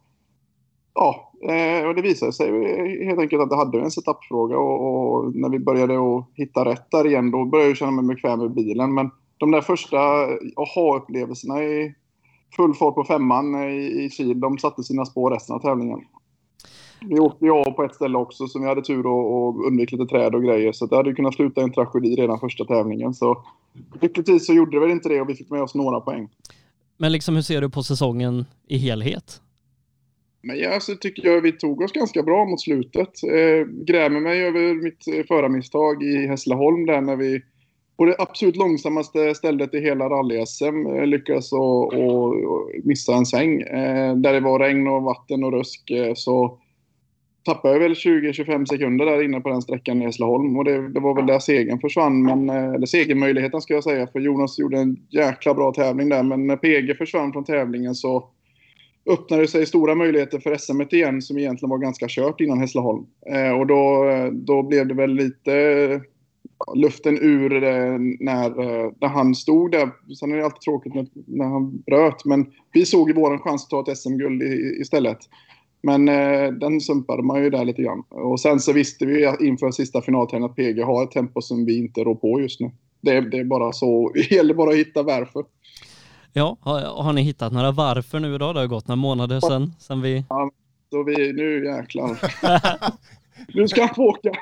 det visade sig helt enkelt att det hade en setup-fråga. Och när vi började att hitta rätt där igen, då började jag känna mig bekväm med bilen. Men de där första aha-upplevelserna i full fart på 5:an i Kil, de satte sina spår resten av tävlingen. Vi åkte av på ett ställe också som vi hade tur och undvek lite träd och grejer. Så det hade kunnat sluta en tragedi redan första tävlingen. Så lyckligtvis så gjorde det väl inte det och vi fick med oss några poäng. Men liksom, hur ser du på säsongen i helhet? Men tycker jag vi tog oss ganska bra mot slutet. Grämer mig över mitt förarmisstag i Hässleholm där när vi på det absolut långsammaste stället i hela rally-SM lyckas och missa en sväng. Där det var regn och vatten och rusk så tappade jag väl 20-25 sekunder där inne på den sträckan i Hässleholm. Och det var väl där segern försvann. Eller segermöjligheten ska jag säga. För Jonas gjorde en jäkla bra tävling där. Men när PG försvann från tävlingen så öppnade sig stora möjligheter för SM igen som egentligen var ganska kört innan Hässleholm. Och då blev det väl lite luften ur när han stod där. Sen är det alltid tråkigt när han bröt. Men vi såg ju våran chans att ta ett SM-guld istället. Men den sumpade man ju där lite grann. Och sen så visste vi inför sista finaltävlingen att PG har ett tempo som vi inte rår på just nu. Det är bara så. Det gäller bara att hitta varför. Ja, har ni hittat några varför nu då? Det har gått några månader sedan vi... Ja, så nu jäklar. Nu ska han få åka.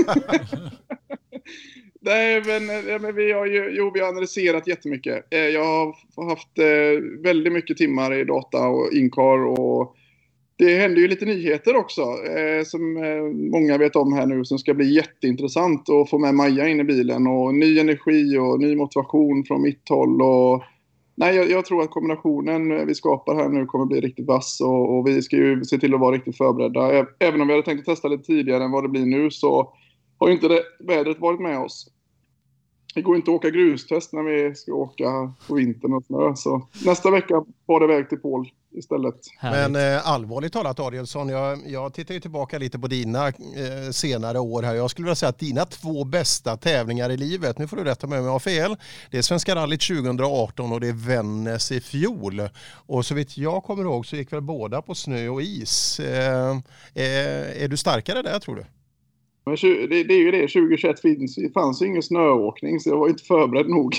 Nej, men vi har analyserat jättemycket. Jag har haft väldigt mycket timmar i data och inkar och det händer ju lite nyheter också som många vet om här nu som ska bli jätteintressant att få med Maja in i bilen och ny energi och ny motivation från mitt håll och nej, jag tror att kombinationen vi skapar här nu kommer bli riktigt vass och vi ska ju se till att vara riktigt förberedda. Även om vi hade tänkt att testa lite tidigare än vad det blir nu så har ju inte vädret varit med oss. Det går inte att åka grustest när vi ska åka på vintern och snö. Så nästa vecka var det väg till Pål istället. Men allvarligt talat Adielsson, jag tittar ju tillbaka lite på dina senare år här. Jag skulle vilja säga att dina 2 bästa tävlingar i livet, nu får du rätta mig om jag har fel, det är Svenska rallyt 2018 och det är Vännäs i fjol. Och så vitt jag kommer ihåg så gick väl båda på snö och is. Är du starkare där tror du? Men det är ju det, 2021 fanns ju ingen snöåkning så jag var inte förberedd nog.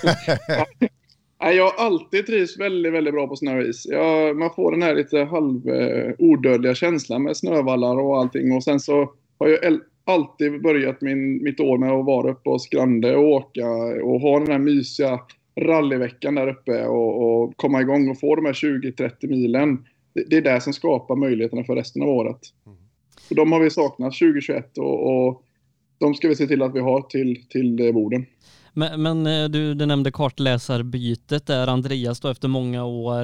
Jag har alltid trivs väldigt, väldigt bra på snöis. Man får den här lite odödliga känslan med snövallar och allting. Och sen så har jag alltid börjat mitt år med att vara uppe och Skrande och åka. Och ha den här mysiga rallyveckan där uppe och komma igång och få de här 20-30 milen. Det är det som skapar möjligheterna för resten av året. Och de har vi saknat 2021 och de ska vi se till att vi har till Boden. Men du nämnde kartläsarbytet där Andreas då efter många år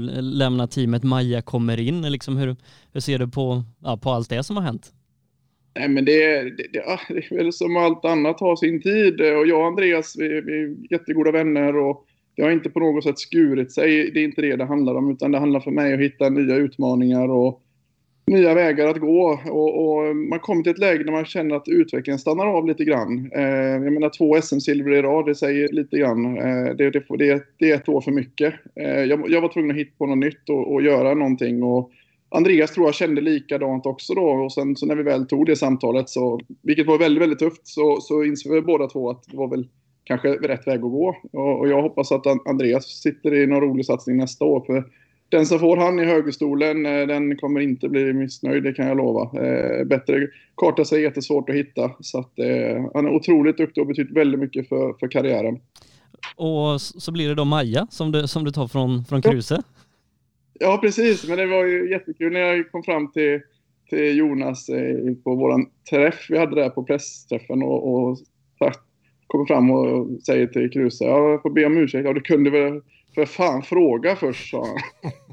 lämnar teamet. Maja kommer in. Liksom hur ser du på allt det som har hänt? Nej, men det är väl som allt annat har sin tid. Och jag och Andreas, vi är jättegoda vänner och det har inte på något sätt skurit sig. Det är inte det handlar om, utan det handlar för mig att hitta nya utmaningar och nya vägar att gå. Och man kommer till ett läge när man känner att utvecklingen stannar av lite grann. Jag menar 2 SM-silver i rad, det säger lite grann. Det är ett år för mycket. Jag var tvungen att hitta på något nytt och göra någonting. Och Andreas tror jag kände likadant också då. Och sen så när vi väl tog det samtalet, så, vilket var väldigt, väldigt tufft, så insåg vi båda två att det var väl kanske rätt väg att gå. Och jag hoppas att Andreas sitter i någon rolig satsning nästa år. För den som får han i högerstolen, den kommer inte bli missnöjd, det kan jag lova. Bättre karta sig jättesvårt att hitta. Så att, han är otroligt duktig och betyder väldigt mycket för karriären. Och så blir det då Maja som du tar från Kruse. Ja, precis. Men det var ju jättekul när jag kom fram till Jonas på våran träff. Vi hade där på pressträffen och kommer fram och säger till Kruse, jag får be om ursäkt. Ja, du kunde väl för fan fråga först, sa han.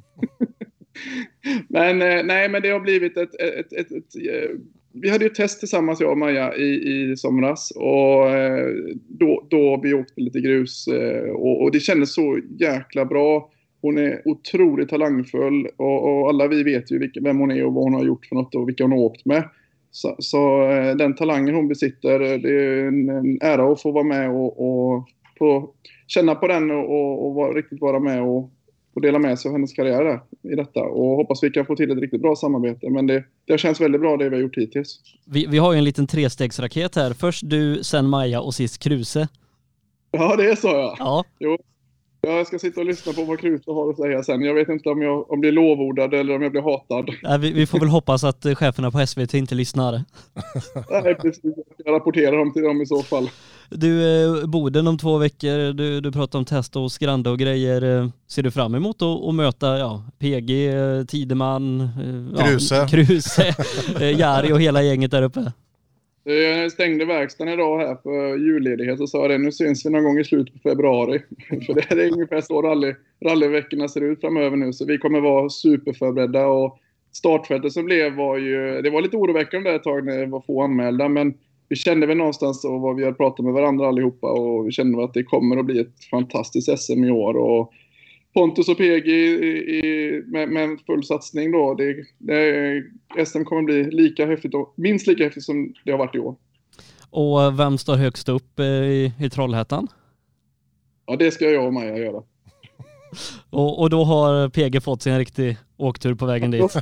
Men det har blivit ett vi hade ju ett test tillsammans, jag och Maja, i somras. Och då vi åkte lite grus. Och det kändes så jäkla bra. Hon är otroligt talangfull. Och alla vi vet ju vem hon är och vad hon har gjort för något och vilka hon har åkt med. Så den talangen hon besitter, det är en ära att få vara med och få känna på den och riktigt vara med och dela med sig av hennes karriär där, i detta. Och hoppas vi kan få till ett riktigt bra samarbete. Men det känns väldigt bra det vi har gjort hittills. Vi har ju en liten 3-stegsraket här. Först du, sen Maja och sist Kruse. Ja, det är så, ja. Ja. Jo. Jag ska sitta och lyssna på vad Kruse har att säga sen. Jag vet inte om jag blir lovordad eller om jag blir hatad. Nej, vi får väl hoppas att cheferna på SVT inte lyssnar. Nej, precis. Jag rapporterar dem till dem i så fall. Du, Boden om 2 veckor. Du pratar om test och skranda och grejer. Ser du fram emot att möta PG, Tideman, Kruse, Jari och hela gänget där uppe? Jag stängde verkstaden idag här för julledighet och sa det, nu syns vi någon gång i slutet på februari. För det är ungefär så rallyveckorna ser ut framöver nu. Så vi kommer vara superförberedda och startfältet som blev det var lite oroväckande där ett tag när det var få anmälda. Men vi kände väl någonstans och vad vi har pratat med varandra allihopa och vi kände att det kommer att bli ett fantastiskt SM i år. Och Pontus och PG med en full satsning då. SM kommer bli lika häftigt och minst lika häftigt som det har varit i år. Och vem står högst upp i Trollhättan? Ja, det ska jag och Maja göra. Och då har PG fått sin riktig åktur på vägen dit.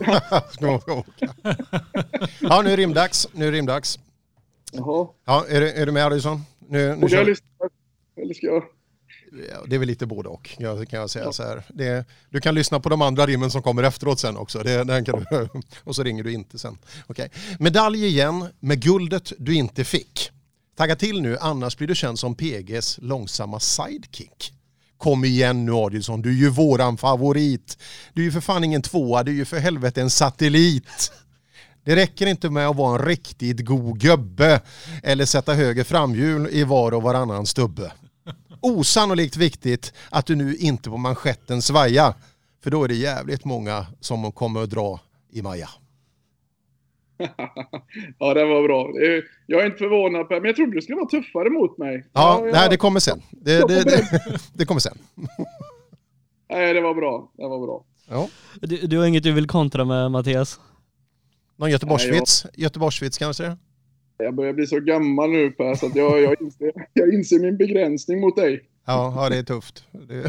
Ja, nu är rimdags. Jaha. Ja, är du med, Addison? Nu och jag lyssnar. Eller ska jag? Det är väl lite både och, kan jag säga så här. Du kan lyssna på de andra rimmen som kommer efteråt sen också. Och så ringer du inte sen. Okay. Medalj igen med guldet du inte fick. Tagga till nu, annars blir du känd som PGs långsamma sidekick. Kom igen nu, Adielsson, du är ju våran favorit. Du är ju för fan ingen 2, du är ju för helvete en satellit. Det räcker inte med att vara en riktigt god gubbe eller sätta höger framhjul i var och varannan stubbe. Osannolikt viktigt att du nu inte på manschetten svaja, för då är det jävligt många som kommer att dra i Maja. Ja, det var bra. Jag är inte förvånad på det, men jag trodde det skulle vara tuffare mot mig. Nej, det kommer sen. Det kommer sen. Nej, det var bra. Ja. Du har inget du vill kontra med, Mattias? Någon Göteborgsvits kanske? Jag börjar bli så gammal nu, Per, så att jag inser min begränsning mot dig. Ja, det är tufft.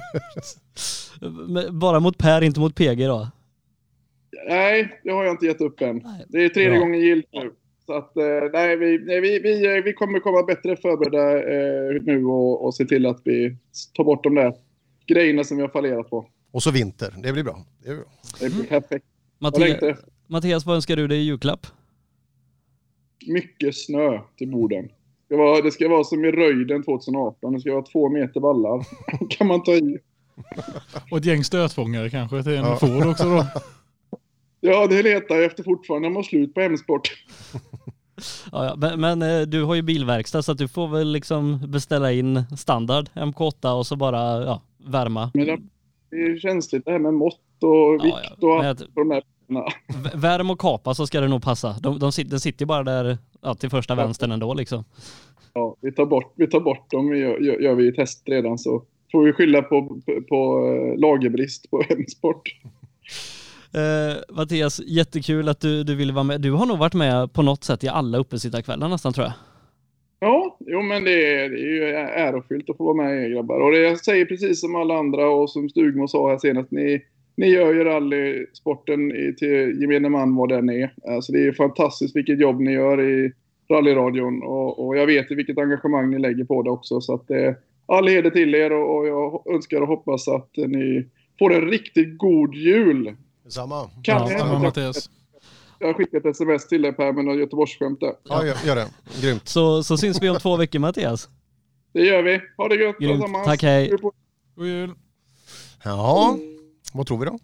Bara mot Per, inte mot PG då? Nej, det har jag inte gett upp än. Nej. Det är 3:e gången gillt nu. Så att vi kommer komma bättre förberedda nu och se till att vi tar bort de där grejerna som vi har fallerat på. Och så vinter, det blir bra. Det blir perfekt. Mattias, vad önskar du dig i julklapp? Mycket snö till Boden. Det ska vara som i Röjden 2018. Det ska vara 2 meter vallar. Kan man ta i. Och ett gäng stötfångare kanske till en Ford också då. Ja, det letar jag efter fortfarande. Jag måste slut på M-sport. Ja, men du har ju bilverkstad så att du får väl liksom beställa in standard MK8 och så bara värma. Men det är känsligt det här med mått och vikt och allt de här. Värm och kapa så ska det nog passa. Den sitter ju bara där till första vänstern ändå liksom. Ja, vi tar bort dem. Gör vi ju test redan, så får vi skylla på lagerbrist på M-sport. Mattias, jättekul att du ville vara med. Du har nog varit med på något sätt i alla uppesittarkvällar nästan, tror jag. Ja, men det är ju ärofyllt att få vara med, grabbar. Och jag säger precis som alla andra och som Stugmo sa här senast, ni gör ju rallysporten till gemene man vad den är. Alltså det är fantastiskt vilket jobb ni gör i rallyradion, och jag vet vilket engagemang ni lägger på det också. Så att all heder till er, och jag önskar och hoppas att ni får en riktigt god jul. Samma. Samma, Mattias. Jag har skickat ett sms till dig, Per, med något Göteborgsskämt där. Ja, gör det. Grymt. Så syns vi om 2 veckor, Mattias. Det gör vi. Ha det gött. Grymt. Tack, hej. God jul. Ja, vad tror vi då?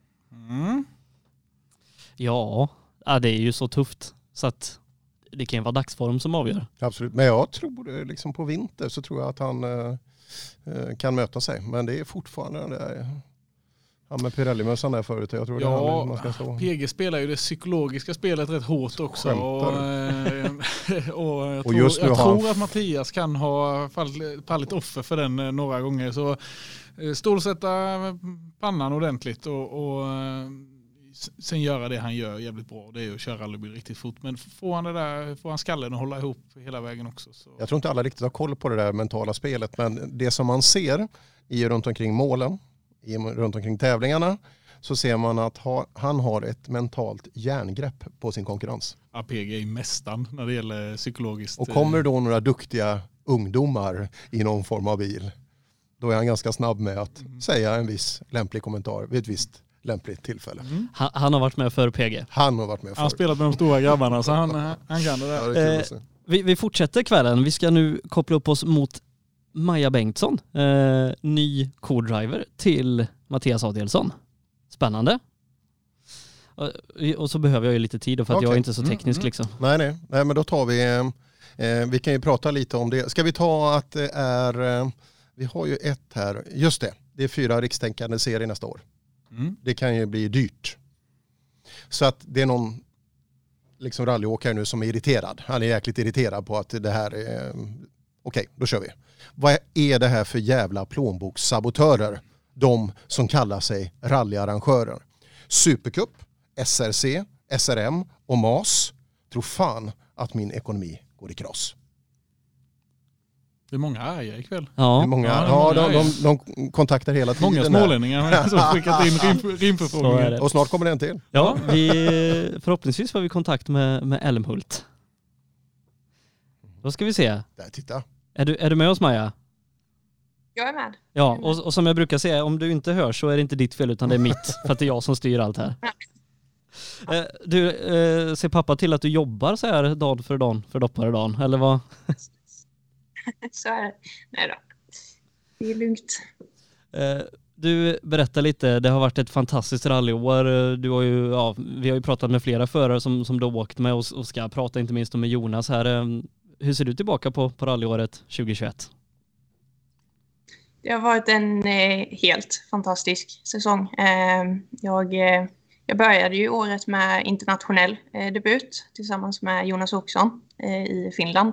Ja, det är ju så tufft så att det kan vara dagsform som avgör. Absolut, men jag tror liksom på vinter så tror jag att han kan möta sig. Men det är fortfarande den där... Ja, men Pirelli-mössan där förut. Jag tror det är man ska stå. PG spelar ju det psykologiska spelet rätt hårt också. Och jag tror att Mattias kan ha fallit offer för den några gånger. Så stålsätta pannan ordentligt och sen göra det han gör jävligt bra. Det är att köra rallybil riktigt fort. Men får han skallen att hålla ihop hela vägen också. Så. Jag tror inte alla riktigt har koll på det där mentala spelet. Men det som man ser runt omkring målen, runt omkring tävlingarna, så ser man att han har ett mentalt järngrepp på sin konkurrens. Ja, PG är mästaren när det gäller psykologiskt. Och kommer då några duktiga ungdomar i någon form av bil, då är han ganska snabb med att säga en viss lämplig kommentar vid ett visst lämpligt tillfälle. Han har varit med för PG. Han har varit med för. Han har spelat med de stora grabbarna, så han kan det där. Ja, det är kul vi fortsätter kvällen. Vi ska nu koppla upp oss mot Maja Bengtsson, ny co-driver till Mattias Adelsson. Spännande. Och så behöver jag ju lite tid för att jag är inte så teknisk liksom. Nej, men då tar vi kan ju prata lite om det. Ska vi ta att det är, vi har ju ett här, just det är 4 rikstänkande serier nästa år. Det kan ju bli dyrt. Så att det är någon liksom rallyåkare nu som är irriterad. Han är jäkligt irriterad på att det här är okej, då kör vi. Vad är det här för jävla plånbokssabotörer? De som kallar sig rallyarrangörer. Supercup, SRC, SRM och MAS tror fan att min ekonomi går i kras. Det är många arga ikväll. Ja, det är många, de kontaktar hela tiden. Många smålänningar som skickat in rimförfrågningar. Och snart kommer det en till. Ja, förhoppningsvis får vi kontakt med Elmhult. Då ska vi se. Där, titta. Är du med oss, Maja? Jag är med. Ja, och som jag brukar säga, om du inte hör så är det inte ditt fel utan det är mitt. För att det är jag som styr allt här. Du, ser pappa till att du jobbar så här dag för dopparedagen, eller vad? Så är det. Nej då. Det är lugnt. Du, berättar lite, det har varit ett fantastiskt rallyår. Du har ju, vi har ju pratat med flera förare som du har åkt med och ska prata inte minst med Jonas här. Hur ser du tillbaka på rallyåret 2021? Det har varit en helt fantastisk säsong. Jag började ju året med internationell debut tillsammans med Jonas Åkesson i Finland.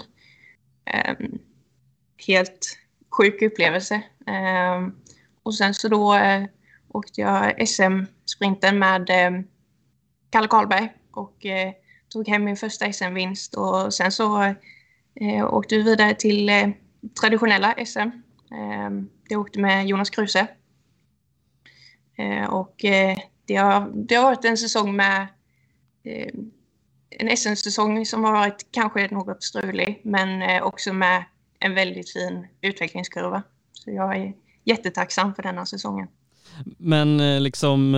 Helt sjuk upplevelse. Och sen så då åkte jag SM-sprinten med Kalle Karlberg och tog hem min första SM-vinst. Och sen så åkte vi vidare till traditionella SM. Jag åkte med Jonas Kruse. Och det har varit en säsong med en SM-säsong som har varit kanske något strulig, men också med en väldigt fin utvecklingskurva. Så jag är jättetacksam för denna säsongen. Men liksom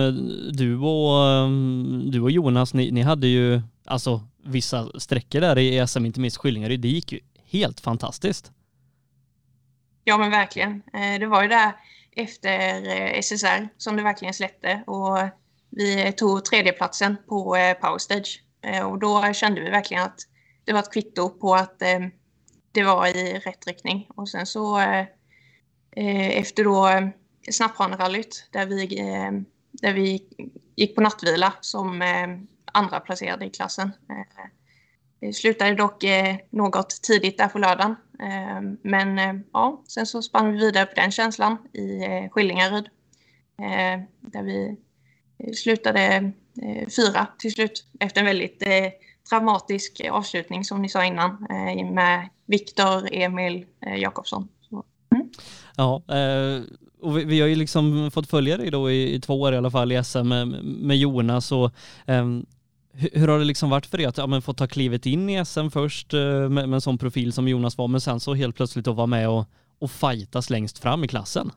du och Jonas, ni hade ju alltså vissa sträckor där i SM, inte minst Skillingar. Det gick ju helt fantastiskt. Ja, men verkligen. Det var ju där efter SSR som det verkligen släppte. Och vi tog 3D-platsen på Powerstage. Och då kände vi verkligen att det var ett kvitto på att det var i rätt riktning. Och sen så efter då Snapphanerallyt där vi gick på nattvila som andra placerade i klassen. Det slutade dock något tidigt där på lördagen. Men ja, sen så spann vi vidare på den känslan i Skillingaryd. Där vi slutade 4 till slut efter en väldigt dramatisk avslutning som ni sa innan med Viktor, Emil, Jakobsson. Ja, och vi har ju liksom fått följa dig då i 2 år i alla fall i SM med Jonas. Och, hur har det liksom varit för er att få ta klivet in i SM först med en sån profil som Jonas var, men sen så helt plötsligt att vara med och fightas längst fram i klassen?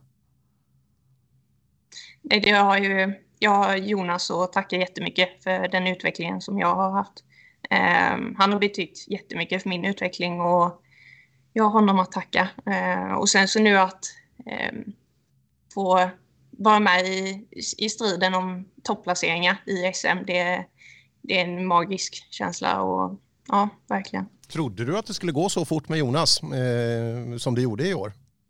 Det har ju jag Jonas och tackar jättemycket för den utvecklingen som jag har haft. Han har betytt jättemycket för min utveckling och jag har honom att tacka. Och sen så nu att få vara med i striden om topplaceringar i SM, det är en magisk känsla och ja, verkligen. Trodde du att det skulle gå så fort med Jonas som det gjorde i år?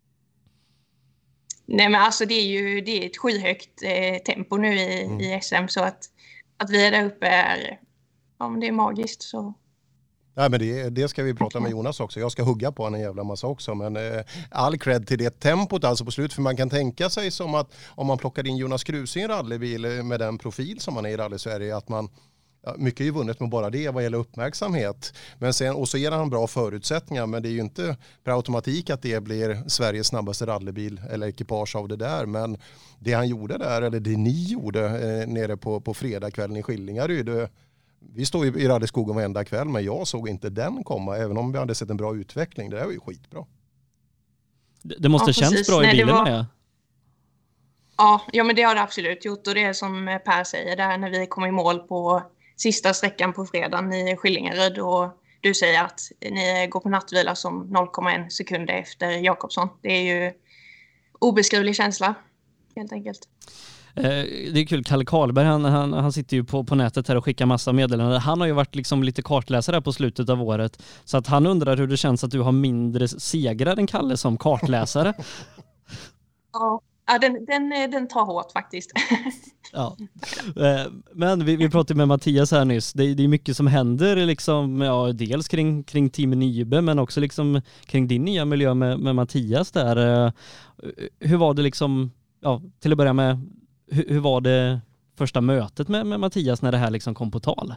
Nej, men alltså det är ett skyhögt tempo nu i SM, så att vi är där uppe det är magiskt. Så. Nej, men det ska vi prata med Jonas också. Jag ska hugga på en jävla massa också. Men all cred till det tempot alltså på slut. För man kan tänka sig som att om man plockar in Jonas Kruse i en rallybil med den profil som man är i rally-Sverige, att man mycket är ju vunnet med bara det vad gäller uppmärksamhet. Men sen, och så ger han bra förutsättningar, men det är ju inte per automatik att det blir Sveriges snabbaste rallybil eller ekipage av det där. Men det han gjorde där, eller det ni gjorde nere på fredagskvällen i Skillingaryd, vi står ju i rallyskogen varenda kväll, men jag såg inte den komma, även om vi hade sett en bra utveckling. Det där var ju skitbra. Det måste känns bra i bilen med. Ja, men det har det absolut gjort. Och det är som Per säger där, när vi kom i mål på sista sträckan på fredagen i Skillingaryd och du säger att ni går på nattvila som 0,1 sekunder efter Jakobsson. Det är ju obeskrivlig känsla, helt enkelt. Det är kul, Kalle Karlberg, han sitter ju på nätet här och skickar massa meddelanden. Han har ju varit liksom lite kartläsare på slutet av året, så att han undrar hur det känns att du har mindre segrar än Kalle som kartläsare. Ja, den tar hårt faktiskt. Ja. Men vi pratade med Mattias här nyss. Det är mycket som händer liksom, dels kring Team Nybe, men också liksom kring din nya miljö med Mattias där. Hur var det liksom, till att börja med, hur var det första mötet med Mattias när det här liksom kom på tal?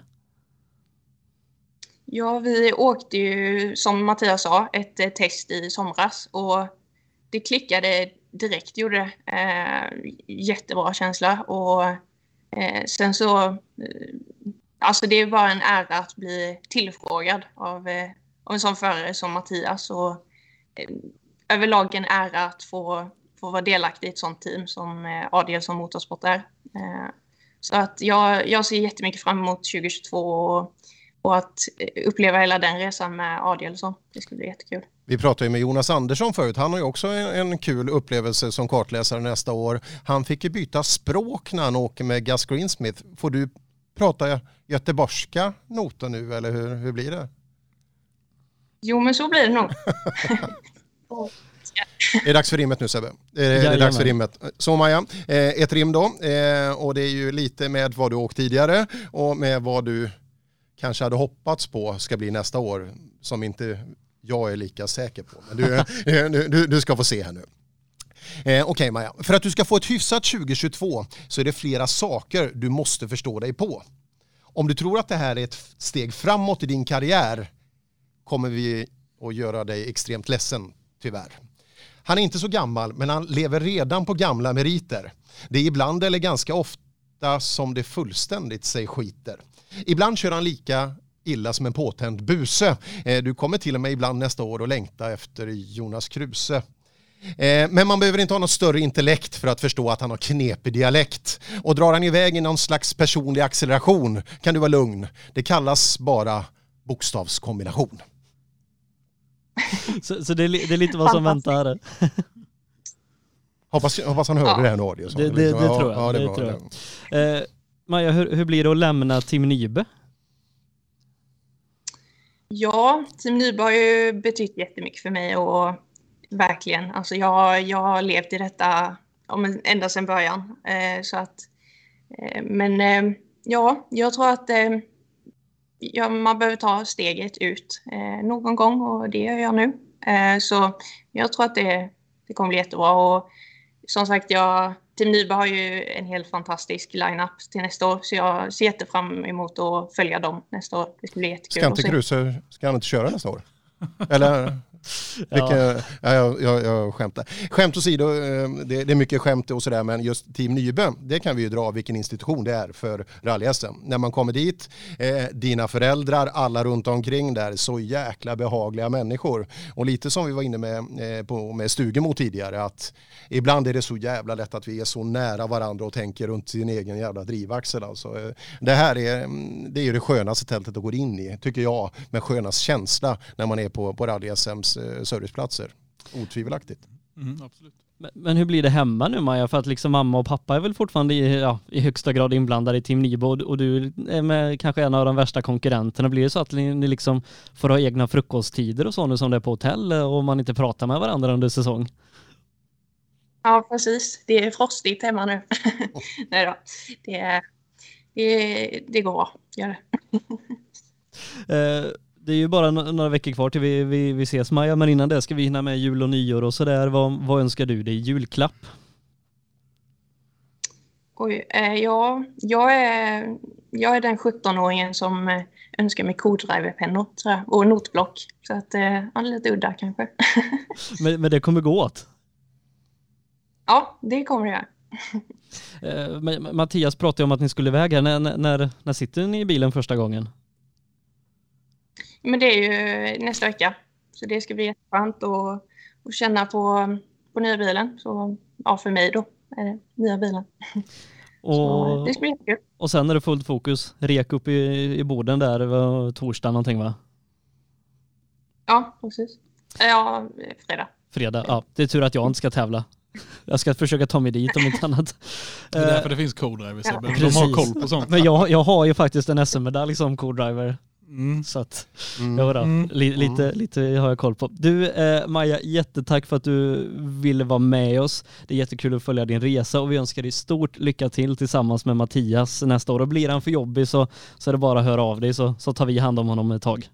Ja, vi åkte ju, som Mattias sa, ett test i somras och det klickade direkt, gjorde jättebra känsla. Och sen så, alltså det är bara en ära att bli tillfrågad av en sån förare som Mattias, och överlag en ära att få vara delaktig i ett sånt team som Adielsson Motorsport är. Så att jag ser jättemycket fram emot 2022 och att uppleva hela den resan med Adielsson. Det skulle bli jättekul. Vi pratade ju med Jonas Andersson förut. Han har ju också en kul upplevelse som kartläsare nästa år. Han fick ju byta språk när han åker med Gus Greensmith. Får du prata göteborgska noter nu, eller hur blir det? Jo, men så blir det nog. Det är dags för rimmet nu, Sebbe. Det är dags för rimmet. Så Maja, ett rim då. Och det är ju lite med vad du åkt tidigare och med vad du kanske hade hoppats på ska bli nästa år, som inte jag är lika säker på. Men du ska få se här nu. Okej, Maja, för att du ska få ett hyfsat 2022 så är det flera saker du måste förstå dig på. Om du tror att det här är ett steg framåt i din karriär kommer vi att göra dig extremt ledsen, tyvärr. Han är inte så gammal, men han lever redan på gamla meriter. Det är ibland eller ganska ofta som det fullständigt sig skiter. Ibland kör han lika illa som en påtänd buse. Du kommer till och med ibland nästa år och längta efter Jonas Kruse. Men man behöver inte ha något större intellekt för att förstå att han har knepig dialekt. Och drar han iväg i någon slags personlig acceleration kan du vara lugn. Det kallas bara bokstavskombination. Så det är lite vad som väntar här. Hoppas han hörde det här nu, Adios. Det tror jag. Ja, det tror jag. Maja, hur blir det att lämna Team Nybe? Ja, Team Nybe har ju betytt jättemycket för mig och verkligen. Alltså jag har levt i detta ända sedan början. Så att Men jag tror att man behöver ta steget ut någon gång och det gör jag nu. Så jag tror att det kommer bli jättebra. Och som sagt, Team Nybe har ju en helt fantastisk line-up till nästa år. Så jag ser jättefram emot att följa dem nästa år. Det ska bli jättekul. Ska inte Kruse, ska han inte köra nästa år? Eller? Jag skämtar. Skämt åsido, det är mycket skämt och sådär, men just Team Nybe, det kan vi ju dra vilken institution det är för rally-SM. När man kommer dit, dina föräldrar, alla runt omkring där, så jäkla behagliga människor. Och lite som vi var inne med Stugemo tidigare, att ibland är det så jävla lätt att vi är så nära varandra och tänker runt sin egen jävla drivaxel. Alltså, det här är ju det skönaste tältet att gå in i, tycker jag, med skönast känsla när man är på rally-SMs serviceplatser. Otvivelaktigt. Absolut. Men hur blir det hemma nu, Maja? För att liksom mamma och pappa är väl fortfarande i högsta grad inblandade i Team Nybe och du är med kanske en av de värsta konkurrenterna. Blir det så att ni liksom får ha egna frukosttider och så nu som det är på hotell och man inte pratar med varandra under säsong? Ja, precis. Det är frostigt hemma nu. Nej då. Det går bra. Gör det. Det är ju bara några veckor kvar till vi ses, Maja, men innan det ska vi hinna med jul och nyår och sådär. Vad önskar du dig i julklapp? Oj, jag är den 17-åringen som önskar mig co-driverpennor och notblock. Så att lite udda kanske. Men det kommer gå åt? Ja, det kommer det göra. Mattias pratade om att ni skulle iväg här. När sitter ni i bilen första gången? Men det är ju nästa vecka. Så det ska bli jätteskönt att känna på nya bilen. Så för mig då är det nya bilen. Så det ska bli jättekul. Och sen är det fullt fokus. Rek upp i Boden där. Det var torsdag någonting, va? Ja, precis. Ja, fredag. Ja. Det är tur att jag inte ska tävla. Jag ska försöka ta mig dit om inte annat. Det är därför det finns co-drivers. Ja. De har koll på sånt. Men jag har ju faktiskt en SM-medalj som co-driver. Så att, lite har jag koll på. Du, Maja, jättetack för att du ville vara med oss. Det är jättekul att följa din resa och vi önskar dig stort lycka till tillsammans med Mattias nästa år. Och blir han för jobbig så är det bara att höra av dig så tar vi hand om honom ett tag.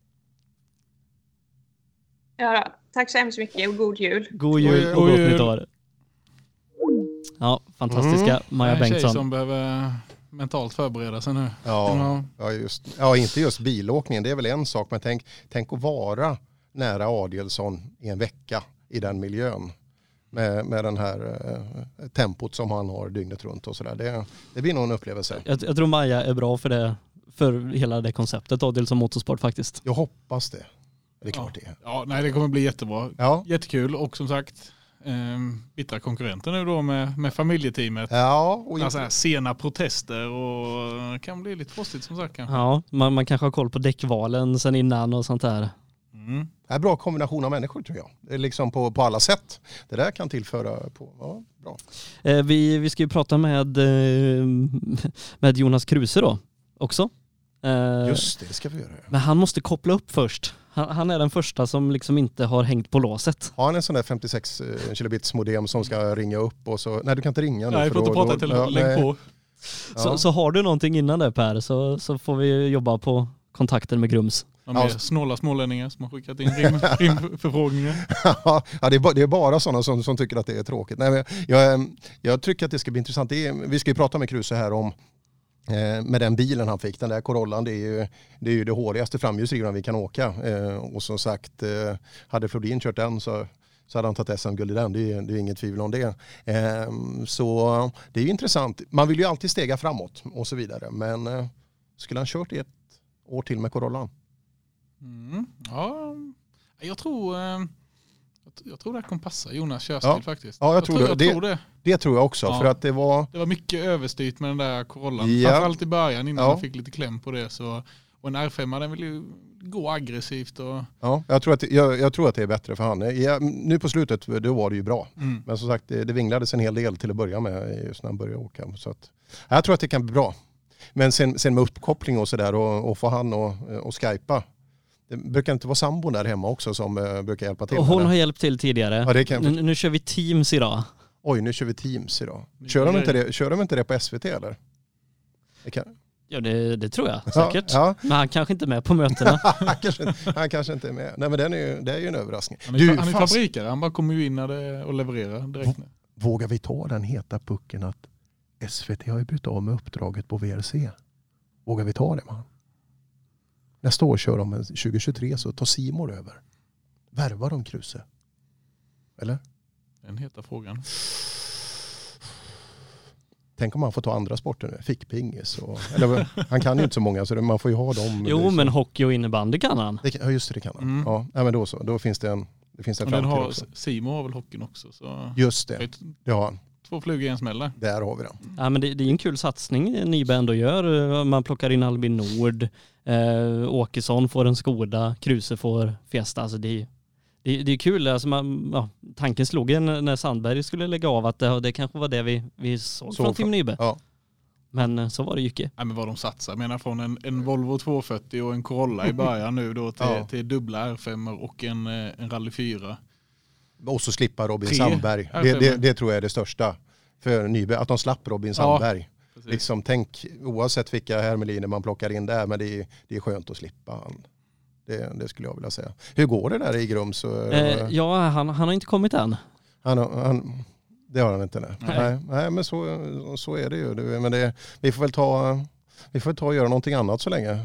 Ja, tack så hemskt mycket och god jul. God jul och gott nytt år. Ja, fantastiska Maja Bengtsson. En tjej som behöver mentalt förbereda sig nu. Ja, inte just bilåkningen, det är väl en sak, men tänk att vara nära Adielsson i en vecka i den miljön med den här tempot som han har dygnet runt och sådär. Det blir nog en upplevelse. Jag tror Maja är bra för hela det konceptet, Adielsson Motorsport faktiskt. Jag hoppas det. Det är klart det. Ja, nej, det kommer bli jättebra. Ja. Jättekul och som sagt bittra konkurrenter nu då med familjeteamet. Ja, och alltså sena protester och kan bli lite frostigt som sagt kanske. Ja, man kanske har koll på däckvalen sen innan och sånt där. Det är en bra kombination av människor tror jag. Det är liksom på alla sätt. Det där kan tillföra på bra. Vi ska ju prata med Jonas Kruse då också. Just det ska vi göra. Men han måste koppla upp först. Han är den första som liksom inte har hängt på låset. Har han en sån där 56 kilobits modem som ska ringa upp och så... Nej, du kan inte ringa nu. Nej, får inte prata till lägg på. Ja. Så har du någonting innan det, Per, så får vi jobba på kontakten med Grums. Snåla smålänningar som har skickat in rimförfrågningar. Ja, det är bara sådana som tycker att det är tråkigt. Nej, men jag tycker att det ska bli intressant. Vi ska ju prata med Kruse här om med den bilen han fick, den där Corollan, det är ju det hårigaste framhjulsdrivna vi kan åka. Och som sagt, hade Flodin kört den så hade han tagit SM-guld i den. Det är inget tvivel om det. Så det är ju intressant. Man vill ju alltid stega framåt och så vidare. Men skulle han kört i ett år till med Corollan? Ja, jag tror det kommer passa Jonas körstil faktiskt. Ja, jag tror det. Det tror jag också. Ja. För att det var mycket överstyrt med den där Corollan. Ja. Framförallt i början innan jag fick lite kläm på det. Och en R5 den vill ju gå aggressivt. Och... Ja, jag tror att det är bättre för han. Nu på slutet då var det ju bra. Men som sagt, det vinglades en hel del till att börja med just när han började åka. Så att, jag tror att det kan bli bra. Men sen med uppkoppling och sådär och få han och skypa. Det brukar inte vara sambon där hemma också som brukar hjälpa till. Och hon har hjälpt till tidigare. Ja, det kan... nu kör vi Teams idag. Oj, nu kör vi Teams idag. Kör de inte det på SVT eller? Ja, det tror jag säkert. Ja. Men han kanske inte är med på mötena. han kanske inte är med. Nej, men det är ju en överraskning. Han är fabrikare. Han bara kommer ju in och levererar direkt. Vågar vi ta den heta pucken att SVT har ju bytt av med uppdraget på VRC? Vågar vi ta det, man? Nästa år kör de 2023 så tar Simor över. Värvar de Kruse? Eller? Den heta frågan. Tänk om man får ta andra sporter nu. Fickpingis. Eller, han kan ju inte så många så man får ju ha dem. Jo, men hockey och innebandy kan han. Ja, just det kan han. Mm. Ja, men då så. Då finns det en framtid också. Simon har väl hockeyn också. Så just det har han. 2 flugor i en smäll där. Där har vi det. Ja, men det är en kul satsning Nyberg ändå gör. Man plockar in Albin Nord. Åkesson får en Skoda. Kruse får Fiesta. Alltså det är kul. Alltså tanken slog en när Sandberg skulle lägga av att det kanske var det vi såg från Team Nyberg. Ja. Men så var det Jycke. Ja, men vad de satsar. Jag menar från en Volvo 240 och en Corolla i början nu då till dubbla R5 och en Rally 4. Och så slippa Robin Sandberg. Det tror jag är det största för Nyberg. Att de slapp Robin Sandberg. Liksom, tänk oavsett vilka hermeliner man plockar in där. Men det är skönt att slippa han. Det skulle jag vilja säga. Hur går det där i Grums? Ja, han har inte kommit än. Det har han inte. Nej, men så är det ju. Men vi får väl ta och göra någonting annat så länge.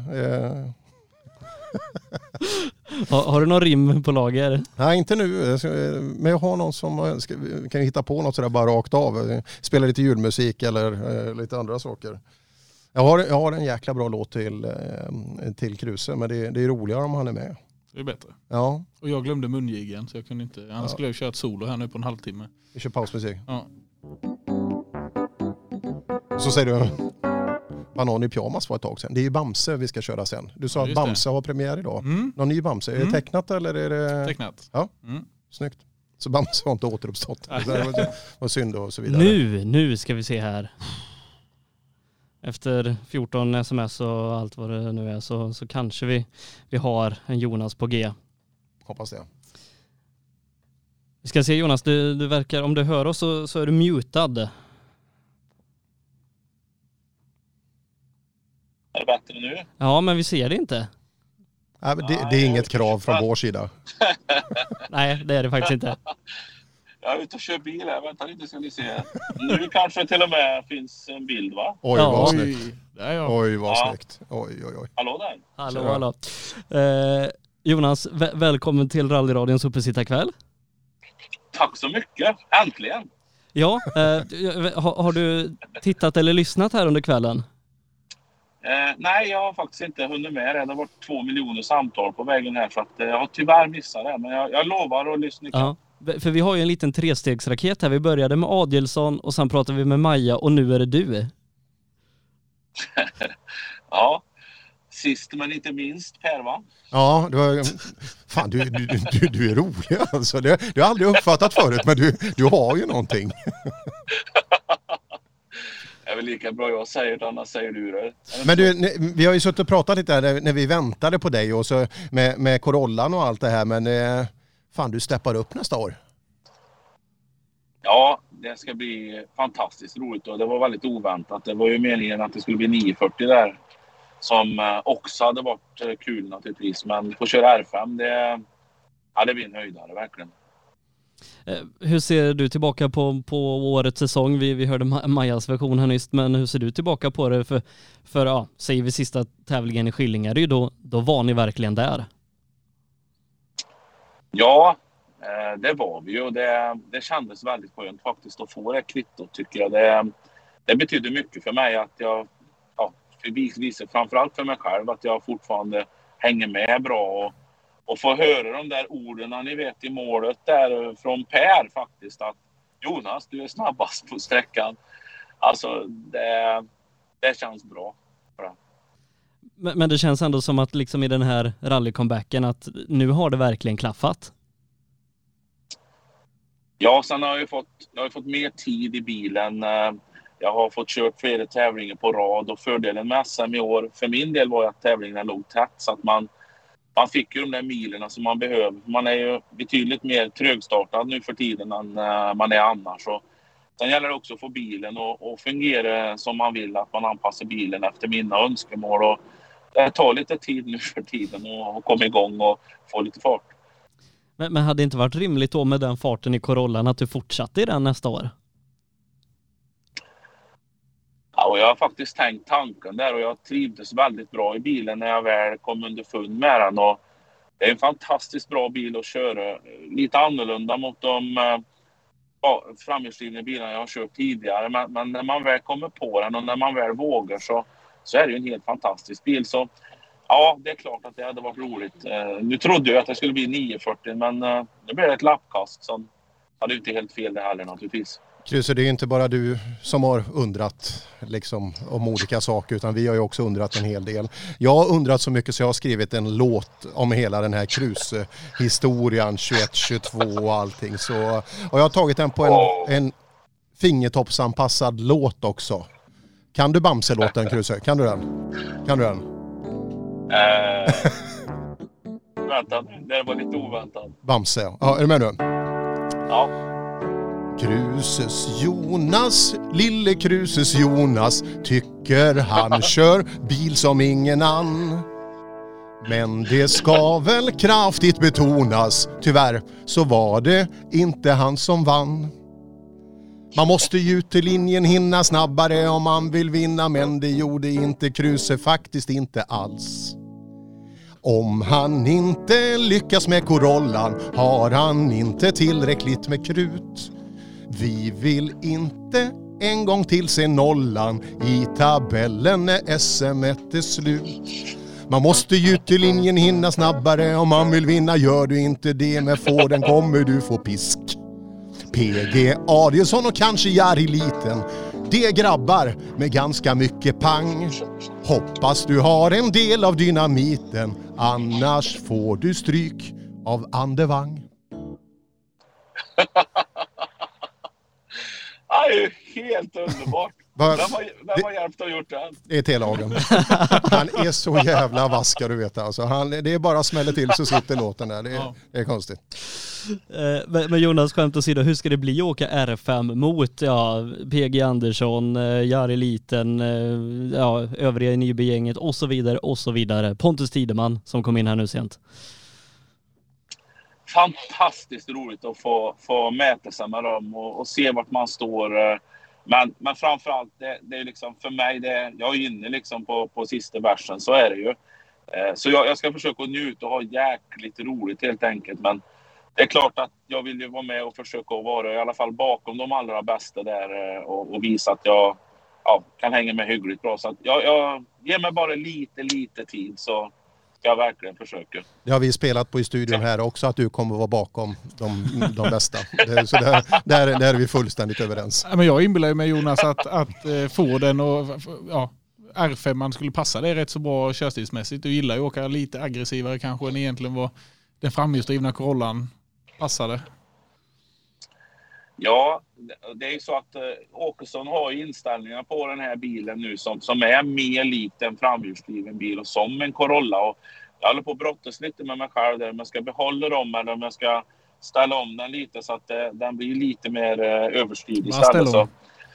Har du någon rim på lager? Nej, inte nu. Men jag har någon som kan hitta på något sådär bara rakt av. Spela lite julmusik eller lite andra saker. Jag har en jäkla bra låt till Kruse, men det är roligare om han är med. Det är bättre. Ja. Och jag glömde mungigen så jag kunde inte. Annars skulle jag köra ett solo här nu på en halvtimme. Vi kör pausmusik. Ja. Så säger du Banan i pyjamas var ett tag sedan. Det är ju Bamse vi ska köra sen. Du sa att Bamse har premiär idag. Någon ny Bamse. Är det tecknat eller är det... Tecknat. Ja, snyggt. Så Bamse har inte återuppstått. Det var synd och så vidare. Nu ska vi se här. Efter 14 sms och allt vad det nu är så kanske vi har en Jonas på G. Hoppas det. Vi ska se Jonas, du verkar, om du hör oss så är du mutad. Är det bättre nu? Ja, men vi ser det inte. Nej, det är inget krav från vår sida. Nej, det är det faktiskt inte. Jag är ute och kör bil här. Vänta lite ska ni se. Nu kanske till och med finns en bild, va? Oj, vad snyggt. Oj, vad snyggt. Oj. Hallå där. Hallå. Jonas, välkommen till Rallyradions Uppesittarkväll. Tack så mycket. Äntligen. Ja, har du tittat eller lyssnat här under kvällen? Nej, jag har faktiskt inte hunnit med det. Det har varit 2 miljoner samtal på vägen här så att jag har tyvärr missat det. Men jag lovar att lyssna. Ja, för vi har ju en liten 3-stegsraket här. Vi började med Adelsson och sen pratade vi med Maja och nu är det du. Ja, sist men inte minst Per, va? Ja, fan, du är rolig alltså. Det har jag aldrig uppfattat förut, men du har ju någonting. Det är väl lika bra jag säger det, annars säger du det. Men vi har ju suttit och pratat lite här när vi väntade på dig och så med Corollan och allt det här, men fan, du steppar upp nästa år. Ja, det ska bli fantastiskt roligt och det var väldigt oväntat. Det var ju meningen att det skulle bli 940 där som också hade varit kul naturligtvis, men få köra R5 det blir en höjdare verkligen. Hur ser du tillbaka på årets säsong? Vi hörde Majas version här nyss, men hur ser du tillbaka på det? För säger vi sista tävlingen i Skillingaryd, då var ni verkligen där. Ja, det var vi ju. Det kändes väldigt skönt faktiskt att få det kvittot, tycker jag. Det betyder mycket för mig att jag visar framförallt för mig själv att jag fortfarande hänger med bra och få höra de där orden ni vet i målet där från Per faktiskt att Jonas, du är snabbast på sträckan. Alltså det känns bra. Men det känns ändå som att liksom i den här rally-comebacken att nu har det verkligen klaffat. Ja, sen har jag fått mer tid i bilen. Jag har fått kört flera tävlingar på rad och fördelen med SM i år för min del var att tävlingarna låg tätt så att man fick ju de där milerna som man behöver. Man är ju betydligt mer trögstartad nu för tiden än man är annars. Och Sen gäller det också att få bilen och fungera som man vill, att man anpassar bilen efter mina önskemål. Och det tar lite tid nu för tiden att komma igång och få lite fart. Men hade det inte varit rimligt då med den farten i Corollan att du fortsatte i den nästa år? Ja, och jag har faktiskt tänkt tanken där och jag trivdes väldigt bra i bilen när jag väl kom underfund med den. Och det är en fantastiskt bra bil att köra. Lite annorlunda mot de framhjulsdrivna bilarna jag har kört tidigare. Men när man väl kommer på den och när man väl vågar så är det ju en helt fantastisk bil. Så ja, det är klart att det hade varit roligt. Nu trodde jag att det skulle bli 940, men det blev ett lappkast som hade inte helt fel det heller naturligtvis. Kruse, det är inte bara du som har undrat liksom, om olika saker, utan vi har ju också undrat en hel del. Jag har undrat så mycket så jag har skrivit en låt om hela den här Kruse-historien, 21-22 och allting. Så, och jag har tagit den på en fingertoppsanpassad låt också. Kan du Bamse-låten, Kruse? Kan du den? Vänta, det var lite oväntat. Bamse, ja, är du med nu? Ja. Kruses Jonas, lille Kruses Jonas, tycker han kör bil som ingen annan. Men det ska väl kraftigt betonas, tyvärr så var det inte han som vann. Man måste ju ut till linjen hinna snabbare om man vill vinna, men det gjorde inte Kruse faktiskt inte alls. Om han inte lyckas med Corollan har han inte tillräckligt med krut. Vi vill inte en gång till se nollan i tabellen när SM1 är slut. Man måste ju till linjen hinna snabbare om man vill vinna. Gör du inte det med Forden kommer du få pisk. PG Adielsson och kanske Jari Liten, det grabbar med ganska mycket pang. Hoppas du har en del av dynamiten, annars får du stryk av Andevang. Det är helt underbart. Vem har hjälpt att gjort det? Det är T-lagen. Han är så jävla vaska, du vet. Alltså, det är bara smäller till så sitter låten där. Det är konstigt. Men Jonas, skämt åsido, hur ska det bli att åka R5 mot PG Andersson, Jari Liten, övriga i Nybygänget och så vidare och så vidare. Pontus Tideman som kom in här nu sent. Fantastiskt roligt att få mäta sig med dem och se vart man står. Men framförallt, det är liksom för mig, jag är inne liksom på sista versen, så är det ju. Så jag ska försöka njuta och ha jäkligt roligt helt enkelt. Men det är klart att jag vill ju vara med och försöka vara i alla fall bakom de allra bästa där och visa att jag kan hänga med hyggligt bra. Så att jag ger mig bara lite tid så ska jag verkligen försöka. Det har vi spelat på i studion här också, att du kommer att vara bakom de bästa. Så där är vi fullständigt överens. Men jag inbillar mig, Jonas, att få den och R5 man skulle passa det rätt så bra körstilsmässigt. Du gillar ju att åka lite aggressivare kanske än egentligen vad den framhjulsdrivna Corollan passade. Ja, det är ju så att Åkesson har inställningar på den här bilen nu som är mer likt en framhjulsdriven bil och som en Corolla. Och jag håller på att brottas lite med mig själv där, om jag ska behålla dem eller om jag ska ställa om den lite så att den blir lite mer överstyrd istället. Så.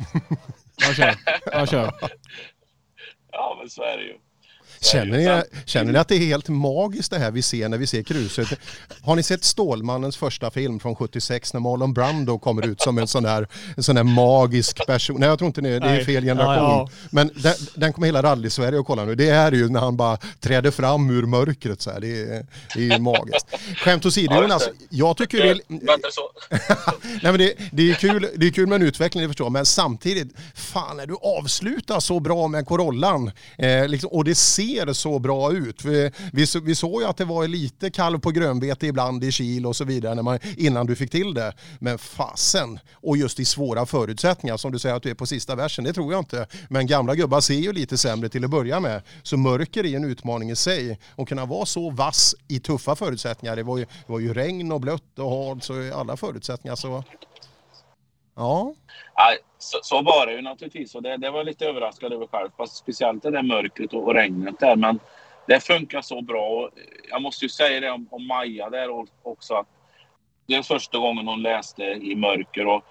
Jag kör. Ja, men så är det ju. Känner ni att det är helt magiskt det här vi ser när vi ser Kruse? Har ni sett Stålmannens första film från 76 när Marlon Brando kommer ut som en sån här magisk person? Nej, jag tror inte det är fel generation. Ja. Men den kommer hela rally-Sverige och kolla nu. Det är ju när han bara träder fram ur mörkret så här. Det är ju magiskt. Skämt åsido, Jonas, jag tycker Nej, men det är kul med en utveckling, jag förstår, men samtidigt fan, när du avslutar så bra med Corollan och det ser så bra ut. Vi såg ju att det var lite kalv på grönbete ibland i Kil och så vidare innan du fick till det. Men fasen, och just i svåra förutsättningar som du säger att du är på sista versen, det tror jag inte. Men gamla gubbar ser ju lite sämre till att börja med. Så mörker är en utmaning i sig. Och kunna vara så vass i tuffa förutsättningar. Det var ju regn och blött och halt, så i alla förutsättningar så... Ja. Så var det ju naturligtvis, och det var lite överraskad över själv, fast speciellt det där mörkret och regnet där, men det funkar så bra. Och jag måste ju säga det om Maja där också, att det är första gången hon läste i mörker och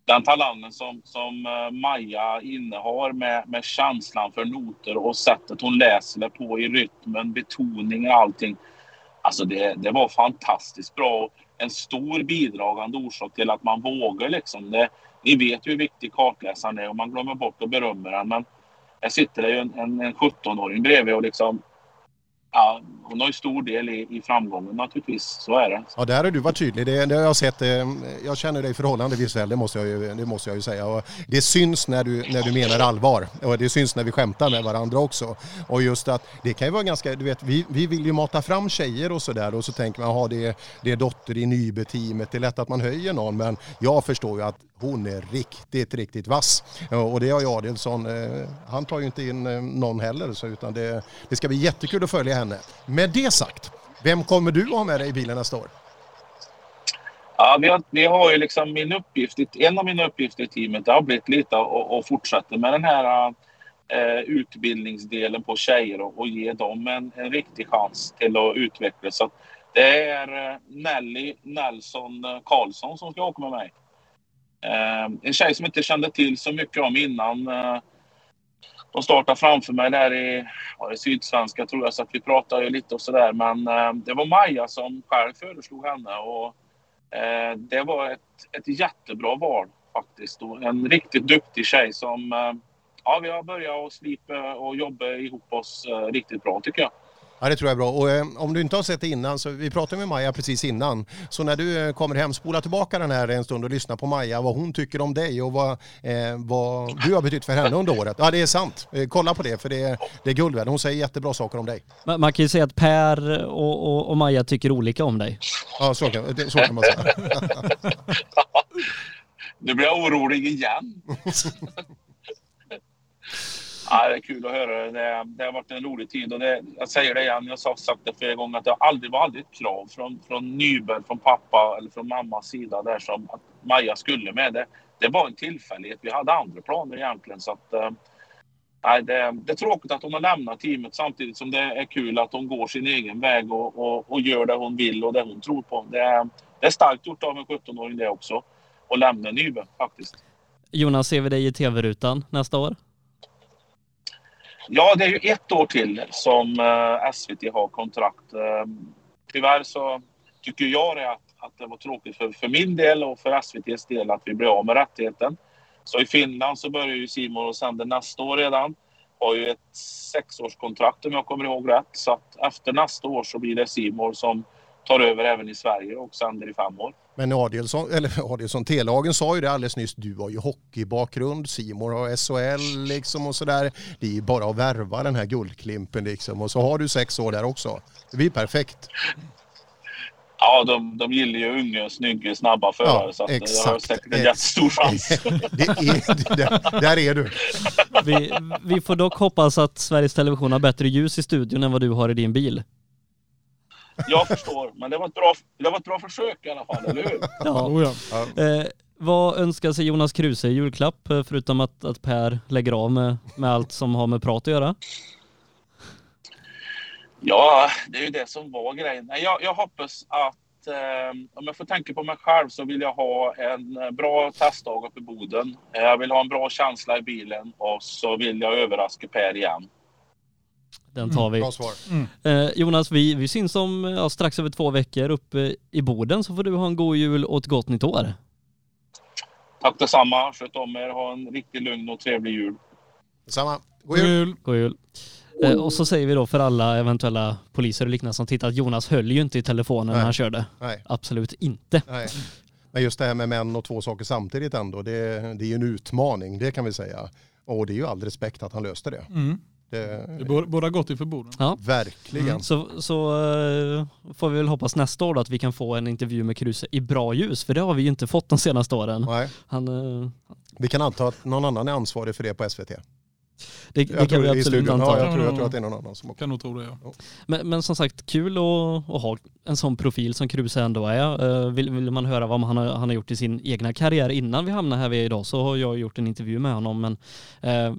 den talangen som Maja innehar med känslan för noter och sättet hon läser det på i rytmen, betoningen och allting. Alltså det var fantastiskt bra. En stor bidragande orsak till att man vågar liksom. Ni vet ju hur viktig kartläsaren är och man glömmer bort att berömma den. Men här sitter det ju en 17-åring bredvid och liksom, ja, hon har ju stor del i framgången naturligtvis, så är det. Ja, där har du varit tydlig. Det har jag sett. Jag känner dig förhållandevis väl, det måste jag ju säga. Och det syns när du menar allvar. Och det syns när vi skämtar med varandra också. Och just att det kan ju vara ganska, du vet, vi vill ju mata fram tjejer och sådär. Och så tänker man, jaha, det är dotter i Nybe-teamet. Det är lätt att man höjer någon. Men jag förstår ju att hon är riktigt vass. Och det har ju Adelsson. Han tar ju inte in någon heller. Så, utan det ska bli jättekul att följa henne. Med det sagt, vem kommer du ha med dig i bilen nästa år? Ja, vi har ju liksom en av mina uppgifter i teamet, det har blivit lite att fortsätta med den här utbildningsdelen på tjejer och ge dem en riktig chans till att utvecklas. Så det är Nelly Nelson Karlsson som ska åka med mig. En tjej som inte kände till så mycket om innan. De startade framför mig där i Sydsvenska, tror jag, så att vi pratade ju lite och sådär. Men det var Maja som själv föreslog henne och det var ett jättebra val faktiskt. Och en riktigt duktig tjej som vi har börjat att slipa och jobba ihop oss riktigt bra, tycker jag. Ja, det tror jag är bra. Och om du inte har sett det innan, så vi pratade med Maja precis innan. Så när du kommer hem, spola tillbaka den här en stund och lyssna på Maja, vad hon tycker om dig och vad du har betytt för henne under året. Ja, det är sant. Kolla på det, för det är guld värd. Hon säger jättebra saker om dig. Man kan ju säga att Per och Maja tycker olika om dig. Ja, så kan man säga. Nu blir jag orolig igen. Ja, det är kul att höra. Det har varit en rolig tid och jag säger det igen, jag har sagt det flera gånger, att det var aldrig ett krav från Nyberg, från pappa eller från mammas sida där som att Maja skulle med. Det var en tillfällighet. Vi hade andra planer egentligen, så att det är tråkigt att hon har lämnat teamet, samtidigt som det är kul att hon går sin egen väg och gör det hon vill och det hon tror på. Det är starkt gjort av en 17-åring det också, att lämna Nyberg faktiskt. Jonas, ser vi dig i tv-rutan nästa år? Ja, det är ju 1 år till som SVT har kontrakt. Tyvärr så tycker jag att det var tråkigt för min del och för SVTs del att vi blir av med rättigheten. Så i Finland så börjar ju Simon och sänder nästa år redan. Har ju ett 6-årskontrakt om jag kommer ihåg rätt. Så att efter nästa år så blir det Simon som tar över även i Sverige och sänder i 5 år. Men Adelsson, T-lagen sa ju det alldeles nyss, du har ju hockeybakgrund, Simon har SHL liksom och sådär. Det är ju bara att värva den här guldklimpen liksom, och så har du 6 år där också. Det blir perfekt. Ja, de gillar ju unga, snygga, snabba förare, så att det har säkert en jättestor chans. Där är du. Vi får dock hoppas att Sveriges Television har bättre ljus i studion än vad du har i din bil. Jag förstår, men det var ett bra försök i alla fall, eller hur? Ja. Vad önskar sig Jonas Kruse i julklapp, förutom att Per lägger av med allt som har med prat att göra? Ja, det är ju det som var grejen. Jag hoppas att, om jag får tänka på mig själv, så vill jag ha en bra testdag uppe i Boden. Jag vill ha en bra känsla i bilen och så vill jag överraska Per igen. Den tar vi. Bra svar. Jonas, vi syns om strax över 2 veckor uppe i Boden, så får du ha en god jul och ett gott nytt år. Tack detsamma. Sköt om er. Ha en riktigt lugn och trevlig jul. Detsamma. God jul. God jul. Och så säger vi då för alla eventuella poliser och liknande som tittar att Jonas höll ju inte i telefonen när han körde. Nej. Absolut inte. Nej. Men just det här med män och 2 saker samtidigt ändå, det är ju en utmaning, det kan vi säga. Och det är ju all respekt att han löste det. Mm. Det båda gott i förboden. Ja. Verkligen. Så får vi väl hoppas nästa år då att vi kan få en intervju med Kruse i bra ljus, för det har vi ju inte fått de senaste åren. Nej. Vi kan anta att någon annan är ansvarig för det på SVT. Det kan vi absolut anta. Ja, jag tror att det är någon annan som kan nog tro det, ja. Men som sagt, kul att ha en sån profil som Kruse ändå är. Vill man höra vad han har gjort i sin egna karriär innan vi hamnar här vid idag, så har jag gjort en intervju med honom. Men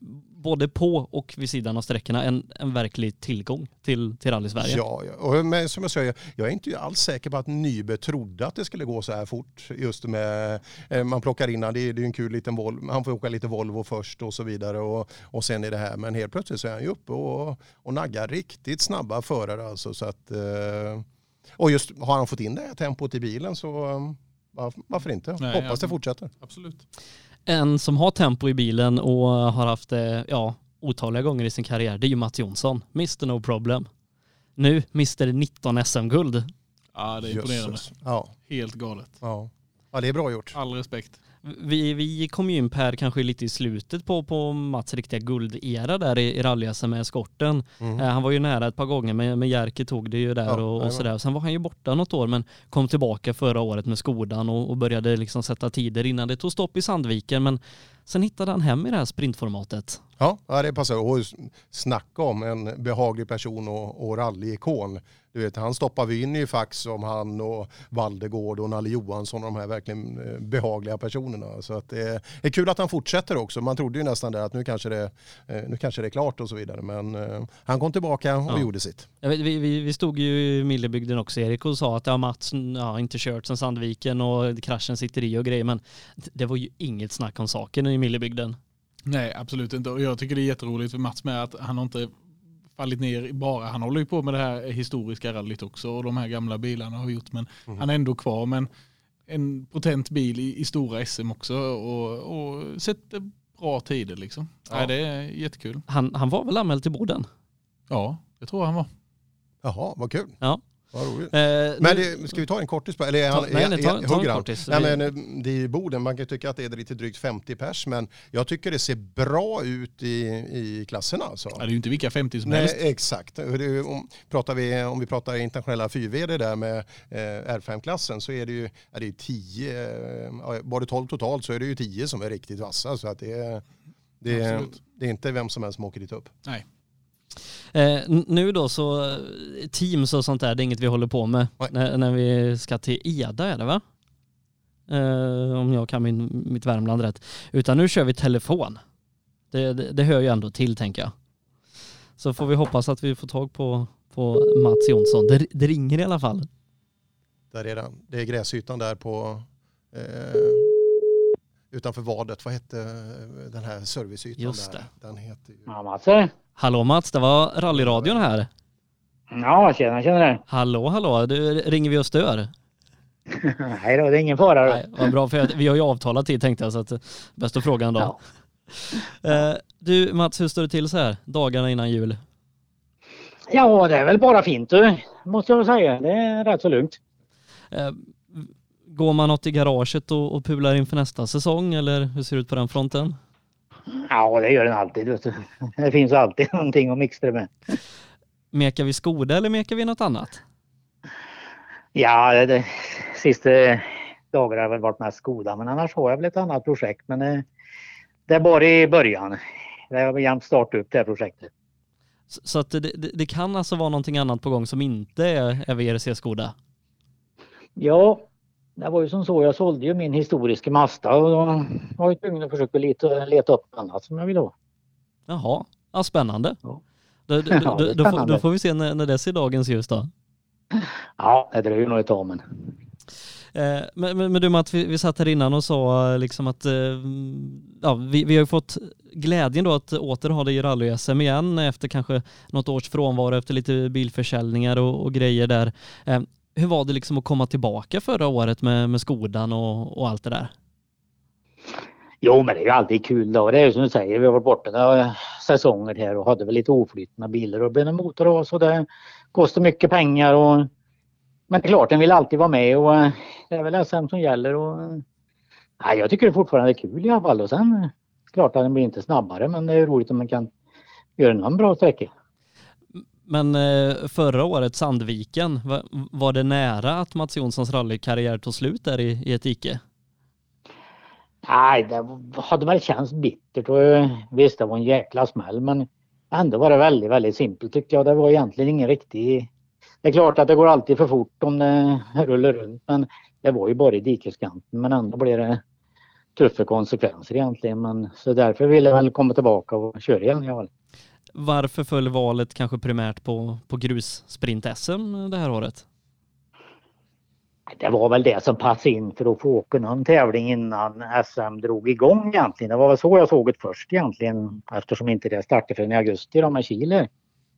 både på och vid sidan av sträckorna en verklig tillgång till Rally Sverige. Ja, och men, som jag säger, jag är inte alls säker på att Nybe trodde att det skulle gå så här fort. Just med, man plockar in, det är en kul liten Volvo, han får åka lite Volvo först och så vidare och sen är det här. Men helt plötsligt så är han ju uppe och naggar riktigt snabba förare alltså, så att, och just har han fått in det här tempot i bilen så varför inte? Nej, Hoppas det fortsätter. Absolut. En som har tempo i bilen och har haft det otaliga gånger i sin karriär, det är ju Mats Jonsson. Mr. No Problem. Nu Mr. 19 SM-guld. Ja, det är imponerande. Ja. Helt galet. Ja, det är bra gjort. All respekt. Vi kom ju in Per kanske lite i slutet på Mats riktiga guldera där i rally-SM med eskorten. Han var ju nära ett par gånger men Jerker tog det ju där och sådär. Sen var han ju borta något år men kom tillbaka förra året med Skodan och började liksom sätta tider innan det tog stopp i Sandviken. Men sen hittade han hem i det här sprintformatet. Ja, det passar. Och snacka om en behaglig person och rallyikon. Du vet, han stoppar vi in i fack som han och Valdegård och Nalle Johansson och de här verkligen behagliga personerna. Så att det är kul att han fortsätter också. Man trodde ju nästan där att nu kanske det är klart och så vidare. Men han kom tillbaka och gjorde sitt. Jag vet, vi stod ju i Millebygden också, Erik, och sa att Mats inte kört sen Sandviken och kraschen sitter i och grejer. Men det var ju inget snack om saken i Millebygden. Nej, absolut inte. Och jag tycker det är jätteroligt för Mats med att han har inte fallit ner bara. Han håller ju på med det här historiska rallyt också och de här gamla bilarna har gjort, men han är ändå kvar. Men en potent bil i stora SM också och sätter bra tider liksom. Ja. Det är jättekul. Han var väl anmäld till Boden? Ja, det tror jag han var. Jaha, vad kul. Ja. Men ska vi ta en kortis? Eller ta en kortis. Nej, men det är Boden, man kan tycka att det är lite drygt 50 pers, men jag tycker det ser bra ut i klasserna. Alltså. Ja, det är ju inte vilka 50 som helst. Nej, exakt. Om vi pratar internationella 4VD där med R5-klassen så är det ju 10, var det 12 totalt så är det ju 10 som är riktigt vassa. Så att det är inte vem som helst som åker dit upp. Nej. Nu då så Teams och sånt där, det är inget vi håller på med när vi ska till Eda, är det va? Om jag kan mitt Värmland rätt. Utan nu kör vi telefon. Det hör ju ändå till, tänker jag. Så får vi hoppas att vi får tag på Mats Jonsson. Det ringer i alla fall. Där är den. Det är gräsytan där på utanför Vadet. Vad hette den här serviceytan? Just där? Det. Den heter ju... Ja, Mats. Hallå Mats, det var rallyradion här. Ja, tjena. Hallå, du ringer vi och stör? Nej då, det är ingen fara. Nej, vad bra, för vi har ju avtalat tid, tänkte jag, så att bästa frågan då. Ja. Du Mats, hur står det till så här dagarna innan jul? Ja, det är väl bara fint, måste jag säga. Det är rätt så lugnt. Går man något i garaget och pular inför nästa säsong, eller hur ser det ut på den fronten? Ja, det gör den alltid. Det finns alltid någonting att mixtra med. Mekar vi Skoda eller mekar vi något annat? Ja, det sista dagarna har väl varit mest Skoda, men annars har jag väl ett annat projekt. Men det är bara i början. Det har jämt startat upp det här projektet. Så att det kan alltså vara någonting annat på gång som inte är VRC Skoda? Ja, det var ju som så. Jag sålde ju min historiska Mazda och då var jag tvungen att försöka leta upp annat som jag vill ha. Jaha, ja, spännande. Ja. Då får vi se när det ser dagens ljus då. Ja, det dröjer nog ett tag, men... Men du Matt, vi satt här innan och sa liksom att vi har ju fått glädjen då att åter ha det i rally-SM igen efter kanske något års frånvaro efter lite bilförsäljningar och grejer där. Hur var det liksom att komma tillbaka förra året med Skodan och allt det där? Jo, men det är ju alltid kul då. Det är ju som du säger, vi har varit borta några säsonger här och hade väl lite oflytt med bilar och blev en motor och så. Det kostar mycket pengar men det är klart, den vill alltid vara med och det är väl SM som gäller nej, jag tycker det fortfarande är kul i alla fall och sen klart att den blir inte snabbare, men det är roligt om man kan göra någon bra sträcka. Men förra året Sandviken, var det nära att Mats Jonssons rallykarriär tog slut där i ett ike? Nej, det hade väl känts bittert och visst det var en jäkla smäll, men ändå var det väldigt, väldigt simpelt tyckte jag. Det var egentligen ingen riktig... Det är klart att det går alltid för fort om det rullar runt, men det var ju bara i dikeskanten, men ändå blev det tuffa konsekvenser egentligen. Men så därför ville jag väl komma tillbaka och köra igen i alla fall. Varför föll valet kanske primärt på grussprint-SM det här året? Det var väl det som passade in för att få åka någon tävling innan SM drog igång egentligen. Det var väl så jag såg det först egentligen, eftersom inte det startade förrän i augusti då med Chile.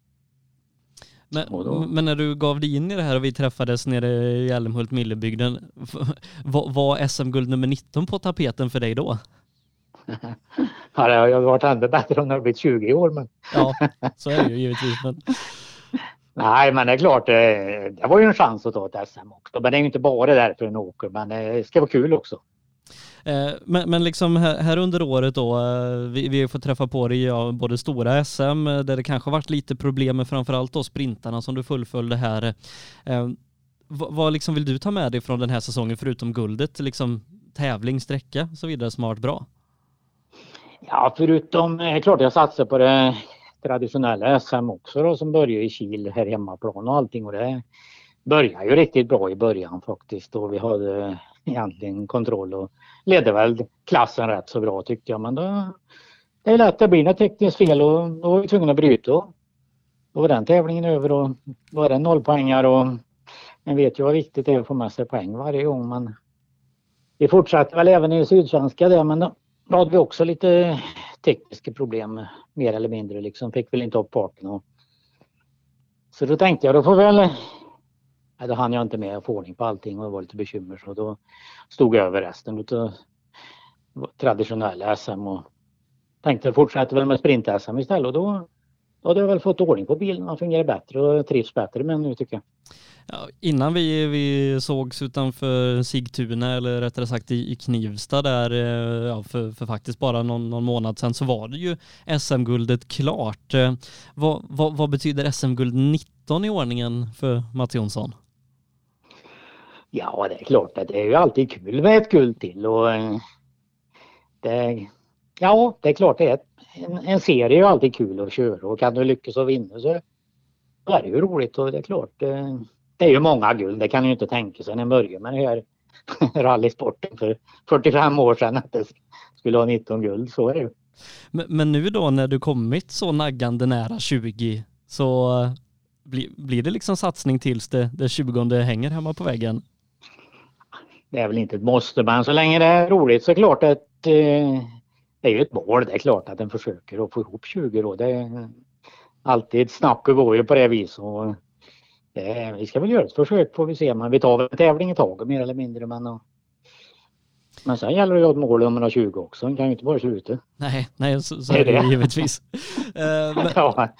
Men när du gav dig in i det här och vi träffades nere i Älmhult-Millebygden, var SM-guld nummer 19 på tapeten för dig då? Ja, det har varit ännu bättre om det har blivit 20 år. Men... Ja, så är det ju givetvis. Men... Nej, men det är klart, det var ju en chans att ta ett SM också. Men det är ju inte bara därför en åker, men det ska vara kul också. Men liksom här under året då, vi har fått träffa på dig både stora SM där det kanske har varit lite problem med framförallt då sprintarna som du fullföljde här. Vad liksom vill du ta med dig från den här säsongen förutom guldet, liksom tävling, sträcka och så vidare som har varit bra? Ja, förutom, klart jag satsar på det traditionella SM också då, som börjar i Kil här hemmaplan och allting, och det började ju riktigt bra i början faktiskt, och vi hade egentligen kontroll och ledde väl klassen rätt så bra tyckte jag, men då det är lätt att det blir något tekniskt fel och då var vi tvungna att bryta. Då var den tävlingen över och var det 0 poängar, och jag vet ju vad viktigt det är att få med sig poäng varje gång, men vi fortsatte väl även i Sydsvenska där, men då hade vi också lite tekniska problem mer eller mindre, liksom fick väl inte upp farten. Så då tänkte jag, då får väl, då hann jag inte med att få ordning på allting och det var lite bekymmer, så då stod jag över resten utav traditionella SM och tänkte fortsätta väl med sprint-SM istället, och då hade jag väl fått ordning på bilen och fungerar bättre och trivs bättre med nu tycker jag. Ja, innan vi sågs utanför Sigtuna, eller rättare sagt i Knivsta där, ja, för faktiskt bara någon månad sedan, så var det ju SM-guldet klart. Vad betyder SM-guld 19 i ordningen för Mats Jonsson? Ja, det är klart att det är ju alltid kul med ett guld till, och det är klart det är en serie är ju alltid kul att köra, och kan du lyckas och vinna så är det ju roligt, och det är klart det är ju många guld, det kan ju inte tänka sig när man börjar med det här rallysporten för 45 år sedan att det skulle ha 19 guld, så är det ju. Men nu då när du kommit så naggande nära 20, så blir det liksom satsning tills det 20:e hänger hemma på väggen? Det är väl inte ett måste, men så länge det är roligt så är det klart att det är ju ett mål. Det är klart att den försöker att få ihop 20 då. Det är alltid snack och går ju på det viset. Vi ska väl göra ett försök, får vi se. Men vi tar väl en tävling i taget mer eller mindre. Men sen gäller det ju att mål om 120 också. Den kan ju inte bara sluta. Nej, så är det givetvis. Ja.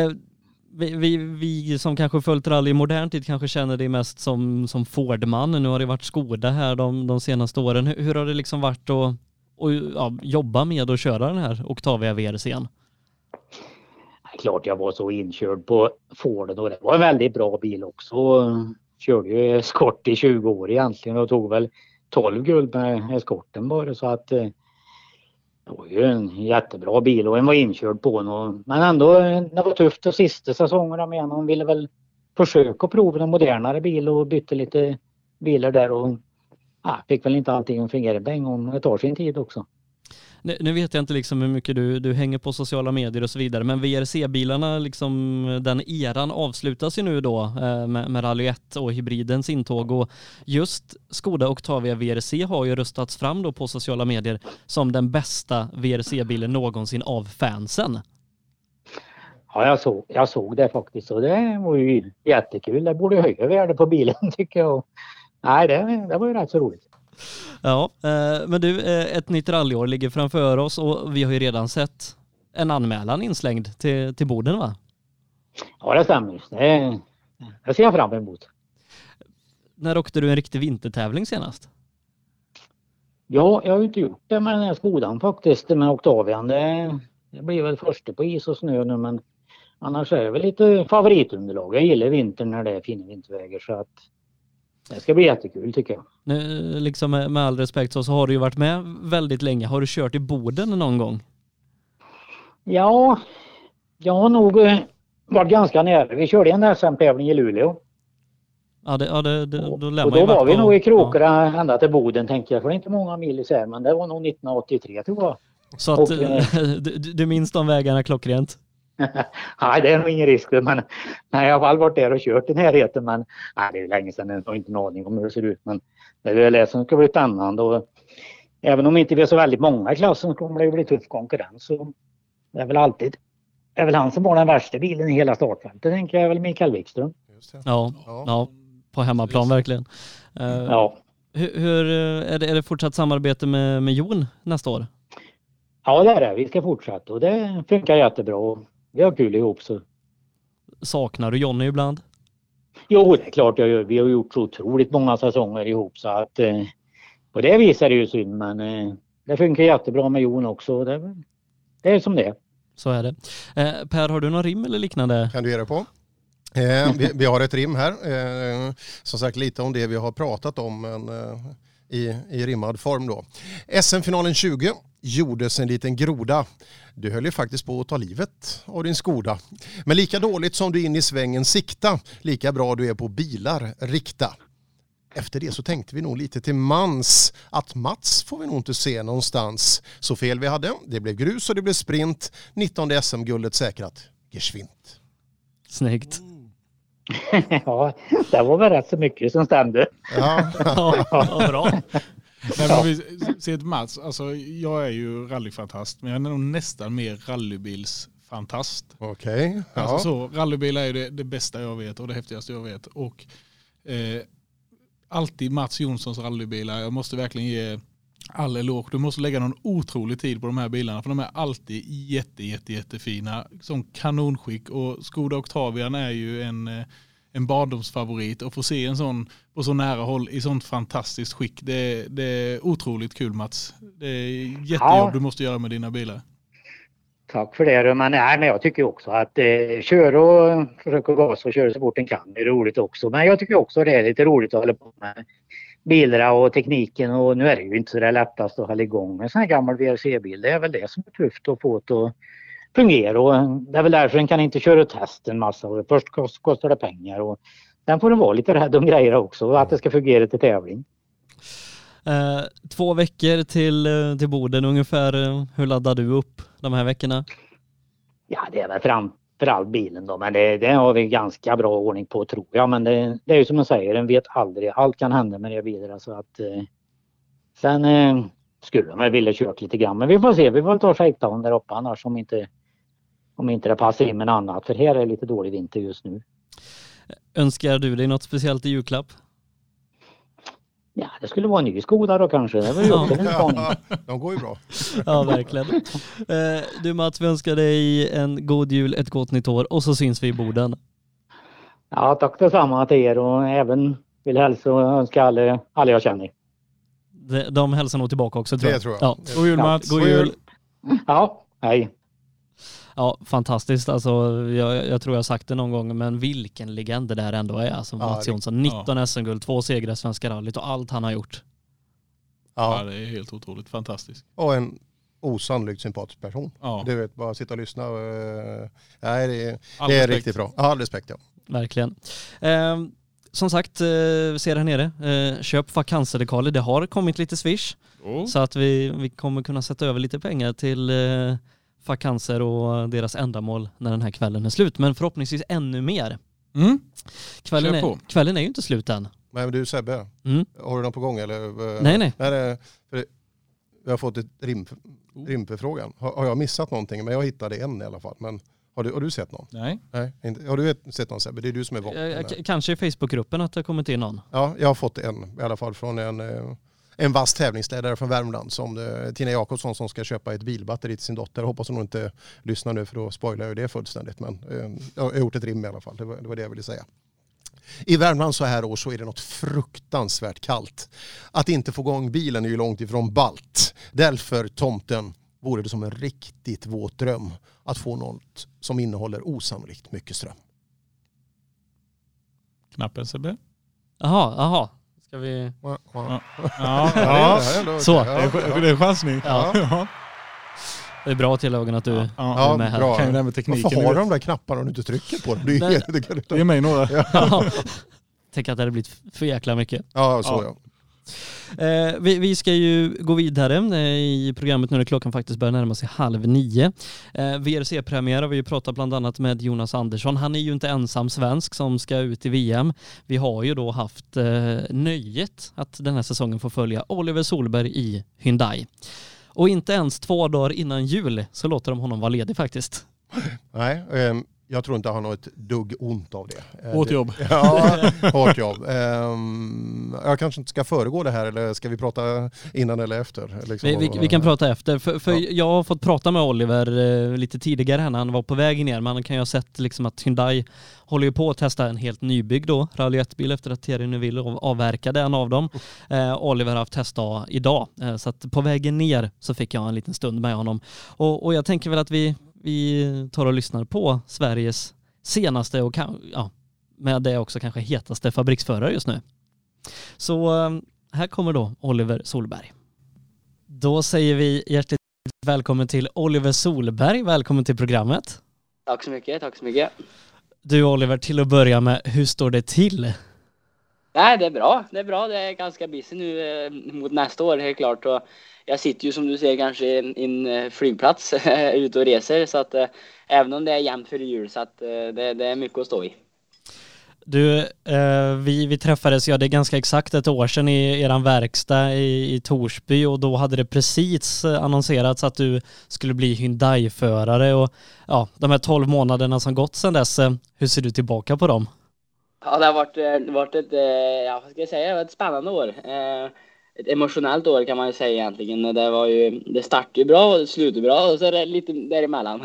Vi som kanske följt rally i modern tid kanske känner dig mest som Fordman. Nu har det varit Skoda här de senaste åren. Hur har det liksom varit att jobba med att köra den här Octavia VRC:n? Klart jag var så inkörd på Forden, och det var en väldigt bra bil också. Körde ju eskort i 20 år egentligen och tog väl 12 guld med eskorten bara, så att det var ju en jättebra bil och en var inkörd på den. Men ändå, det var tufft de sista säsongerna med. Man ville väl försöka prova en modernare bil och bytte lite bilar där, och fick väl inte allting att fungera på en gång. Det tar sin tid också. Nu vet jag inte liksom hur mycket du hänger på sociala medier och så vidare, men VRC-bilarna, liksom, den eran avslutas ju nu då med Rally 1 och hybridens intåg, och just Skoda Octavia VRC har ju röstats fram då på sociala medier som den bästa VRC-bilen någonsin av fansen. Ja, jag såg det faktiskt, och det var ju jättekul. Det borde höja värde på bilen tycker jag. Nej, det var ju rätt så roligt. Ja, men du, ett nytt rallyår ligger framför oss, och vi har ju redan sett en anmälan inslängd till Boden, va? Ja, det stämmer. Det ser jag fram emot. När åkte du en riktig vintertävling senast? Ja, jag har ju inte gjort det med den här Skodan faktiskt, med Octavian. Det blir väl första på is och snö nu, men annars är det väl lite favoritunderlag. Jag gillar vintern när det är fina vintervägar, så att det ska bli jättekul tycker jag. Nu, liksom med all respekt så har du ju varit med väldigt länge. Har du kört i Boden någon gång? Ja, jag har nog varit ganska nära. Vi körde en SM-tävling i Luleå. Ja, då lär och man då var vi nog i krokarna ända till Boden, tänker jag. För det är inte många mil isär, men det var nog 1983 tror jag. Så att du minns de vägarna klockrent? Nej, det är nog ingen risk. Men jag har i alla fall varit där och kört i närheten. Men nej, det är länge sedan. Jag har inte en aning om hur det ser ut. Men det är det som ska bli spännande. Och även om inte vi är så väldigt många i klassen så kommer det bli tuff konkurrens. Så det är väl han som har den värsta bilen i hela startfältet, tänker jag, väl Mikael Wikström. Ja, på hemmaplan verkligen. Ja. Hur är det fortsatt samarbete med Jon nästa år? Ja, det är det. Vi ska fortsätta och det funkar jättebra. Vi har kul ihop. Så. Saknar du Jonny ibland? Jo, det är klart jag gör. Vi har gjort så otroligt många säsonger ihop så att på det viset är det ju synd, men det funkar jättebra med Jon också. Det är som det är. Så är det. Per, har du någon rim eller liknande? Kan du ge det på? Vi har ett rim här. Som sagt lite om det vi har pratat om, men i rimmad form då. SM-finalen 20 gjordes en liten groda. Du höll ju faktiskt på att ta livet av din Skoda. Men lika dåligt som du in i svängen sikta, lika bra du är på bilar rikta. Efter det så tänkte vi nog lite till mans att Mats får vi nog inte se någonstans. Så fel vi hade, det blev grus och det blev sprint. 19 SM-guldet säkrat. Geschwint. Snyggt. Ja, det var väl rätt så mycket som stämde. Ja, bra. Nej, men vi ser ett Mats, alltså jag är ju rallyfantast, men jag är nog nästan mer rallybilsfantast. Okej. Ja. Alltså så, rallybilar är ju det bästa jag vet och det häftigaste jag vet. Och alltid Mats Jonssons rallybilar, jag måste verkligen ge all eloge. Du måste lägga någon otrolig tid på de här bilarna, för de är alltid jättefina, som kanonskick. Och Skoda Octavian är ju en barndomsfavorit, och få se en sån på så nära håll i sånt fantastiskt skick. Det är otroligt kul, Mats. Det är jättejobb du måste göra med dina bilar. Tack för det. Men jag tycker också att köra och försöka gasa och köra så fort en kan är roligt också. Men jag tycker också det är lite roligt att hålla på med bilarna och tekniken. Och nu är det ju inte så det lättast att hålla igång med en sån här gammal VRC-bil. Det är väl det som är tufft att få det att fungera. Och det är väl därför en kan inte köra test en massa. Och först kostar det pengar. Och sen får det vara lite rädd om grejer också. Att det ska fungera till tävling. 2 veckor till Boden ungefär. Hur laddar du upp de här veckorna? Ja, det är väl framförallt bilen då. Men det har vi ganska bra ordning på, tror jag. Men det är ju som man säger, en vet aldrig. Allt kan hända med de bilarna. Så att, sen skulle man vilja köra lite grann. Men vi får se. Vi får ta shakedown där uppe annars om inte det passar in med något annat. För här är det lite dålig vinter just nu. Önskar du dig något speciellt i julklapp? Ja, det skulle vara en ny Skoda då kanske. Det var ju också en spaning. De går ju bra. Ja, verkligen. Du Mats, vi önskar dig en god jul, ett gott nytt år, och så syns vi i Boden. Ja, tack detsamma till er, och även vill hälsa och önska alla jag känner. De hälsar nog tillbaka också, tror jag. Det tror jag. Ja. God jul, Mats. God jul. Ja, hej. Ja, fantastiskt. Alltså, jag tror jag har sagt det någon gång, men vilken legend det där ändå är. Alltså, Mats Jonsson, 19 SM-guld, 2 segrar i Svenska rallyt och allt han har gjort. Ja, det är helt otroligt fantastiskt. Och en osannolikt sympatisk person. Ja. Du vet, bara sitta och lyssna. Nej, det är riktigt bra. Ja, all respekt, ja. Verkligen. Som sagt, ser här nere. Köp vakansdekaler. Det har kommit lite swish. Så att vi kommer kunna sätta över lite pengar till vakanser och deras ändamål när den här kvällen är slut. Men förhoppningsvis ännu mer. Kvällen är ju inte slut än. Nej, men du Sebbe, har du någon på gång? Eller? Nej. För vi har fått ett rimförfrågan. Har jag missat någonting? Men jag hittade en i alla fall. Men har du sett någon? Nej. Inte. Har du sett någon, Sebbe? Det är du som är vaken. Kanske i Facebookgruppen att det har kommit in någon. Ja, jag har fått en i alla fall från en vass tävlingsledare från Värmland, Tina Jakobsson, som ska köpa ett bilbatteri till sin dotter. Jag hoppas hon inte lyssnar nu, för då spoilar jag det fullständigt. Men jag har gjort ett rim i alla fall. Det var det jag ville säga. I Värmland så här år så är det något fruktansvärt kallt. Att inte få igång bilen är ju långt ifrån balt. Därför, tomten, vore det som en riktigt våt dröm att få något som innehåller osannolikt mycket ström. Knappen, Sebbe. Jaha. Ska vi... Ja. Så. Det är chansning. Ja. Det är bra tillögen att du är med här. Bra. Kan ju det här med tekniken. Varför har de där knapparna om du inte trycker på dem? Ge mig några. Ja. Tänk att det hade blivit för jäkla mycket. Ja, så ja. Vi ska ju gå vidare i programmet nu när klockan faktiskt börjar närma sig 8:30. VRC-premiär har vi ju pratat bland annat med Jonas Andersson. Han är ju inte ensam svensk som ska ut i VM. Vi har ju då haft nöjet att den här säsongen får följa Oliver Solberg i Hyundai. Och inte ens 2 dagar innan jul så låter de honom vara ledig faktiskt. Nej, jag tror inte han har ett dugg ont av det. Hårt jobb. Ja, hårt jobb. Jag kanske inte ska föregå det här, eller ska vi prata innan eller efter? Liksom, vi kan prata efter. För jag har fått prata med Oliver lite tidigare när han var på väg ner. Man kan ju ha sett liksom att Hyundai håller ju på att testa en helt nybyggd då, Rally 1-bil efter att Thierry Neuville avverkade en av dem. Oliver har haft testdag idag. Så att på vägen ner så fick jag en liten stund med honom. Och jag tänker väl att vi tar och lyssnar på Sveriges senaste och med det också kanske hetaste fabriksförare just nu. Så här kommer då Oliver Solberg. Då säger vi hjärtligt välkommen till Oliver Solberg. Välkommen till programmet. Tack så mycket, tack så mycket. Du Oliver, till att börja med, hur står det till? Nej, det är bra. Det är ganska busy nu mot nästa år, helt klart. Och jag sitter ju som du ser kanske i en flygplats ute och reser. Så att även om det är jämnt för jul så att det är mycket att stå i. Du, vi träffades, det är ganska exakt ett år sedan i eran verkstad i Torsby, och då hade det precis annonserats att du skulle bli Hyundai-förare, och de här 12 månaderna som gått sedan dess, hur ser du tillbaka på dem? Ja, det har varit ett, vad ska jag säga, ett spännande år. Ett emotionellt år kan man ju säga egentligen. Det startade ju bra och det slutade bra, och så är det lite däremellan.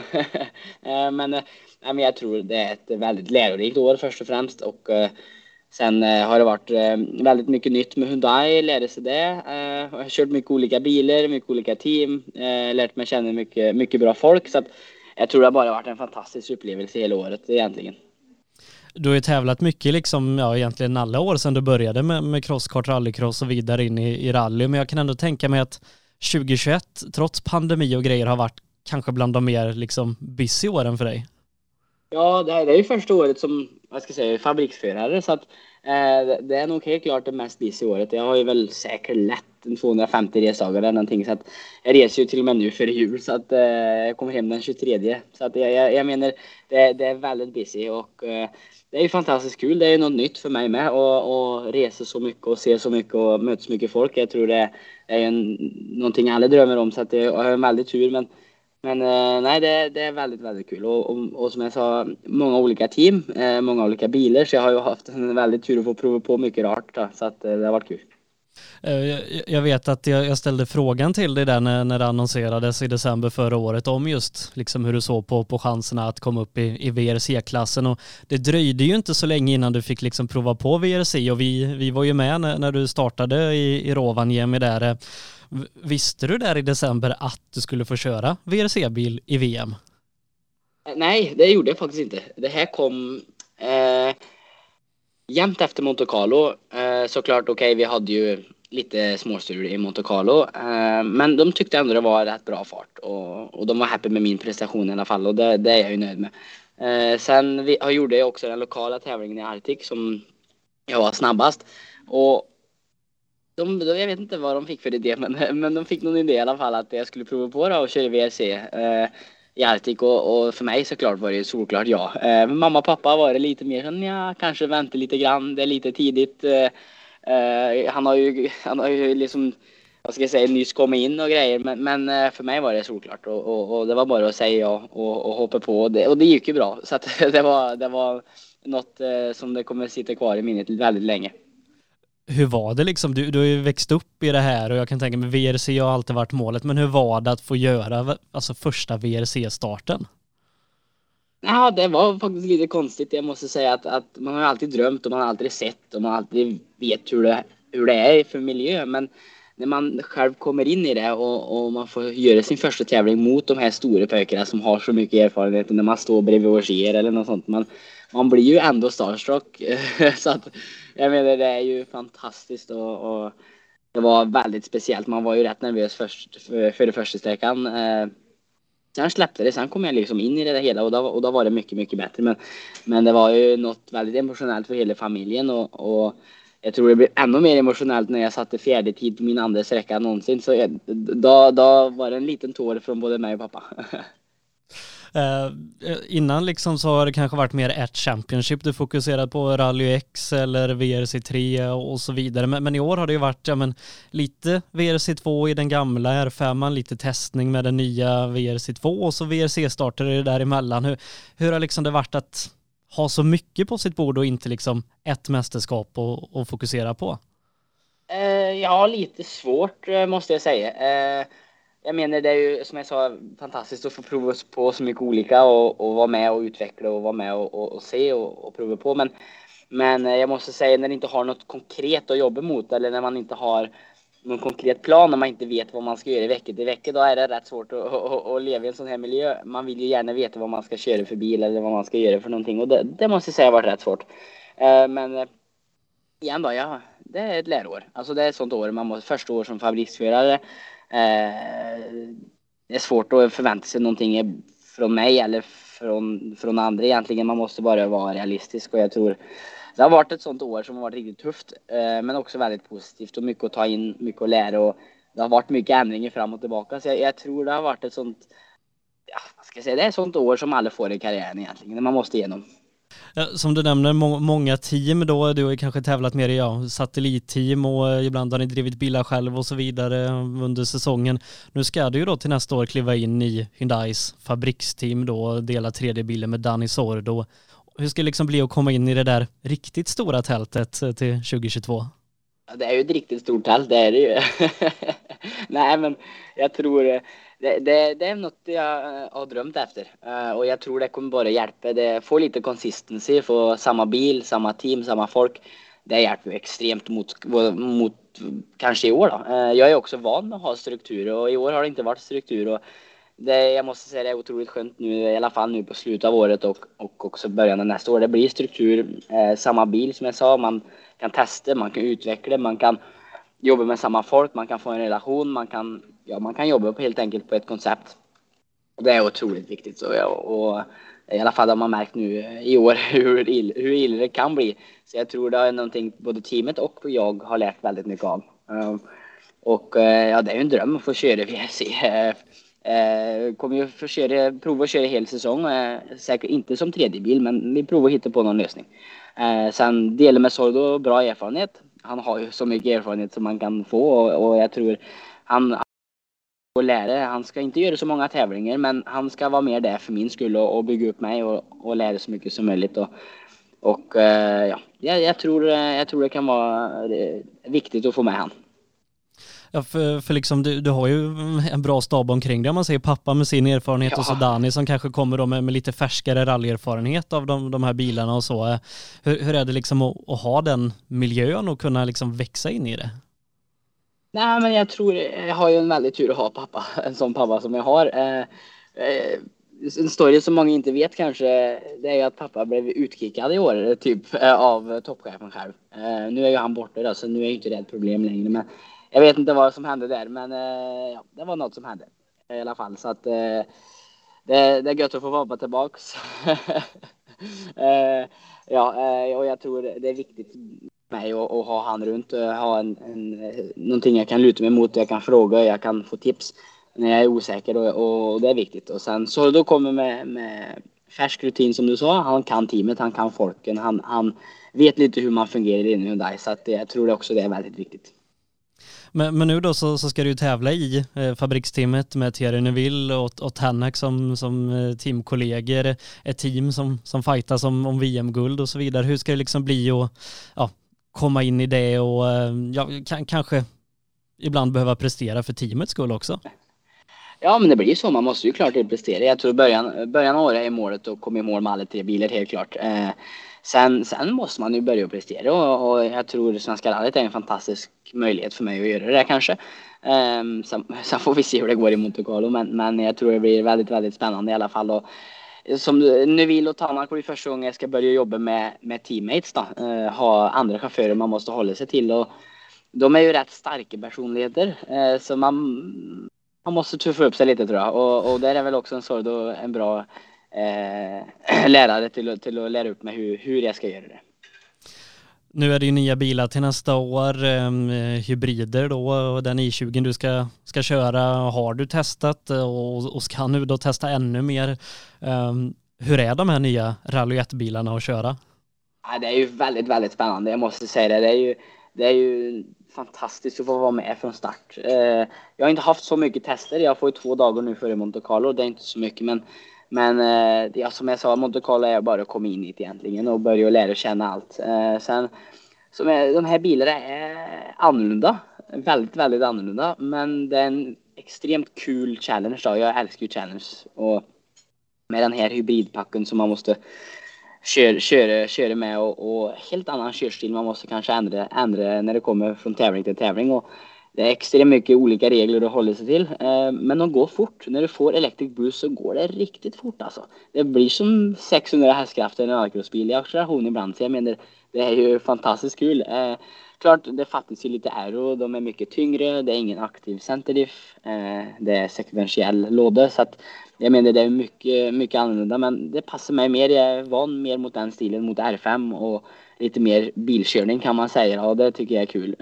Men jag tror det är ett väldigt lärorikt år först och främst, och sen har det varit väldigt mycket nytt med Hyundai, lärde sig det. Jag har kört mycket olika bilar, mycket olika team, lärt mig känna mycket bra folk, så att jag tror det har bara varit en fantastisk upplevelse hela året egentligen. Du har ju tävlat mycket egentligen alla år sedan du började med crosskart, rallycross och vidare in i rally, men jag kan ändå tänka mig att 2021 trots pandemi och grejer har varit kanske bland de mer busy åren för dig. Ja, det är ju första året som fabriksförare, så att det är nog helt klart det mest busy året. Jag har ju väl säkert lätt 250 resdagar eller någonting, så att jag reser ju till och med nu för jul, så att jag kommer hem den 23. Så att jag menar det är väldigt busy, och det är ju fantastiskt kul. Det är ju något nytt för mig med, och resa så mycket och se så mycket och möta så mycket folk. Jag tror det är någonting alla drömmer om, så att jag har en väldigt tur, men nej, det är väldigt, väldigt kul. Och som jag sa, många olika team, många olika bilar. Så jag har ju haft en väldigt tur att få prova på mycket rart. Då, så att det har varit kul. Jag vet att jag ställde frågan till dig där när det annonserades i december förra året om just hur du såg på chanserna att komma upp i VRC-klassen. Och det dröjde ju inte så länge innan du fick prova på VRC. Och vi var ju med när du startade i Rovaniemi där. Visste du där i december att du skulle få köra VRC-bil i VM? Nej, det gjorde jag faktiskt inte. Det här kom jämt efter Monte Carlo. Såklart, vi hade ju lite småstrul i Monte Carlo. Men de tyckte ändå det var rätt bra fart. Och de var happy med min prestation i alla fall. Och det är jag ju nöjd med. Sen gjorde jag också den lokala tävlingen i Arctic som jag var snabbast. Och jag vet inte vad de fick för idé, men de fick någon idé i alla fall att jag skulle prova på det och köra VRC i Arctic, och för mig såklart var det såklart ja. Men mamma och pappa var det lite mer sån, kanske vänta lite grann, det är lite tidigt. Han har ju nyss kommit in och grejer, men för mig var det såklart, och det var bara att säga ja och hoppa på, och det gick ju bra, så att det var något som det kommer sitta kvar i minnet väldigt länge. Hur var det du har ju växt upp i det här, och jag kan tänka mig VRC har alltid varit målet, men hur var det att få göra första VRC-starten? Ja, det var faktiskt lite konstigt. Jag måste säga att man har alltid drömt, och man har alltid sett, och man alltid vet hur det är för miljö, men när man själv kommer in i det och man får göra sin första tävling mot de här stora pojkarna som har så mycket erfarenhet, när man står bredvid och ser eller något sånt, man blir ju ändå starstruck. Så att jag menar, det är ju fantastiskt, och det var väldigt speciellt. Man var ju rätt nervös för första sträckan. Sen släppte det, sen kom jag liksom in i det hela och då var det mycket, mycket bättre. Men det var ju något väldigt emotionellt för hela familjen och jag tror det blev ännu mer emotionellt när jag satte fjärde tid på min andra sträcka någonsin. Så då var det en liten tår från både mig och pappa. Innan liksom så har det kanske varit mer ett Championship du fokuserat på, Rally X eller VRC3 och så vidare. Men i år har det ju varit lite VRC2 i den gamla R5, lite testning med den nya VRC2 och så VRC-starter däremellan. Hur har liksom det varit att ha så mycket på sitt bord och inte liksom ett mästerskap och fokusera på? Ja, lite svårt måste jag säga. Jag menar det är ju som jag sa fantastiskt att få prova på så mycket olika och vara med och utveckla och vara med och se och prova på. Men jag måste säga när det inte har något konkret att jobba mot eller när man inte har någon konkret plan, när man inte vet vad man ska göra vecka till vecka, då är det rätt svårt att leva i en sån här miljö. Man vill ju gärna veta vad man ska köra för bil eller vad man ska göra för någonting och det måste jag säga har varit rätt svårt. Men igen då, ja, det är ett läroår. Alltså det är ett sånt år, man måste första år som fabriksförare. Det är svårt att förvänta sig någonting från mig eller från andra egentligen. Man måste bara vara realistisk och jag tror det har varit ett sånt år som har varit riktigt tufft men också väldigt positivt och mycket att ta in, mycket att lära och det har varit mycket ändringar fram och tillbaka så jag tror det har varit ett sånt, ja, vad ska jag säga, det är ett sånt år som alla får i karriären egentligen, man måste igenom. Som du nämner, många team då, du har ju kanske tävlat mer i satellitteam och ibland har ni drivit bilar själv och så vidare under säsongen. Nu ska du ju då till nästa år kliva in i Hyundais fabriksteam då och dela 3D-bilen med Dani Sordo. Hur ska det liksom bli att komma in i det där riktigt stora tältet till 2022? Ja, det är ju ett riktigt stort tält, det är det ju. Nej, men jag tror det är något jag har drömt efter och jag tror det kommer bara hjälpa. Det får lite consistency, få samma bil, samma team, samma folk. Det hjälper ju extremt mot kanske i år då. Jag är också van med att ha struktur och i år har det inte varit struktur och jag måste säga det är otroligt skönt nu, i alla fall nu på slutet av året och också början av nästa år. Det blir struktur, samma bil som jag sa, man kan testa, man kan utveckla, man kan jobba med samma folk, man kan få en relation, man kan jobba på helt enkelt på ett koncept. Och det är otroligt viktigt och i alla fall har man märkt nu i år hur illa det kan bli. Så jag tror det är någonting både teamet och jag har lärt väldigt mycket av. Och ja, det är ju en dröm att få köra VRC. Kommer ju prova att köra hel säsong. Säkert inte som 3D-bil, men vi provar att hitta på någon lösning. Sen delar med Sordo bra erfarenhet. Han har ju så mycket erfarenhet som man kan få och jag tror han får lära. Han ska inte göra så många tävlingar, men han ska vara mer där för min skull och bygga upp mig och lära så mycket som möjligt. Och ja, jag tror det kan vara viktigt att få med han. Ja, för liksom du har ju en bra stab omkring det. Man säger pappa med sin erfarenhet och så Dani som kanske kommer då med lite färskare rallyerfarenhet av de här bilarna och så. Hur är det liksom att ha den miljön och kunna liksom växa in i det? Nej, men jag tror jag har ju en väldigt tur att ha pappa, en sån pappa som jag har. En story som många inte vet kanske, det är ju att pappa blev utkickad i år typ av toppchefen själv. Nu är ju han borta då, så nu är ju inte det ett problem längre, men jag vet inte vad som hände där, men ja, det var något som hände i alla fall. Så att det är gött att få pappa tillbaks. Och jag tror det är viktigt för mig att ha han runt. Ha någonting jag kan luta mig mot, jag kan fråga, jag kan få tips när jag är osäker och det är viktigt. Och sen så då kommer med färsk rutin som du sa. Han kan teamet, han kan folken, han vet lite hur man fungerar i Hyundai. Så att jag tror också det är väldigt viktigt. Men nu då så ska du ju tävla i fabriksteamet med Thierry Neuville och Tänak som teamkollegor, ett team som fightas om VM-guld och så vidare. Hur ska det liksom bli att komma in i det och kanske ibland behöva prestera för teamets skull också? Ja, men det blir så. Man måste ju klart prestera. Jag tror början av året är målet att komma i mål med alla 3 bilar, helt klart. Sen måste man ju börja prestera och jag tror Svenska rallyt är en fantastisk möjlighet för mig att göra det kanske. Sen får vi se hur det går i Monte Carlo, men jag tror det blir väldigt, väldigt spännande i alla fall. Och som Neuville och Tänak blir första gången jag ska börja jobba med teammates då. Ha andra chaufförer man måste hålla sig till och de är ju rätt starka personligheter, så man måste tuffa upp sig lite tror jag. Och där är väl också en Sordo en bra lärare till att lära upp mig hur jag ska göra det. Nu är det ju nya bilar till nästa år, hybrider då, och den i20 du ska köra har du testat och ska nu då testa ännu mer. Hur är de här nya Rally 1-bilarna att köra? Ja, det är ju väldigt, väldigt spännande, jag måste säga det. Det är ju fantastiskt att få vara med från start. Jag har inte haft så mycket tester, jag får ju 2 dagar nu före Monte Carlo, det är inte så mycket, men ja, som jag sa, Monte Carlo är bara att komma in hit egentligen och börja lära känna allt. Sen så de här bilarna är annorlunda, väldigt, väldigt annorlunda, men det är en extremt kul challenge då. Jag älskar ju challenge, och med den här hybridpacken som man måste köra med och helt annan körstil man måste kanske ändra när det kommer från tävling till tävling, och det är extremt mycket olika regler att hålla sig till, men de går fort. När du får electric boost så går det riktigt fort alltså. Det blir som 600 hästkrafter i en allcrossbil i acceleration ibland, så jag menar det är ju fantastiskt kul. Klart det fattas ju lite aero, de är mycket tyngre, det är ingen aktiv centerdiff, det är sekventiell låda, så att jag menar det är mycket, mycket annorlunda, men det passar mig mer. Jag är van mer mot den stilen, mot R5 och lite mer bilkörning kan man säga, och det tycker jag är kul.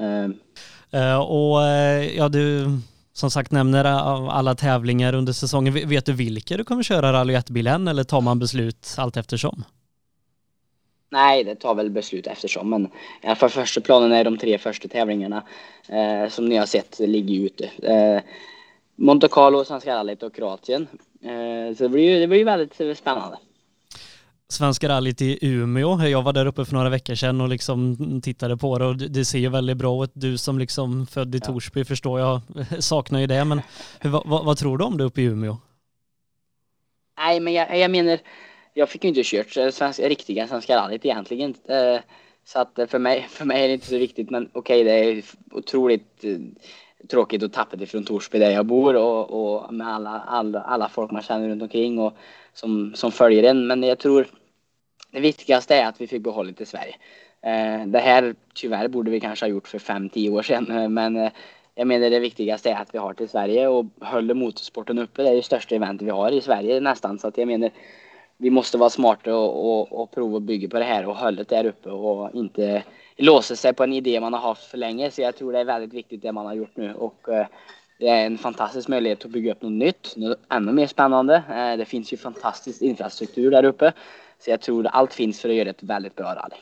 Ja, du som sagt nämner alla tävlingar under säsongen. Vet du vilka du kommer köra Rally 1-bilen, eller tar man beslut allt eftersom? Nej, det tar väl beslut eftersom, men för första planen är de 3 första tävlingarna som ni har sett ligger ute. Monte Carlo, Svenska rallyt och Kroatien. Så det blir ju väldigt spännande. Svenska rallyt i Umeå. Jag var där uppe för några veckor sedan och liksom tittade på det, och det ser ju väldigt bra ut. Du som liksom född i Torsby förstår jag saknar ju det, men vad tror du om det uppe i Umeå? Nej, men jag menar, jag fick ju inte kört riktiga Svenska rallyt egentligen. Så att för mig är det inte så viktigt, men okej, det är otroligt tråkigt att tappa det från Torsby där jag bor och med alla folk man känner runt omkring och som följer en. Men jag tror det viktigaste är att vi fick behålla det i Sverige. Det här tyvärr borde vi kanske ha gjort för 5-10 år sedan, men jag menar det viktigaste är att vi har till Sverige och håller motorsporten uppe. Det är det största eventet vi har i Sverige nästan, så att jag menar vi måste vara smarta och prova att bygga på det här och hålla det där uppe och inte låsa sig på en idé man har haft för länge. Så jag tror det är väldigt viktigt det man har gjort nu, och det är en fantastisk möjlighet att bygga upp något nytt, något ännu mer spännande. Det finns ju fantastisk infrastruktur där uppe, så jag tror allt finns för att göra ett väldigt bra rally.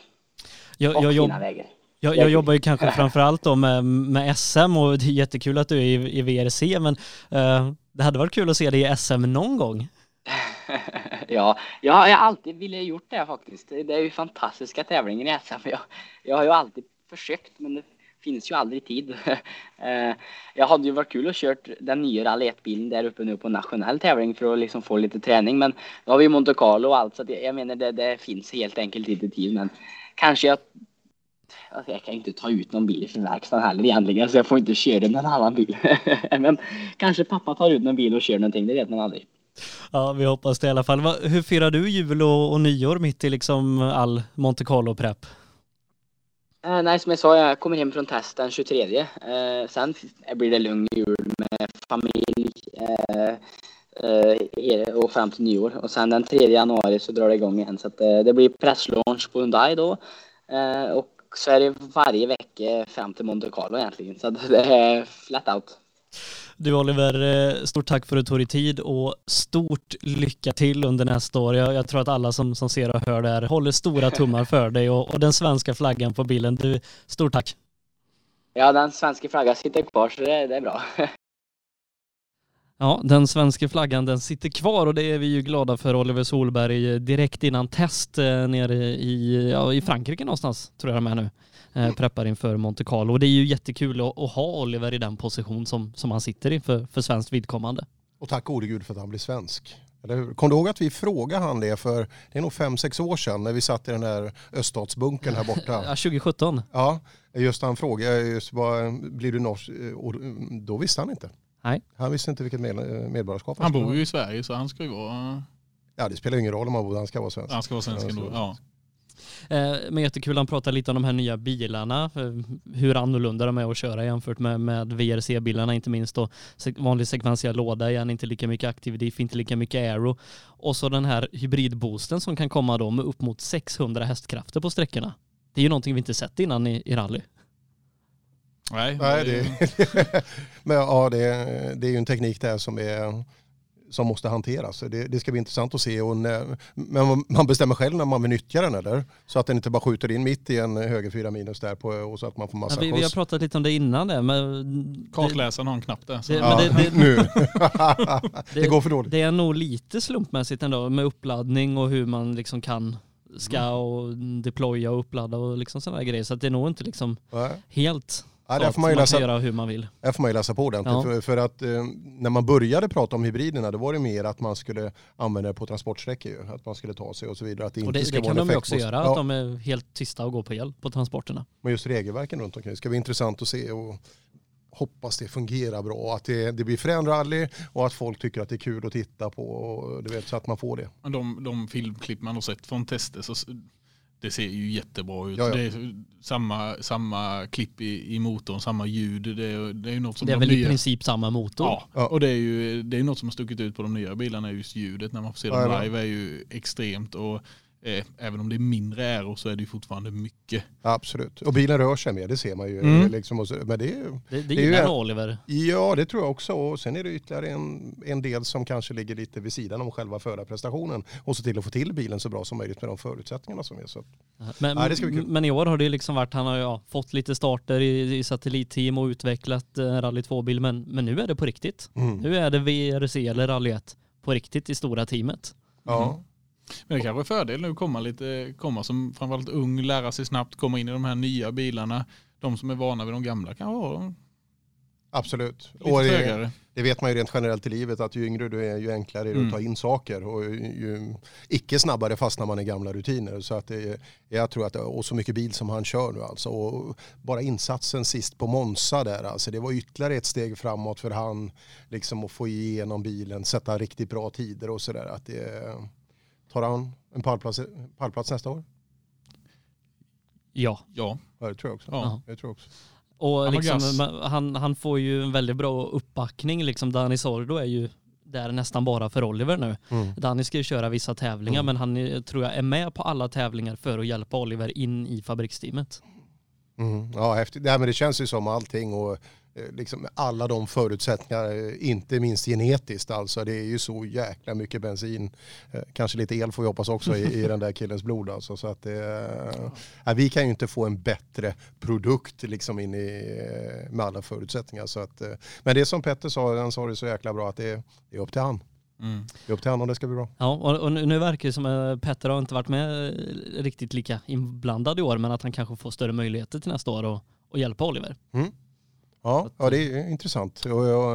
Jag jobbar ju kanske framförallt då med SM, och det är jättekul att du är i VRC, men det hade varit kul att se dig i SM någon gång. Ja, jag har alltid velat gjort det faktiskt. Det är ju fantastiska tävlingar i SM. Jag har ju alltid försökt, men det finns ju aldrig tid. Jag hade ju varit kul att kört den nya Rally 1-bilen där uppe nu på nationell tävling för att liksom få lite träning, men då har vi Monte Carlo och allt, så att jag menar det finns helt enkelt inte tid, men kanske jag kan inte ta ut någon bil från verkstaden heller egentligen, så jag får inte köra med en annan bil. Men kanske pappa tar ut någon bil och kör någonting, det vet man aldrig. Ja, vi hoppas det i alla fall. Hur firar du jul och nyår mitt i liksom all Monte Carlo-prepp? Nej, som jag sa, jag kommer hem från test den 23. Sen blir det lugn jul med familj och fram till nyår. Och sen den 3 januari så drar det igång igen. Så att, det blir presslaunch på Hyundai då. Och så är det varje vecka fram till Monte Carlo egentligen. Så att det är flat out. Du Oliver, stort tack för att du tog dig tid och stort lycka till under nästa år. Jag tror att alla som ser och hör det här håller stora tummar för dig och den svenska flaggan på bilen. Stort tack! Ja, den svenska flaggan sitter kvar, så det är bra. Ja, den svenska flaggan den sitter kvar, och det är vi ju glada för. Oliver Solberg direkt innan test nere i Frankrike någonstans, tror jag de är nu. Preppar inför Monte Carlo. Och det är ju jättekul att ha Oliver i den position som han sitter i för svenskt vidkommande. Och tack gode Gud för att han blir svensk. Kom du ihåg att vi frågade han det för, det är nog 5-6 år sedan när vi satt i den där öststatsbunkern här borta. Ja, 2017. Ja, just han frågade just blir du norsk, och då visste han inte. Nej. Han visste inte vilket medborgarskap han bor ju i Sverige, så han ska ju vara... Ja, det spelar ingen roll om han bor, han ska vara svensk. Han ska vara svensk ändå, ja. Men jättekul, han pratar lite om de här nya bilarna, hur annorlunda de är att köra jämfört med VRC-bilarna, inte minst då vanlig sekventiell låda igen, inte lika mycket aktiv diff, inte lika mycket aero, och så den här hybridboosten som kan komma då med upp mot 600 hästkrafter på sträckorna. Det är ju någonting vi inte sett innan i rally. Nej, men ja, det är ju en teknik där som måste hanteras. Det ska bli intressant att se. Men man bestämmer själv när man vill nyttja den, eller? Så att den inte bara skjuter in mitt i en höger 4 minus där och så att man får massa skjuts. Vi har pratat lite om det innan. Kartläsaren har en knapp där. Nu. Det går för dåligt. Det är nog lite slumpmässigt ändå med uppladdning och hur man liksom ska och deploya och uppladda och liksom sådana grejer. Så att det är nog inte liksom helt... Ja, där får man ju läsa, göra hur man vill. Där får man ju läsa på ordentligt. Ja. För att när man började prata om hybriderna, då var det mer att man skulle använda det på transportsträckor. Att man skulle ta sig och så vidare. Att det kan de ju också göra, att de är helt tysta och går på el på transporterna. Men just regelverken runt omkring ska bli intressant att se och hoppas det fungerar bra. Att det blir rally och att folk tycker att det är kul att titta på. Och, du vet, så att man får det. De filmklipp man har sett från tester så... Det ser ju jättebra ut. Ja. Det är samma klipp i motorn, samma ljud. Det är ju något som det är väl i princip samma motor. Ja. Och det är något som har stuckit ut på de nya bilarna. Just ljudet när man får se dem live är ju extremt. Och även om det är mindre aero så är det ju fortfarande mycket. Absolut. Och bilen rör sig mer, det ser man ju. Liksom, men det är ju Oliver. Ja, det tror jag också. Och sen är det ytterligare en del som kanske ligger lite vid sidan om själva förarprestationen. Och så till att få till bilen så bra som möjligt med de förutsättningarna som är. Så. Det ska bli kul. Men i år har det liksom varit, han har fått lite starter i satellitteam och utvecklat Rally 2-bil. Men nu är det på riktigt. Nu är det VRC eller Rally 1 på riktigt i stora teamet. Ja. Men det kanske är fördel nu komma som framförallt ung, lära sig snabbt, komma in i de här nya bilarna. De som är vana vid de gamla kan vara absolut. Lite och det vet man ju rent generellt i livet att ju yngre du är ju enklare är det att ta in saker och ju icke snabbare fastnar man i gamla rutiner. Så att jag tror att och så mycket bil som han kör nu alltså. Och bara insatsen sist på Monza där alltså, det var ytterligare ett steg framåt för han liksom att få igenom bilen, sätta riktigt bra tider och sådär. Att tar han en pallplats nästa år? Ja. Det tror jag också. Ja. Jag tror också. Och liksom, han får ju en väldigt bra uppbackning. Liksom Dani Sordo är ju där nästan bara för Oliver nu. Dani ska ju köra vissa tävlingar men han tror jag är med på alla tävlingar för att hjälpa Oliver in i fabriksteamet. Ja, häftigt. Men det känns ju som allting och liksom alla de förutsättningar, inte minst genetiskt alltså. Det är ju så jäkla mycket bensin. Kanske lite el får vi hoppas också i den där killens blod alltså. Så att vi kan ju inte få en bättre produkt liksom in med alla förutsättningar. Så att, men det som Petter sa, han sa det så jäkla bra att det är upp till han. Det är upp till han om det ska bli bra. Ja, och nu verkar det som att Petter har inte varit med riktigt llika inblandad i år, men att han kanske får större möjligheter till nästa år och hjälpa Oliver. Ja, det är intressant.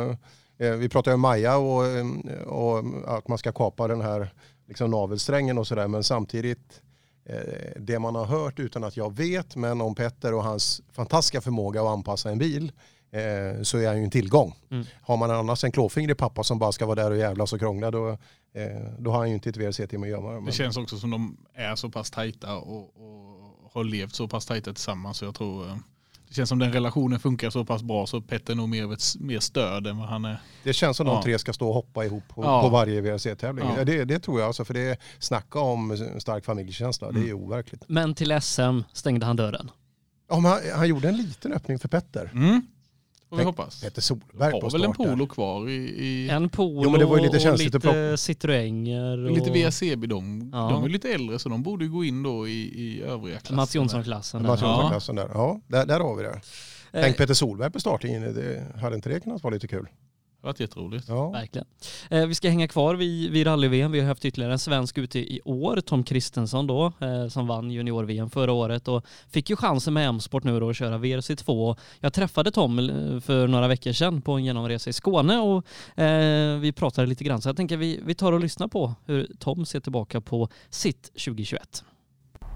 Vi pratar om Maja och att man ska kapa den här liksom navelsträngen och sådär. Men samtidigt, det man har hört utan att jag vet, men om Petter och hans fantastiska förmåga att anpassa en bil så är han ju en tillgång. Har man annars en klåfingrig pappa som bara ska vara där och jävlas och krångla då har han ju inte ett VRC-team att göra. Det känns också som de är så pass tajta och har levt så pass tajta tillsammans så jag tror... Det känns som den relationen funkar så pass bra så Petter är nog mer stöd än vad han är. Det känns som de tre ska stå och hoppa ihop på varje VRC-tävling. Ja. Det tror jag alltså, för det snacka om stark familjekänsla, det är overkligt. Men till SM stängde han dörren. Ja, men han gjorde en liten öppning för Petter. Och vi hoppas. Petter Solberg på start. Har väl en Polo kvar i... En Polo men det var ju lite och lite Citroënger. Lite VRC-bil. De är ju lite äldre så de borde ju gå in då i övriga klasser. Mats Jonsson-klassen. Mats Jonsson-klassen där. Ja, där har vi det. Tänk Petter Solberg på startlinjen. Hade inte det kunnat vara lite kul? Det har varit jätteroligt. Ja. Verkligen. Vi ska hänga kvar vid rally-VM. Vi har haft ytterligare en svensk ute i år, Tom Kristensson då, som vann junior-VM förra året och fick ju chansen med M-sport nu då att köra VRC2. Jag träffade Tom för några veckor sedan på en genomresa i Skåne och vi pratade lite grann. Så jag tänker vi tar och lyssnar på hur Tom ser tillbaka på sitt 2021.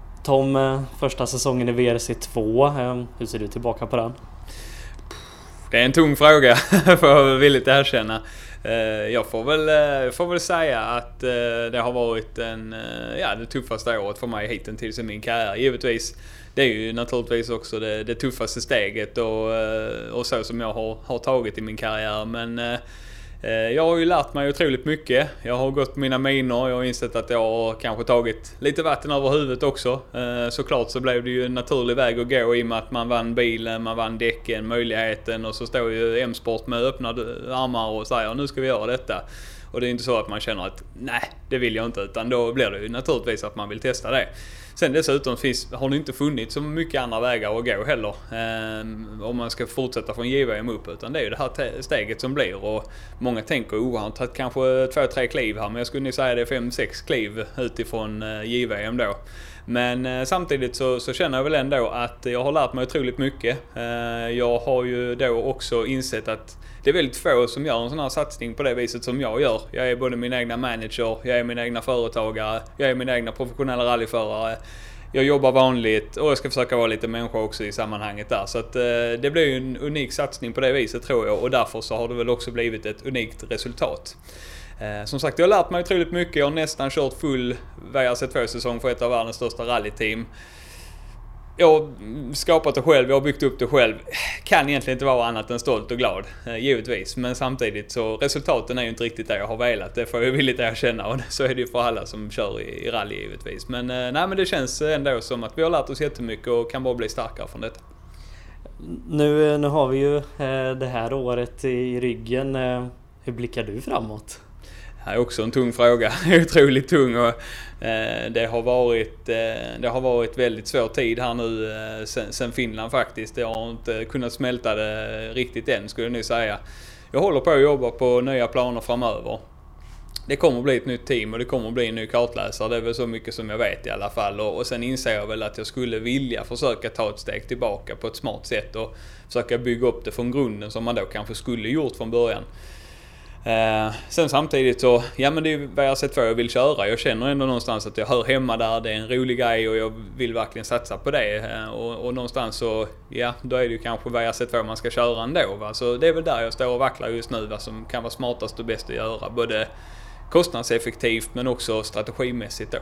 Tom, första säsongen i VRC2, hur ser du tillbaka på den? Det är en tung fråga, får jag villigt erkänna. Jag får väl säga att det har varit det tuffaste året för mig hittills i min karriär. Givetvis, det är ju naturligtvis också det tuffaste steget och så som jag har tagit i min karriär. Men jag har ju lärt mig otroligt mycket. Jag har gått mina minor. Jag har insett att jag har kanske tagit lite vatten över huvudet också. Såklart så blev det ju en naturlig väg att gå i och med att man vann bilen, man vann däcken, möjligheten. Och så står ju M-sport med öppnade armar och säger nu ska vi göra detta. Och det är inte så att man känner att nej, det vill jag inte. Utan då blir det ju naturligtvis att man vill testa det. Sen dessutom har det inte funnits så mycket andra vägar att gå heller. Om man ska fortsätta från JVM upp. Utan det är ju det här steget som blir. Och många tänker han har tagit kanske 2-3 kliv här. Men jag skulle nog säga det är 5-6 kliv utifrån JVM då. Men samtidigt så känner jag väl ändå att jag har lärt mig otroligt mycket. Jag har ju då också insett att det är väldigt få som gör en sån här satsning på det viset som jag gör. Jag är både min egna manager, jag är min egna företagare, jag är min egna professionella rallyförare. Jag jobbar vanligt och jag ska försöka vara lite människa också i sammanhanget där. Så att det blir ju en unik satsning på det viset tror jag. Och därför så har det väl också blivit ett unikt resultat. Som sagt, jag har lärt mig otroligt mycket. Jag har nästan kört full VRC2-säsong för ett av världens största rallyteam. Jag har skapat det själv, jag har byggt upp det själv. Kan egentligen inte vara annat än stolt och glad, givetvis. Men samtidigt så resultaten är ju inte riktigt det jag har velat. Det får jag villigt erkänna och så är det ju för alla som kör i rally givetvis. Men men det känns ändå som att vi har lärt oss jättemycket och kan bara bli starkare från detta. Nu har vi ju det här året i ryggen. Hur blickar du framåt? Det är också en tung fråga, otroligt tung och det har varit väldigt svår tid här nu sen Finland faktiskt. Jag har inte kunnat smälta det riktigt än skulle jag nu säga. Jag håller på att jobba på nya planer framöver. Det kommer att bli ett nytt team och det kommer att bli en ny kartläsare. Det är väl så mycket som jag vet i alla fall. Och sen inser jag väl att jag skulle vilja försöka ta ett steg tillbaka på ett smart sätt och försöka bygga upp det från grunden som man då kanske skulle gjort från början. Sen samtidigt så, men det är vad jag har sett för jag vill köra. Jag känner ändå någonstans att jag hör hemma där. Det är en rolig grej och jag vill verkligen satsa på det. Och någonstans så, då är det ju kanske vad jag har sett för man ska köra ändå. Va? Så det är väl där jag står och vacklar just nu. Vad som kan vara smartast och bäst att göra. Både kostnadseffektivt men också strategimässigt då.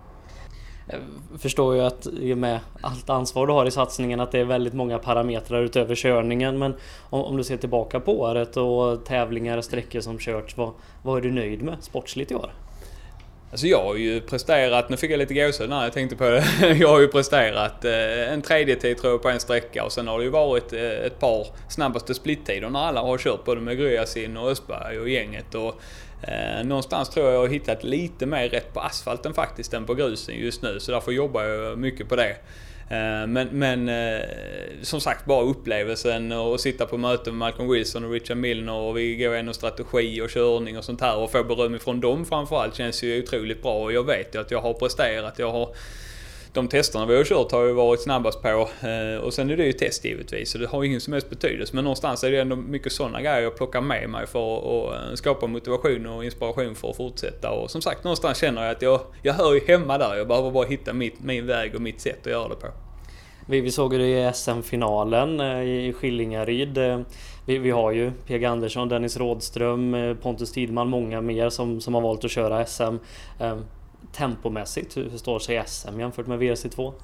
Jag förstår ju att med allt ansvar du har i satsningen att det är väldigt många parametrar utöver körningen, men om du ser tillbaka på året och tävlingar och sträckor som körts, vad är du nöjd med sportsligt i år? Alltså jag har ju presterat, nu fick jag lite gåshud när jag tänkte på det, jag har ju presterat en tredje tid tror jag på en sträcka och sen har det ju varit ett par snabbaste splittider när alla har kört både med Gryasin och Östberg och gänget och någonstans tror jag har hittat lite mer rätt på asfalten faktiskt än på grusen just nu så därför jobbar jag mycket på det. Men som sagt bara upplevelsen och sitta på möten med Malcolm Wilson och Richard Milner och vi går igenom strategi och körning och sånt här och få beröm ifrån dem framförallt känns ju otroligt bra och jag vet ju att jag har presterat, de testerna vi har kört har ju varit snabbast på och sen är det ju test givetvis så det har ingen som helst betydelse men någonstans är det ändå mycket sådana grejer jag plockar med mig för att skapa motivation och inspiration för att fortsätta och som sagt någonstans känner jag att jag hör ju hemma där, jag behöver bara hitta min väg och mitt sätt att göra det på. Vi såg det i SM-finalen i Skillingaryd. Vi har ju PG Andersson, Dennis Rådström, Pontus Tidman, många mer som har valt att köra SM. Tempomässigt, hur står sig SM jämfört med VRC2?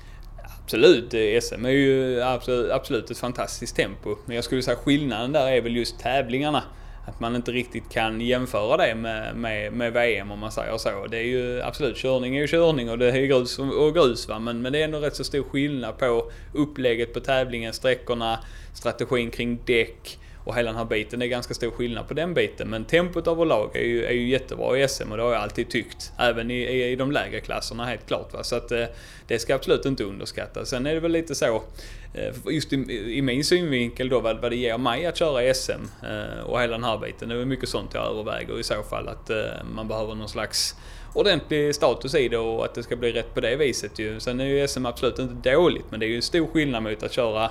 Absolut, SM är ju absolut ett fantastiskt tempo. Men jag skulle säga skillnaden där är väl just tävlingarna. Att man inte riktigt kan jämföra det med VM om man säger så. Det är ju absolut, körning är ju körning och det är grus och grus va. Men det är ändå rätt så stor skillnad på upplägget på tävlingen, sträckorna, strategin kring däck och hela den här biten. Det är ganska stor skillnad på den biten. Men tempot överlag är ju jättebra i SM och det har jag alltid tyckt. Även i de lägre klasserna helt klart. Va? Så att det ska absolut inte underskattas. Sen är det väl lite så, just i min synvinkel då, vad det ger mig att köra i SM och hela den här biten. Det är mycket sånt jag överväger i så fall. Att man behöver någon slags ordentlig status i det och att det ska bli rätt på det viset ju. Sen är ju SM absolut inte dåligt men det är ju en stor skillnad mot att köra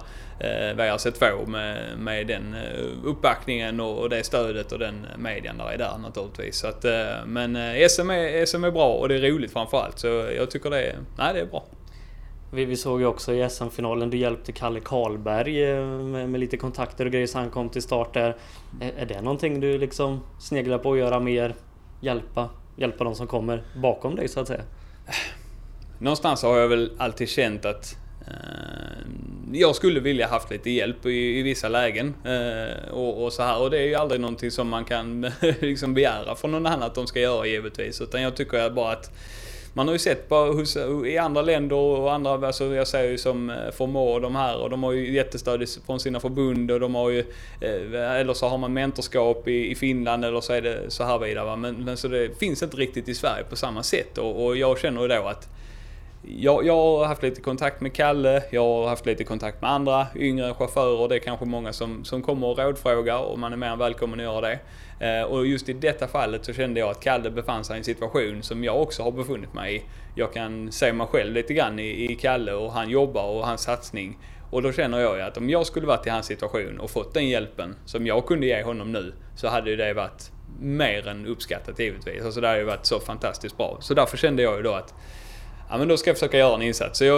VRC2 med den uppbackningen och det stödet och den medien där är där naturligtvis. Så att, men SM är bra och det är roligt framförallt så jag tycker det är bra. Vi såg ju också i SM-finalen, du hjälpte Kalle Karlberg med lite kontakter och grejer så han kom till start där. Är det någonting du liksom sneglar på att göra mer? Hjälpa de som kommer bakom dig så att säga? Någonstans har jag väl alltid känt att jag skulle vilja haft lite hjälp i vissa lägen och så här. Och det är ju aldrig någonting som man kan liksom begära från någon annan att de ska göra givetvis. Utan jag tycker bara att man har ju sett i andra länder och andra, alltså jag säger ju som Formå de här, och de har ju jättestöd från sina förbund och de har ju, eller så har man mentorskap i Finland eller så är det så här vidare. Va? Men så det finns inte riktigt i Sverige på samma sätt och jag känner då att jag har haft lite kontakt med Kalle, jag har haft lite kontakt med andra yngre chaufförer, det är kanske många som kommer och rådfrågar och man är mer än välkommen att göra det. Och just i detta fallet så kände jag att Kalle befann sig i en situation som jag också har befunnit mig i. Jag kan se mig själv lite grann i Kalle och han jobbar och hans satsning. Och då känner jag att om jag skulle varit i hans situation och fått den hjälpen som jag kunde ge honom nu, så hade ju det varit mer än uppskattat givetvis. Alltså det hade ju varit så fantastiskt bra. Så därför kände jag ju då att ja, men då ska jag försöka göra en insats. Så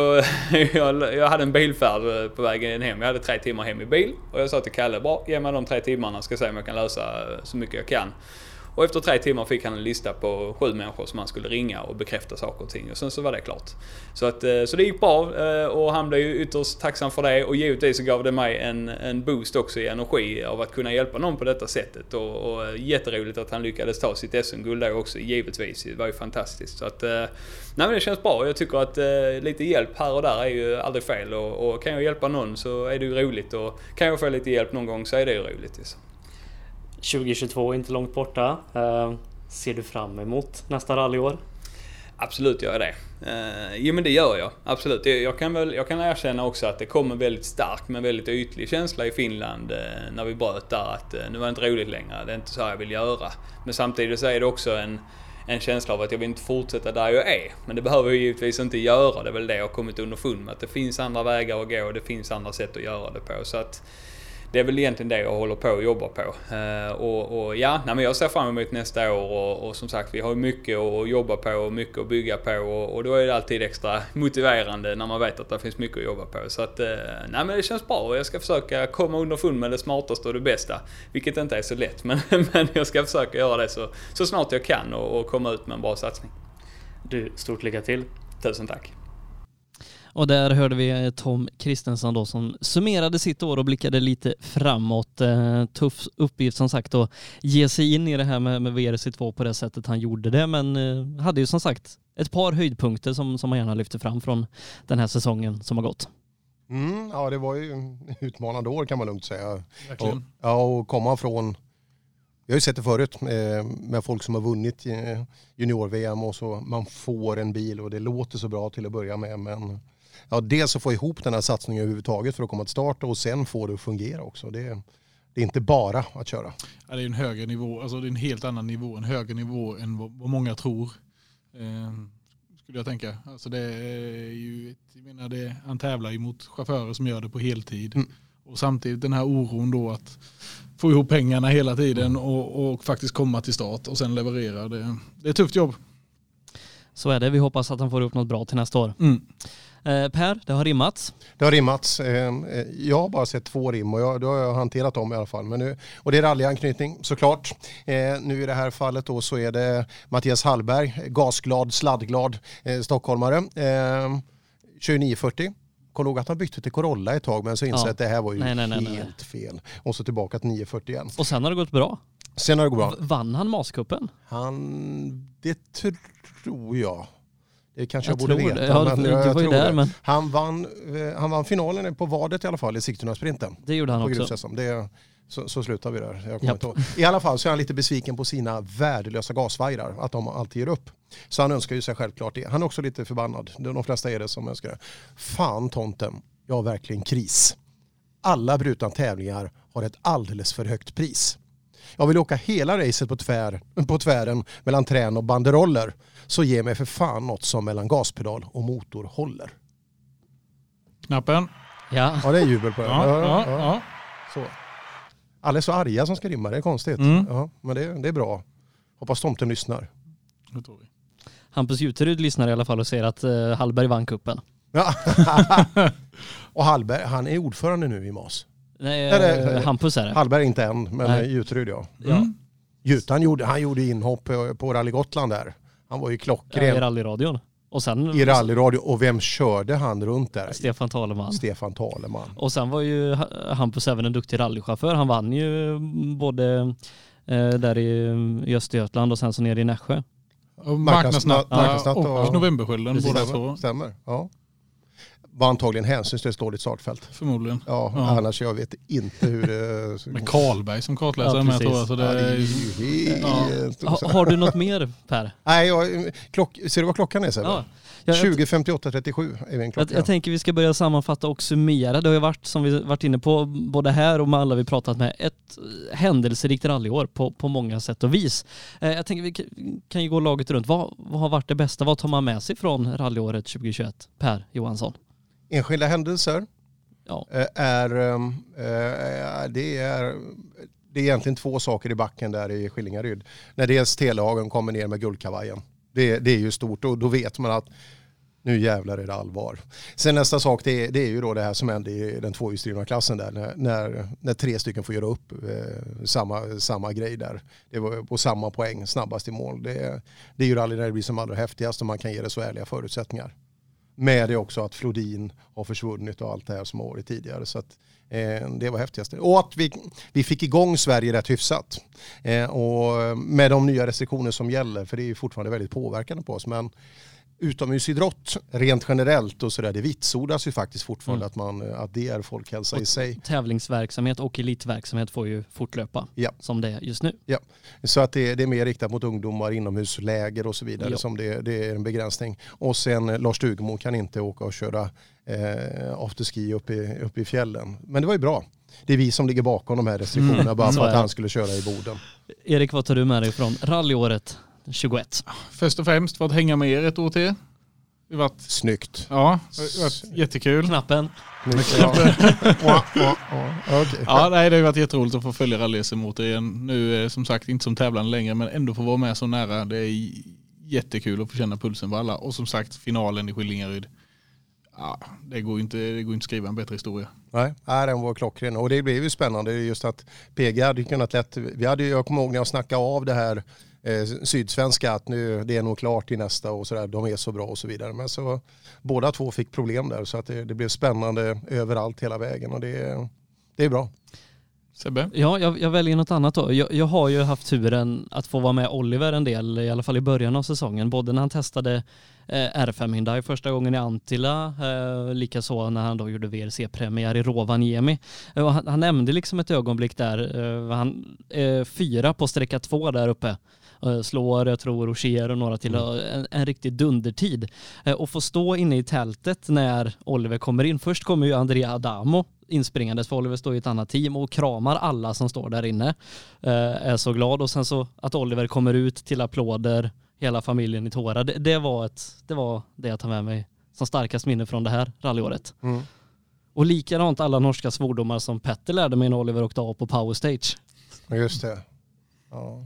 jag hade en bilfärd på vägen hem. Jag hade 3 timmar hem i bil. Och jag sa till Kalle, bra, ge mig de 3 timmarna. Ska se om jag kan lösa så mycket jag kan. Och efter 3 timmar fick han en lista på 7 människor som han skulle ringa och bekräfta saker och ting. Och sen så var det klart. Så det gick bra och han blev ju ytterst tacksam för det. Och givetvis så gav det mig en boost också i energi av att kunna hjälpa någon på detta sättet. Och jätteroligt att han lyckades ta sitt SM-guld där också, givetvis. Det var ju fantastiskt. Så nej, men det känns bra. Jag tycker att lite hjälp här och där är ju aldrig fel. Och kan jag hjälpa någon så är det ju roligt. Och kan jag få lite hjälp någon gång så är det ju roligt. Liksom. 2022 är inte långt borta. Ser du fram emot nästa rallyår? Absolut gör jag det. Jo men det gör jag. Absolut. Jag kan erkänna också att det kommer väldigt stark men väldigt ytlig känsla i Finland när vi bröt där att nu var det inte roligt längre. Det är inte så här jag vill göra. Men samtidigt så är det också en känsla av att jag vill inte fortsätta där jag är. Men det behöver jag givetvis inte göra. Det är väl det jag har kommit underfund med. Att det finns andra vägar att gå och det finns andra sätt att göra det på. Så att det är väl egentligen det jag håller på och jobbar på. Men jag ser fram emot nästa år och som sagt vi har mycket att jobba på och mycket att bygga på och då är det alltid extra motiverande när man vet att det finns mycket att jobba på. Så att, men det känns bra och jag ska försöka komma underfund med det smartaste och det bästa. Vilket inte är så lätt men jag ska försöka göra det så snart jag kan och komma ut med en bra satsning. Du, stort lycka till. Tusen tack. Och där hörde vi Tom Kristensson då som summerade sitt år och blickade lite framåt. Tuff uppgift som sagt att ge sig in i det här med VRC2 på det sättet han gjorde det. Men hade ju som sagt ett par höjdpunkter som man gärna lyfter fram från den här säsongen som har gått. Ja, det var ju utmanande år kan man lugnt säga. Verkligen. Och komma från... Jag har ju sett det förut med folk som har vunnit junior-VM och så man får en bil och det låter så bra till att börja med men dels att få ihop den här satsningen överhuvudtaget för att komma till start och sen få det att fungera också. Det är inte bara att köra. Ja, det är en högre nivå, alltså det är en helt annan nivå, en högre nivå än vad många tror. Skulle jag tänka. Alltså det är ju, han tävlar ju mot chaufförer som gör det på heltid. Och samtidigt den här oron då att få ihop pengarna hela tiden och faktiskt komma till start och sen leverera. Det är ett tufft jobb. Så är det. Vi hoppas att han får upp något bra till nästa år. Per, det har rimmats. Det har rimmats. Jag har bara sett 2 rim och då har jag hanterat dem i alla fall. Men nu, och det är rallyanknytning såklart. Nu i det här fallet då så är det Mattias Hallberg, gasglad, sladdglad stockholmare. 2940. Kom ihåg att han bytte till Corolla ett tag men så insåg att det här var ju helt fel. Och så tillbaka till 940 igen. Och sen har det gått bra. Sen har det gått bra. Vann han Maskuppen? Det tror jag. Det kanske jag borde veta. Ja, men jag var ju där, men... Han vann finalen på vadet i alla fall i Sigtuna-sprinten. Det gjorde han också. Så slutar vi där. I alla fall så är han lite besviken på sina värdelösa gasvajrar. Att de alltid ger upp. Så han önskar ju sig självklart det. Han är också lite förbannad. De flesta är det som önskar det. Fan tomten, jag har verkligen kris. Alla brutna tävlingar har ett alldeles för högt pris. Jag vill åka hela racet på tvären mellan trän och banderoller. Så ge mig för fan något som mellan gaspedal och motor håller. Knappen. Ja, det är jubel på det. Ja. Så. Alla är så arga som ska rimma, det är konstigt. Ja, men det är bra. Hoppas tomten lyssnar. Det tror vi. Hampus Juterud lyssnar i alla fall och säger att Hallberg vann kuppen. Ja. Och Hallberg, han är ordförande nu i MAS. Nej, Hampus är det. Hallberg inte än, men Juterud ja. Jutan han gjorde inhopp på Rally Gotland där. Han var ju klockren. I rallyradion. Och sen, i rallyradio. Och vem körde han runt där? Stefan Taleman. Och sen var ju Hampus även en duktig rallychaufför. Han vann ju både där i Östergötland och sen så nere i Nässjö. Marknadsnatt och Novemberskölden båda två. Stämmer, ja. Var antagligen hänsynslöst dåligt startfält. Förmodligen. Ja, annars jag vet inte hur det... Med Karlberg som kartläsare med tror jag. Så det Har du något mer, Per? Nej, ser du vad klockan är sen? Ja. 20:58:37 är en klocka. Jag tänker vi ska börja sammanfatta och summera. Det har ju varit, som vi varit inne på, både här och med alla vi pratat med, ett händelserikt rallyår på många sätt och vis. Jag tänker vi kan ju gå laget runt. Vad har varit det bästa? Vad tar man med sig från rallyåret 2021? Per Johansson. Enskilda händelser det är egentligen två saker i backen där i Skillingaryd. När dels Telehagen kommer ner med guldkavajen. Det är ju stort och då vet man att nu jävlar är det allvar. Sen nästa sak det är ju då det här som hände i den tvåhjulsdrivna klassen där när 3 stycken får göra upp samma grej där. Det var på samma poäng, snabbast i mål. Det är ju rally när det blir som allra häftigast och man kan ge det så ärliga förutsättningar. Med det också att Flodin har försvunnit och allt det här som har varit tidigare. Så att, det var häftigaste. Och att vi fick igång Sverige rätt hyfsat. Och med de nya restriktioner som gäller, för det är ju fortfarande väldigt påverkande på oss. Men utomhusidrott rent generellt och sådär, det vitsordas ju faktiskt fortfarande att det är folkhälsa i sig. Tävlingsverksamhet och elitverksamhet får ju fortlöpa som det är just nu. Ja, så att det är mer riktat mot ungdomar, inomhusläger och så vidare som det är en begränsning. Och sen Lars Stugemo kan inte åka och köra afterski upp i fjällen. Men det var ju bra. Det är vi som ligger bakom de här restriktionerna bara för att han skulle köra i Boden. Erik, vad tar du med dig från rallyåret 21? Först och främst för att hänga med er ett år till. Det var snyggt. Ja, det har varit jättekul. Knappen. Ja, det har varit jätteroligt att få följa rally-SM återigen. Nu som sagt inte som tävlande längre, men ändå få vara med så nära. Det är jättekul att få känna pulsen på alla. Och som sagt, finalen i Skillingaryd. Ja, det går inte att skriva en bättre historia. Nej, den var klockren. Och det blev ju spännande just att PG hade kunnat lätt... Jag kommer ihåg när jag snackade av det här sydsvenska att nu det är nog klart i nästa och sådär, de är så bra och så vidare. Men så båda två fick problem där så att det blev spännande överallt hela vägen och det är bra. Sebbe? Ja, jag väljer något annat då. Jag har ju haft turen att få vara med Oliver en del, i alla fall i början av säsongen. Både när han testade R5 Hyundai första gången i Antilla, likaså när han då gjorde VRC-premiär i Rovaniemi. Han nämnde liksom ett ögonblick där, han 4 på sträcka 2 där uppe. Slår, jag tror, Rocher och några till en riktig dundertid. Och få stå inne i tältet när Oliver kommer in. Först kommer ju Andrea Adamo inspringandes, för Oliver står i ett annat team och kramar alla som står där inne. Är så glad. Och sen så att Oliver kommer ut till applåder, hela familjen i tårar. Det var det jag tar med mig som starkast minne från det här rallyåret. Och likadant alla norska svordomar som Petter lärde mig när Oliver åkte av på Power Stage. Just det. Ja.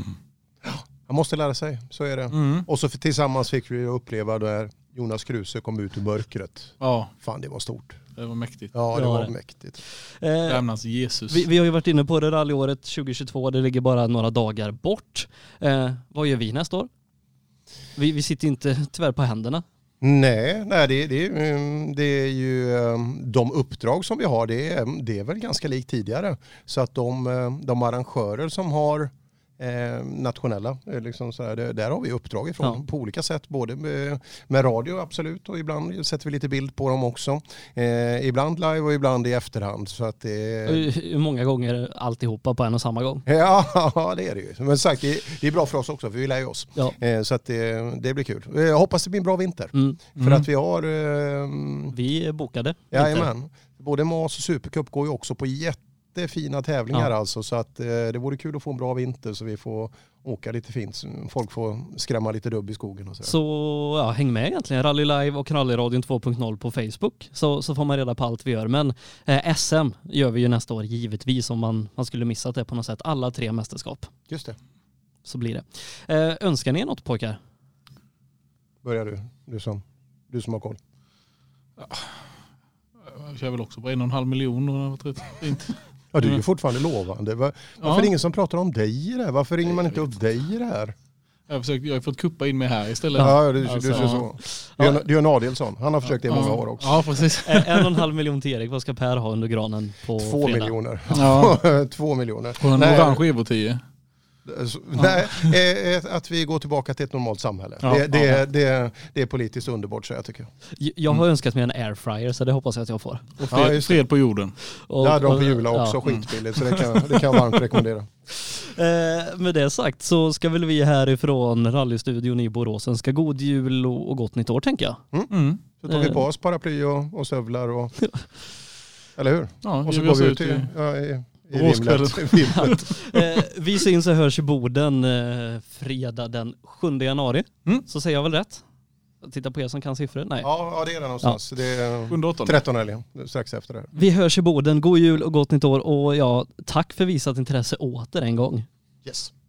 Han måste lära sig, så är det. Och så tillsammans fick vi uppleva där Jonas Kruse kom ut ur mörkret. Ja. Fan, det var stort. Det var mäktigt. Ja, det var mäktigt. Lämnas Jesus. Vi har ju varit inne på det rallyåret 2022. Det ligger bara några dagar bort. Vad gör vi nästa år? Vi sitter inte tyvärr på händerna. Nej, det är ju de uppdrag som vi har. Det är väl ganska likt tidigare. Så att de arrangörer som har nationella, liksom så här, där har vi uppdrag ifrån på olika sätt, både med radio absolut och ibland sätter vi lite bild på dem också. Ibland live och ibland i efterhand. Så att många gånger alltihopa på en och samma gång. Ja, det är det ju. Men sagt, det är bra för oss också, för vi lär ju oss. Ja. Så att det blir kul. Jag hoppas det blir en bra vinter. För att vi har... vi är bokade. Jajamän. Både MAS och Supercup går ju också på jättefina tävlingar alltså, så att det vore kul att få en bra vinter så vi får åka lite fint. Folk får skrämma lite dubb i skogen och så häng med egentligen. Rally Live och Rallyradion 2.0 på Facebook så får man reda på allt vi gör. Men SM gör vi ju nästa år givetvis om man skulle missa det på något sätt. Alla 3 mästerskap. Just det. Så blir det. Önskar ni något, pojkar? Börjar du som har koll. Jag kör väl också på 1,5 miljoner. Fint. Ja, du är ju fortfarande lovande. Varför är det ingen som pratar om dig i det här? Varför ringer man inte upp dig i det här? Jag har fått kuppa in mig här istället. Ja, du så. Det är en Adelsson. Han har försökt det i många år också. Ja, precis. 1,5 miljon till Erik. Vad ska Per ha under granen på 2 fredag? miljoner. Ja. 2 miljoner. Och en orange Evo 10. Nej, att vi går tillbaka till ett normalt samhälle. Ja, det är politiskt underbart, så jag tycker. Jag har önskat mig en airfryer, så det hoppas jag att jag får. Och fred på jorden. Det hade de på Jula också, skitbilligt. Så det kan jag varmt rekommendera. Med det sagt så ska väl vi härifrån rallystudion i Boråsen ska god jul och gott nytt år, tänker jag. Så tar vi på oss paraply och stövlar och... Eller hur? Ja, och så går vi ut i vimlet. Vi syns och hörs i Boden fredag den 7 januari. Så säger jag väl rätt? Titta på er som kan siffror. Nej. Ja, det är det någonstans. Det är 13 helgen, strax efter det. Vi hörs i Boden. God jul och gott nytt år. Och tack för visat intresse åter en gång. Yes.